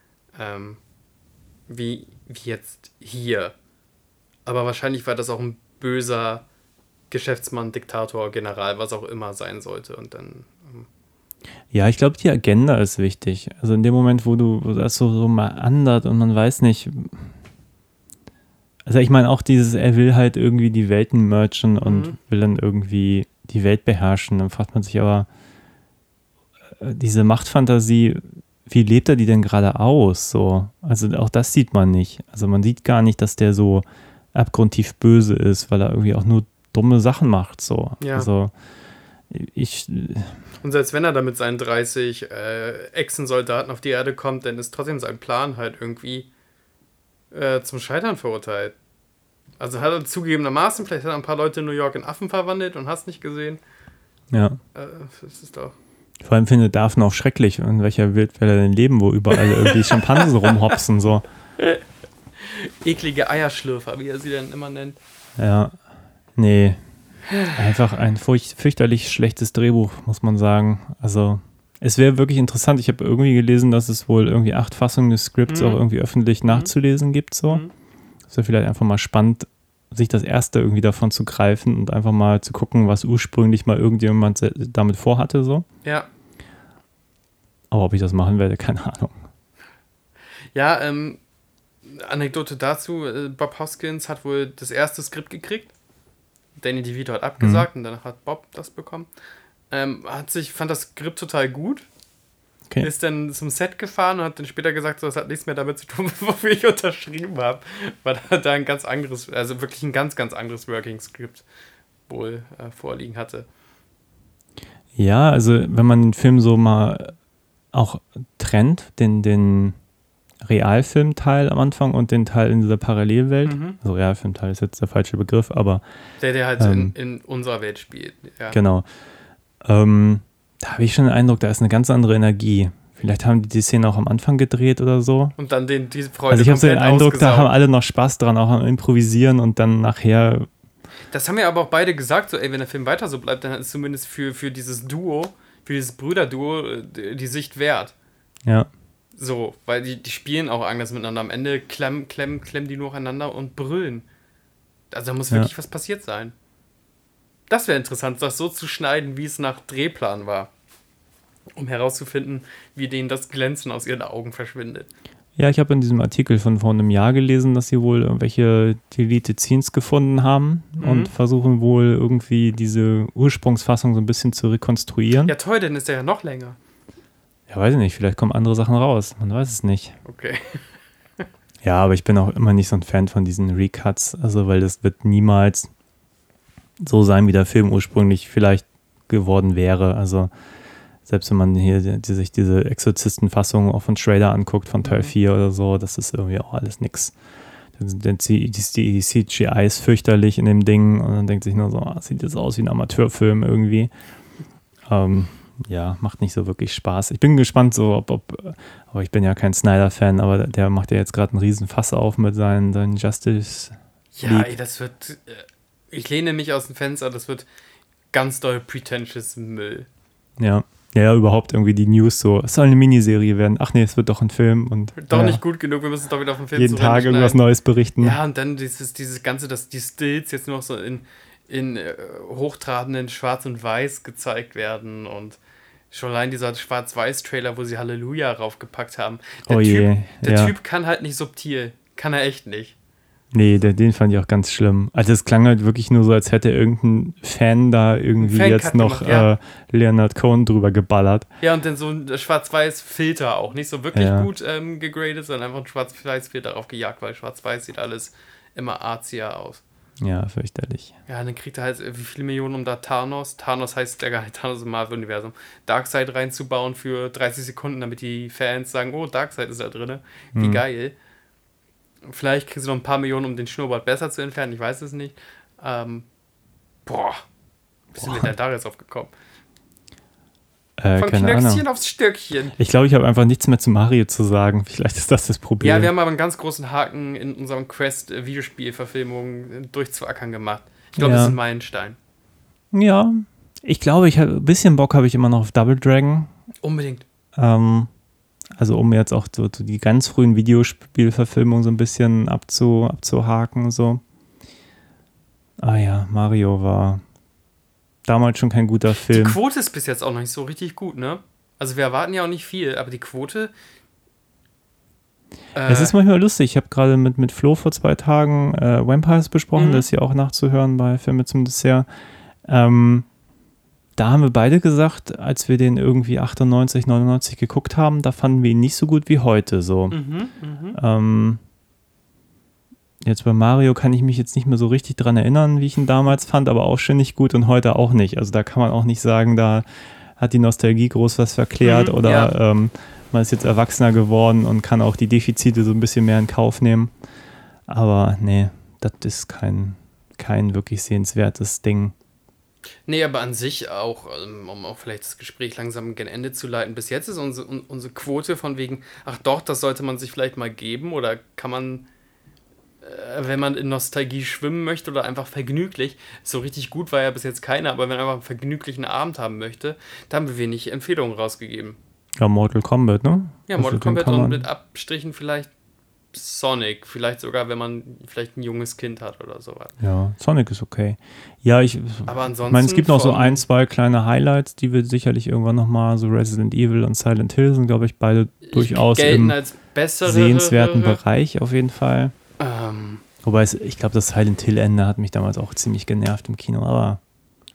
wie jetzt hier. Aber wahrscheinlich war das auch ein böser Geschäftsmann, Diktator, General, was auch immer sein sollte. Und dann Ja, ich glaube, die Agenda ist wichtig. Also in dem Moment, wo das so mal andert und man weiß nicht. Also ich meine auch er will halt irgendwie die Welten merchen und will dann irgendwie die Welt beherrschen. Dann fragt man sich aber, diese Machtfantasie, wie lebt er die denn gerade aus? So? Also auch das sieht man nicht. Also man sieht gar nicht, dass der so abgrundtief böse ist, weil er irgendwie auch nur dumme Sachen macht. So. Ja. Also Und selbst wenn er da mit seinen 30 Echsensoldaten auf die Erde kommt, dann ist trotzdem sein Plan halt irgendwie zum Scheitern verurteilt. Also hat er zugegebenermaßen, vielleicht hat er ein paar Leute in New York in Affen verwandelt und hast nicht gesehen. ja. Das ist doch... Vor allem finde Daphne auch schrecklich, in welcher Welt will er denn leben, wo überall irgendwie Schimpansen rumhopsen, so. Eklige Eierschlürfer, wie er sie dann immer nennt. Ja, nee. Einfach ein fürchterlich schlechtes Drehbuch, muss man sagen. Also, es wäre wirklich interessant. Ich habe irgendwie gelesen, dass es wohl irgendwie 8 Fassungen des Skripts auch irgendwie öffentlich nachzulesen gibt, so. Es wäre vielleicht einfach mal spannend, sich das erste irgendwie davon zu greifen und einfach mal zu gucken, was ursprünglich mal irgendjemand damit vorhatte, so. Ja. Aber ob ich das machen werde, keine Ahnung. Ja, Anekdote dazu, Bob Hoskins hat wohl das erste Skript gekriegt. Danny DeVito hat abgesagt und danach hat Bob das bekommen. Fand das Skript total gut. Okay. Ist dann zum Set gefahren und hat dann später gesagt, so, das hat nichts mehr damit zu tun, wofür ich unterschrieben habe. Weil er da ein ganz anderes, also wirklich ein ganz, ganz anderes Working Script wohl vorliegen hatte. Ja, also wenn man den Film so mal auch trennt, den Realfilmteil am Anfang und den Teil in dieser Parallelwelt. Also Realfilmteil ist jetzt der falsche Begriff, aber Der halt in unserer Welt spielt. Ja. genau. Da habe ich schon den Eindruck, da ist eine ganz andere Energie. Vielleicht haben die Szene auch am Anfang gedreht oder so. Und dann diese Freude Also ich habe so den komplett Eindruck, da ausgesaugt. haben alle noch Spaß dran, auch am Improvisieren und dann nachher, Das haben ja aber auch beide gesagt, so, ey, wenn der Film weiter so bleibt, dann ist zumindest für dieses Duo, für dieses Brüderduo die Sicht wert. ja. So, weil die spielen auch anders miteinander. Am Ende klemmen die nur aufeinander und brüllen. Also da muss wirklich was passiert sein. Das wäre interessant, das so zu schneiden, wie es nach Drehplan war. Um herauszufinden, wie denen das Glänzen aus ihren Augen verschwindet. Ja, ich habe in diesem Artikel von vor einem Jahr gelesen, dass sie wohl irgendwelche Deleted Scenes gefunden haben und versuchen wohl irgendwie diese Ursprungsfassung so ein bisschen zu rekonstruieren. Ja toll, dann ist der ja noch länger. Ja, weiß ich nicht, vielleicht kommen andere Sachen raus, man weiß es nicht. Okay. Ja, aber ich bin auch immer nicht so ein Fan von diesen Recuts, also weil das wird niemals so sein, wie der Film ursprünglich vielleicht geworden wäre. Also selbst wenn man hier sich diese Exorzisten-Fassung auch von Schrader anguckt, von Teil 4 oder so, das ist irgendwie auch alles nix. Die CGI ist fürchterlich in dem Ding und dann denkt sich nur so, sieht jetzt aus wie ein Amateurfilm irgendwie. Ja, macht nicht so wirklich Spaß. Ich bin gespannt, so aber ich bin ja kein Snyder-Fan, aber der macht ja jetzt gerade einen riesen Fass auf mit seinen Justice Ja, League. ey, das wird. Ich lehne mich aus dem Fenster, das wird ganz doll pretentious Müll. Ja, überhaupt irgendwie die News so, es soll eine Miniserie werden. Ach nee, es wird doch ein Film und Doch nicht gut genug, wir müssen doch wieder auf den Film jeden Tag zurückschneiden. irgendwas Neues berichten. Ja, und dann dieses Ganze, dass die Stills jetzt nur noch so in hochtrabenden Schwarz und Weiß gezeigt werden und schon allein dieser Schwarz-Weiß-Trailer, wo sie Halleluja raufgepackt haben. Der Typ kann halt nicht subtil. Kann er echt nicht. Nee, den fand ich auch ganz schlimm. Also es klang halt wirklich nur so, als hätte irgendein Fan da irgendwie Fan-Cut jetzt noch gemacht, ja. Leonard Cohen drüber geballert. Ja, und dann so ein Schwarz-Weiß-Filter auch. Nicht so wirklich Ja. gut gegradet, sondern einfach ein Schwarz-Weiß-Filter drauf gejagt, weil Schwarz-Weiß sieht alles immer arzier aus. Ja, fürchterlich. Ja, dann kriegt er halt wie viele Millionen, um da Thanos heißt ja gar nicht Thanos im Marvel-Universum, Darkseid reinzubauen für 30 Sekunden, damit die Fans sagen, oh, Darkseid ist da drin. Wie geil. Vielleicht kriegst du noch ein paar Millionen, um den Schnurrbart besser zu entfernen, ich weiß es nicht. Wie sind wir denn da jetzt aufgekommen? Von Keine Knöckchen Ahnung. aufs Stöckchen. Ich glaube, ich habe einfach nichts mehr zu Mario zu sagen. Vielleicht ist das Problem. Ja, wir haben aber einen ganz großen Haken in unserem Quest-Videospielverfilmung durchzuackern gemacht. Ich glaube, Ja. das ist ein Meilenstein. Ja, ich glaube, ein bisschen Bock habe ich immer noch auf Double Dragon. Unbedingt. Also um jetzt auch so die ganz frühen Videospielverfilmungen so ein bisschen abzuhaken. So. Ah ja, Mario war damals schon kein guter Die Film. Quote ist bis jetzt auch noch nicht so richtig gut, ne? Also wir erwarten ja auch nicht viel, aber die Quote... Es ist manchmal lustig. Ich habe gerade mit Flo vor 2 Tagen Vampires besprochen. Das ist ja auch nachzuhören bei Filme zum Dessert. Da haben wir beide gesagt, als wir den irgendwie 98, 99 geguckt haben, da fanden wir ihn nicht so gut wie heute. So. Jetzt bei Mario kann ich mich jetzt nicht mehr so richtig dran erinnern, wie ich ihn damals fand, aber auch schon nicht gut und heute auch nicht. Also da kann man auch nicht sagen, da hat die Nostalgie groß was verklärt oder man ist jetzt erwachsener geworden und kann auch die Defizite so ein bisschen mehr in Kauf nehmen. Aber nee, das ist kein wirklich sehenswertes Ding. Nee, aber an sich auch, um auch vielleicht das Gespräch langsam gen Ende zu leiten, bis jetzt ist unsere Quote von wegen, ach doch, das sollte man sich vielleicht mal geben oder kann man, wenn man in Nostalgie schwimmen möchte oder einfach vergnüglich, so richtig gut war ja bis jetzt keiner, aber wenn man einfach einen vergnüglichen Abend haben möchte, da haben wir wenig Empfehlungen rausgegeben. Ja, Mortal Kombat, ne? Ja, Also Mortal den Kombat kann und man- mit Abstrichen vielleicht Sonic, vielleicht sogar, wenn man vielleicht ein junges Kind hat oder sowas. Ja, Sonic ist okay. Ja, Aber ansonsten ich meine, es gibt noch so von- 1, 2 kleine Highlights, die wir sicherlich irgendwann nochmal, so Resident Evil und Silent Hill sind, glaube ich, beide durchaus gelten im als bessere sehenswerten Bereich auf jeden Fall. Ähm, Wobei ich glaube, das Silent Hill-Ende hat mich damals auch ziemlich genervt im Kino, aber ich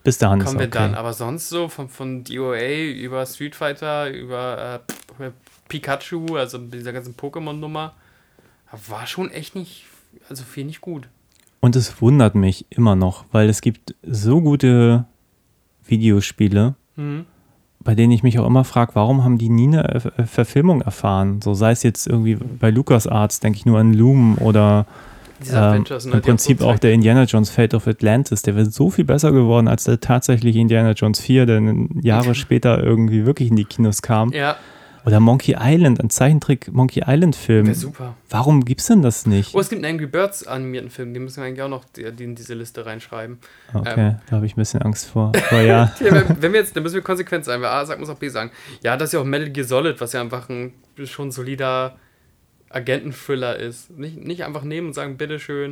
Bis dahin kommen ist wir okay. dann. Aber sonst so von DOA über Street Fighter, über Pikachu, also dieser ganzen Pokémon-Nummer, war schon echt nicht, also viel nicht gut. Und es wundert mich immer noch, weil es gibt so gute Videospiele, bei denen ich mich auch immer frage, warum haben die nie eine Verfilmung erfahren? So sei es jetzt irgendwie bei LucasArts, denke ich nur an Loom oder im Prinzip auch der Indiana Jones Fate of Atlantis. Der wäre so viel besser geworden, als der tatsächlich Indiana Jones 4, der Jahre später irgendwie wirklich in die Kinos kam. Ja. Oder Monkey Island, ein Zeichentrick Monkey Island Film. Wäre super. Warum gibt's denn das nicht? Oh, es gibt einen Angry Birds animierten Film, den müssen wir eigentlich auch noch in diese Liste reinschreiben. Okay, da habe ich ein bisschen Angst vor. Aber ja. Wenn wir jetzt, dann müssen wir konsequent sein, weil A sagt, muss auch B sagen. Ja, das ist ja auch Metal Gear Solid, was ja einfach ein schon solider Agenten-Thriller ist. Nicht einfach nehmen und sagen, bitteschön.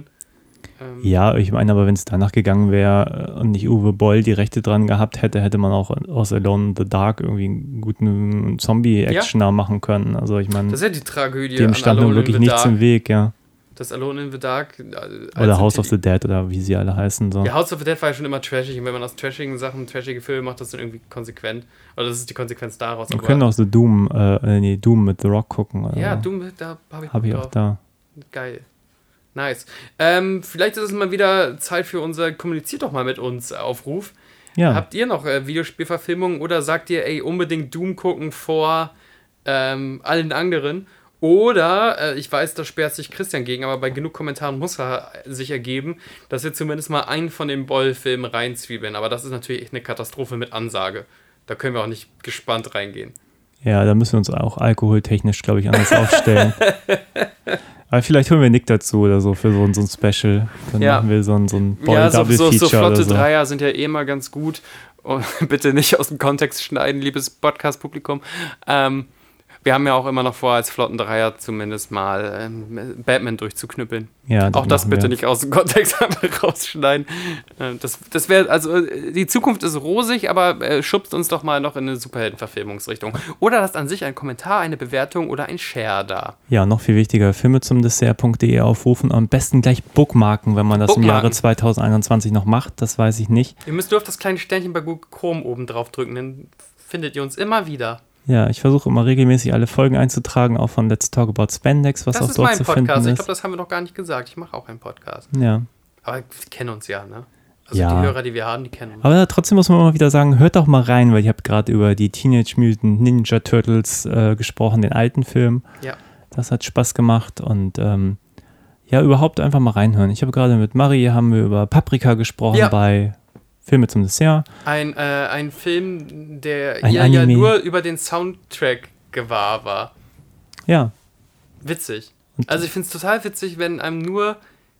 Ja, ich meine, aber wenn es danach gegangen wäre und nicht Uwe Boll die Rechte dran gehabt hätte, hätte man auch aus Alone in the Dark irgendwie einen guten Zombie-Actioner machen können. Also ich meine, das ist ja die Tragödie. dem stand nun wirklich nichts im Weg, ja. Das Alone in the Dark. Oder House of the Dead oder wie sie alle heißen. So. Ja, House of the Dead war ja schon immer trashig. Und wenn man aus trashigen Sachen trashige Filme macht, das dann irgendwie konsequent. Oder das ist die Konsequenz daraus. Wir können auch so Doom mit The Rock gucken. Oder? Ja, Doom, da hab ich auch da. Geil. Nice. Vielleicht ist es mal wieder Zeit für unser Kommuniziert doch mal mit uns Aufruf. Ja. Habt ihr noch Videospielverfilmungen oder sagt ihr, ey, unbedingt Doom gucken vor allen anderen? Oder, ich weiß, da sperrt sich Christian gegen, aber bei genug Kommentaren muss er sich ergeben, dass wir zumindest mal einen von den Boll-Filmen reinzwiebeln. Aber das ist natürlich echt eine Katastrophe mit Ansage. Da können wir auch nicht gespannt reingehen. Ja, da müssen wir uns auch alkoholtechnisch, glaube ich, anders aufstellen. Aber vielleicht holen wir Nick dazu oder so für so ein Special. Dann machen wir so ein Boll-Double-Feature so flotte oder so. Dreier sind ja eh mal ganz gut. Und bitte nicht aus dem Kontext schneiden, liebes Podcast-Publikum. Wir haben ja auch immer noch vor, als flotten Dreier zumindest mal Batman durchzuknüppeln. Ja, auch das bitte nicht aus dem Kontext einfach rausschneiden. Das wäre, also die Zukunft ist rosig, aber schubst uns doch mal noch in eine Superhelden-Verfilmungsrichtung. Oder lasst an sich einen Kommentar, eine Bewertung oder ein Share da. Ja, noch viel wichtiger, filmezumdessert.de aufrufen, am besten gleich bookmarken, wenn man das im Jahre 2021 noch macht, das weiß ich nicht. Ihr müsst nur auf das kleine Sternchen bei Google Chrome oben drauf drücken, dann findet ihr uns immer wieder. Ja, ich versuche immer regelmäßig alle Folgen einzutragen, auch von Let's Talk About Spandex, was auch dort zu finden ist. Das ist mein Podcast, ich glaube, das haben wir noch gar nicht gesagt. Ich mache auch einen Podcast. Ja. Aber wir kennen uns ja, ne? Also ja. Die Hörer, die wir haben, die kennen uns. Aber trotzdem muss man immer wieder sagen, hört doch mal rein, weil ich habe gerade über die Teenage Mutant Ninja Turtles gesprochen, den alten Film. Ja. Das hat Spaß gemacht und ja, überhaupt einfach mal reinhören. Ich habe gerade mit Marie, haben wir über Paprika gesprochen bei Filme zum Dessert. Ein Film, der ihr ja nur über den Soundtrack gewahr war. Ja. Witzig. Also ich finde es total witzig, wenn einem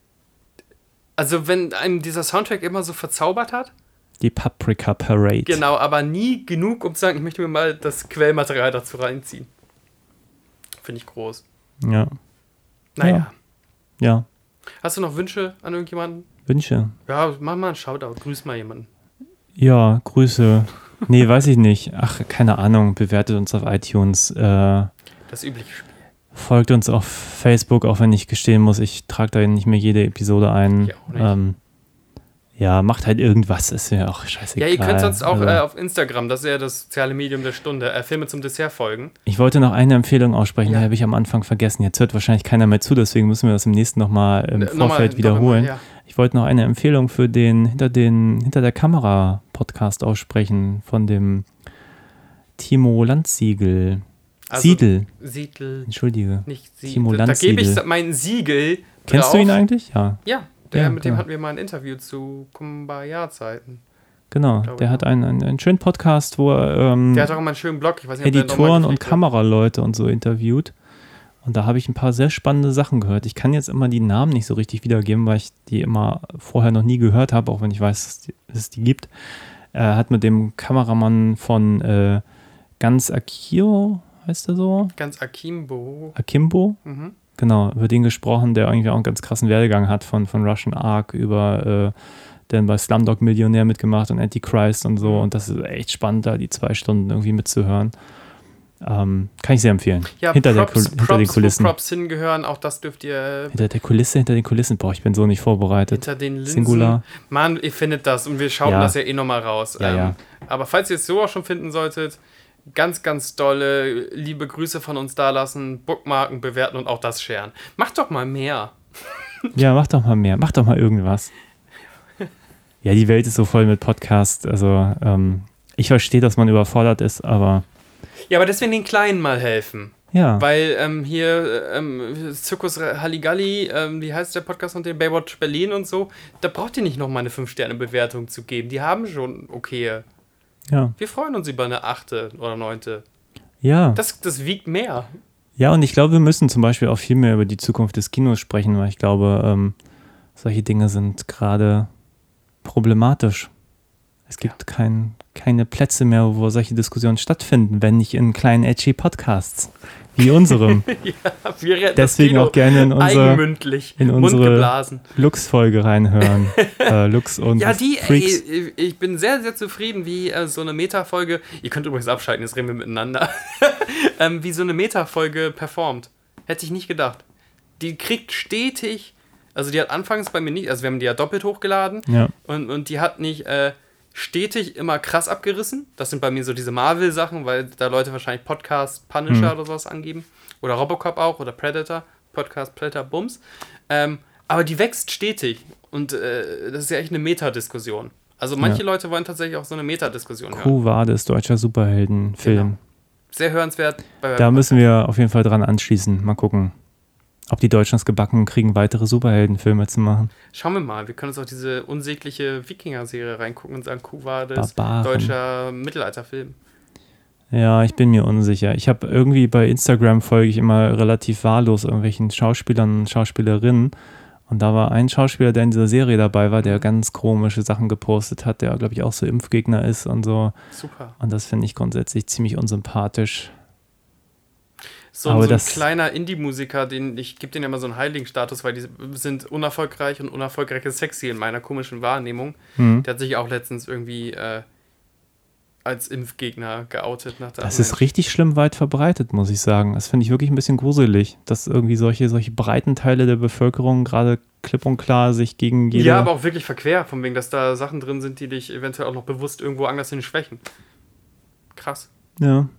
wenn einem dieser Soundtrack immer so verzaubert hat. Die Paprika Parade. Genau, aber nie genug, um zu sagen, ich möchte mir mal das Quellmaterial dazu reinziehen. Finde ich groß. Ja. Naja. Ja. Hast du noch Wünsche an irgendjemanden? Wünsche? Ja, mach mal einen Shoutout. Grüß mal jemanden. Ja, Grüße. Nee, weiß ich nicht. Ach, keine Ahnung. Bewertet uns auf iTunes. Das übliche Spiel. Folgt uns auf Facebook, auch wenn ich gestehen muss, ich trage da nicht mehr jede Episode ein. Ich auch nicht. Ja, macht halt irgendwas, ist ja auch scheißegal. Ja, ihr könnt sonst auch auf Instagram, das ist ja das soziale Medium der Stunde, Filme zum Dessert folgen. Ich wollte noch eine Empfehlung aussprechen, die habe ich am Anfang vergessen. Jetzt hört wahrscheinlich keiner mehr zu, deswegen müssen wir das im nächsten nochmal im Vorfeld wiederholen. Ja. Ich wollte noch eine Empfehlung für den Hinter der Kamera Podcast aussprechen von dem Timo Landsiegel. Siedel. Entschuldige. Nicht Siedel. Timo Landsiegel. Da gebe ich mein Siegel. Kennst du ihn eigentlich? Ja. Ja, mit dem hatten wir mal ein Interview zu Kumbaya-Zeiten. Genau, der hat einen schönen Podcast, wo er der hat auch immer einen schönen Blog. Ich weiß nicht, Editoren und Kameraleute und so interviewt. Und da habe ich ein paar sehr spannende Sachen gehört. Ich kann jetzt immer die Namen nicht so richtig wiedergeben, weil ich die immer vorher noch nie gehört habe, auch wenn ich weiß, dass es die gibt. Er hat mit dem Kameramann von Ganz Akio, heißt er so? Ganz Akimbo. Mhm. Genau, über den gesprochen, der irgendwie auch einen ganz krassen Werdegang hat von Russian Ark über dann bei Slumdog Millionär mitgemacht und Antichrist und so. Und das ist echt spannend, da die 2 Stunden irgendwie mitzuhören. Kann ich sehr empfehlen. Ja, hinter Props, den Kulissen. Wo Props hingehören, auch das dürft ihr... Hinter den Kulissen. Boah, ich bin so nicht vorbereitet. Hinter den Linsen. Singular. Mann, ihr findet das und wir schauen das ja eh nochmal raus. Ja. Aber falls ihr es so auch schon finden solltet, ganz, ganz dolle liebe Grüße von uns da lassen, bookmarken, bewerten und auch das sharen. Macht doch mal mehr. Ja, mach doch mal mehr. Mach doch mal irgendwas. Ja, die Welt ist so voll mit Podcasts. Also, ich verstehe, dass man überfordert ist, aber... Ja, aber deswegen den Kleinen mal helfen. Ja. Weil hier Zirkus Halligalli, wie heißt der Podcast und den Baywatch Berlin und so, da braucht ihr nicht nochmal eine 5-Sterne-Bewertung zu geben. Die haben schon okay. Ja. Wir freuen uns über eine 8. oder 9. Ja. Das wiegt mehr. Ja, und ich glaube, wir müssen zum Beispiel auch viel mehr über die Zukunft des Kinos sprechen, weil ich glaube, solche Dinge sind gerade problematisch. Es gibt keine Plätze mehr, wo solche Diskussionen stattfinden, wenn nicht in kleinen edgy Podcasts wie unserem. Ja, wir retten Deswegen das Kino auch gerne in eigenmündlich, unsere mundgeblasen. Lux-Folge reinhören. Lux und Ja, Freaks. ich bin sehr, sehr zufrieden, wie so eine Meta-Folge, ihr könnt übrigens abschalten, jetzt reden wir miteinander, wie so eine Meta-Folge performt. Hätte ich nicht gedacht. Die kriegt stetig, also die hat anfangs bei mir nicht, also wir haben die ja doppelt hochgeladen und die hat nicht stetig immer krass abgerissen. Das sind bei mir so diese Marvel-Sachen, weil da Leute wahrscheinlich Podcast Punisher oder sowas angeben. Oder Robocop auch oder Predator. Podcast Predator Bums. Aber die wächst stetig. Und das ist ja echt eine Metadiskussion. Also manche Leute wollen tatsächlich auch so eine Metadiskussion hören. Quo Vadis, deutscher Superheldenfilm. Genau. Sehr hörenswert. Da müssen wir auf jeden Fall dran anschließen. Mal gucken, ob die Deutschen es gebacken kriegen, weitere Superheldenfilme zu machen. Schauen wir mal. Wir können uns auch diese unsägliche Wikinger-Serie reingucken und sagen, Quo Vadis, Barbaren. deutscher Mittelalterfilm. Ja, ich bin mir unsicher. Ich habe irgendwie bei Instagram folge ich immer relativ wahllos irgendwelchen Schauspielern und Schauspielerinnen. Und da war ein Schauspieler, der in dieser Serie dabei war, der ganz komische Sachen gepostet hat, der, glaube ich, auch so Impfgegner ist und so. Super. Und das finde ich grundsätzlich ziemlich unsympathisch. So ein kleiner Indie-Musiker, ich gebe denen ja immer so einen Heiligenstatus, weil die sind unerfolgreich und unerfolgreich ist sexy in meiner komischen Wahrnehmung. Der hat sich auch letztens irgendwie als Impfgegner geoutet. Das ist richtig schlimm weit verbreitet, muss ich sagen. Das finde ich wirklich ein bisschen gruselig, dass irgendwie solche breiten Teile der Bevölkerung gerade klipp und klar sich gegen jede... Ja, aber auch wirklich verquer, von wegen, dass da Sachen drin sind, die dich eventuell auch noch bewusst irgendwo anders hin schwächen. Krass. Ja.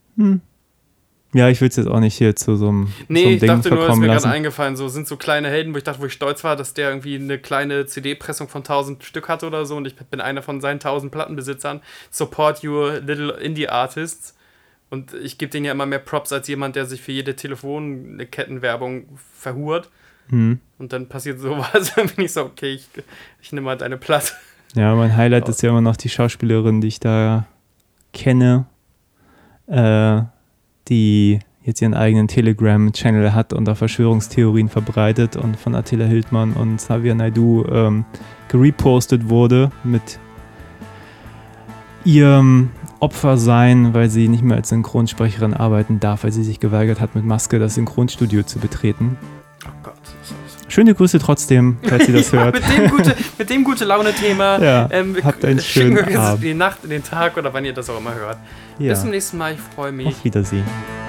Ja, ich will es jetzt auch nicht hier zu so einem Nee, ich Ding dachte nur, ist mir lassen. gerade eingefallen, so sind so kleine Helden, wo ich stolz war, dass der irgendwie eine kleine CD-Pressung von 1000 Stück hatte oder so und ich bin einer von seinen 1000 Plattenbesitzern. Support your little Indie-Artists. Und ich gebe denen ja immer mehr Props als jemand, der sich für jede Telefonkettenwerbung verhurt. Und dann passiert sowas, dann bin ich so, okay, ich nehme mal deine Platte. Ja, mein Highlight ist ja immer noch die Schauspielerin, die ich da kenne, die jetzt ihren eigenen Telegram-Channel hat und da Verschwörungstheorien verbreitet und von Attila Hildmann und Xavier Naidoo gerepostet wurde mit ihrem Opfersein, weil sie nicht mehr als Synchronsprecherin arbeiten darf, weil sie sich geweigert hat, mit Maske das Synchronstudio zu betreten. Oh Gott. Schöne Grüße trotzdem, falls ihr das hört. Mit dem Gute-Laune-Thema. Ja, habt einen schönen Abend. Die Nacht, den Tag oder wann ihr das auch immer hört. Ja. Bis zum nächsten Mal, ich freue mich. Auf Wiedersehen.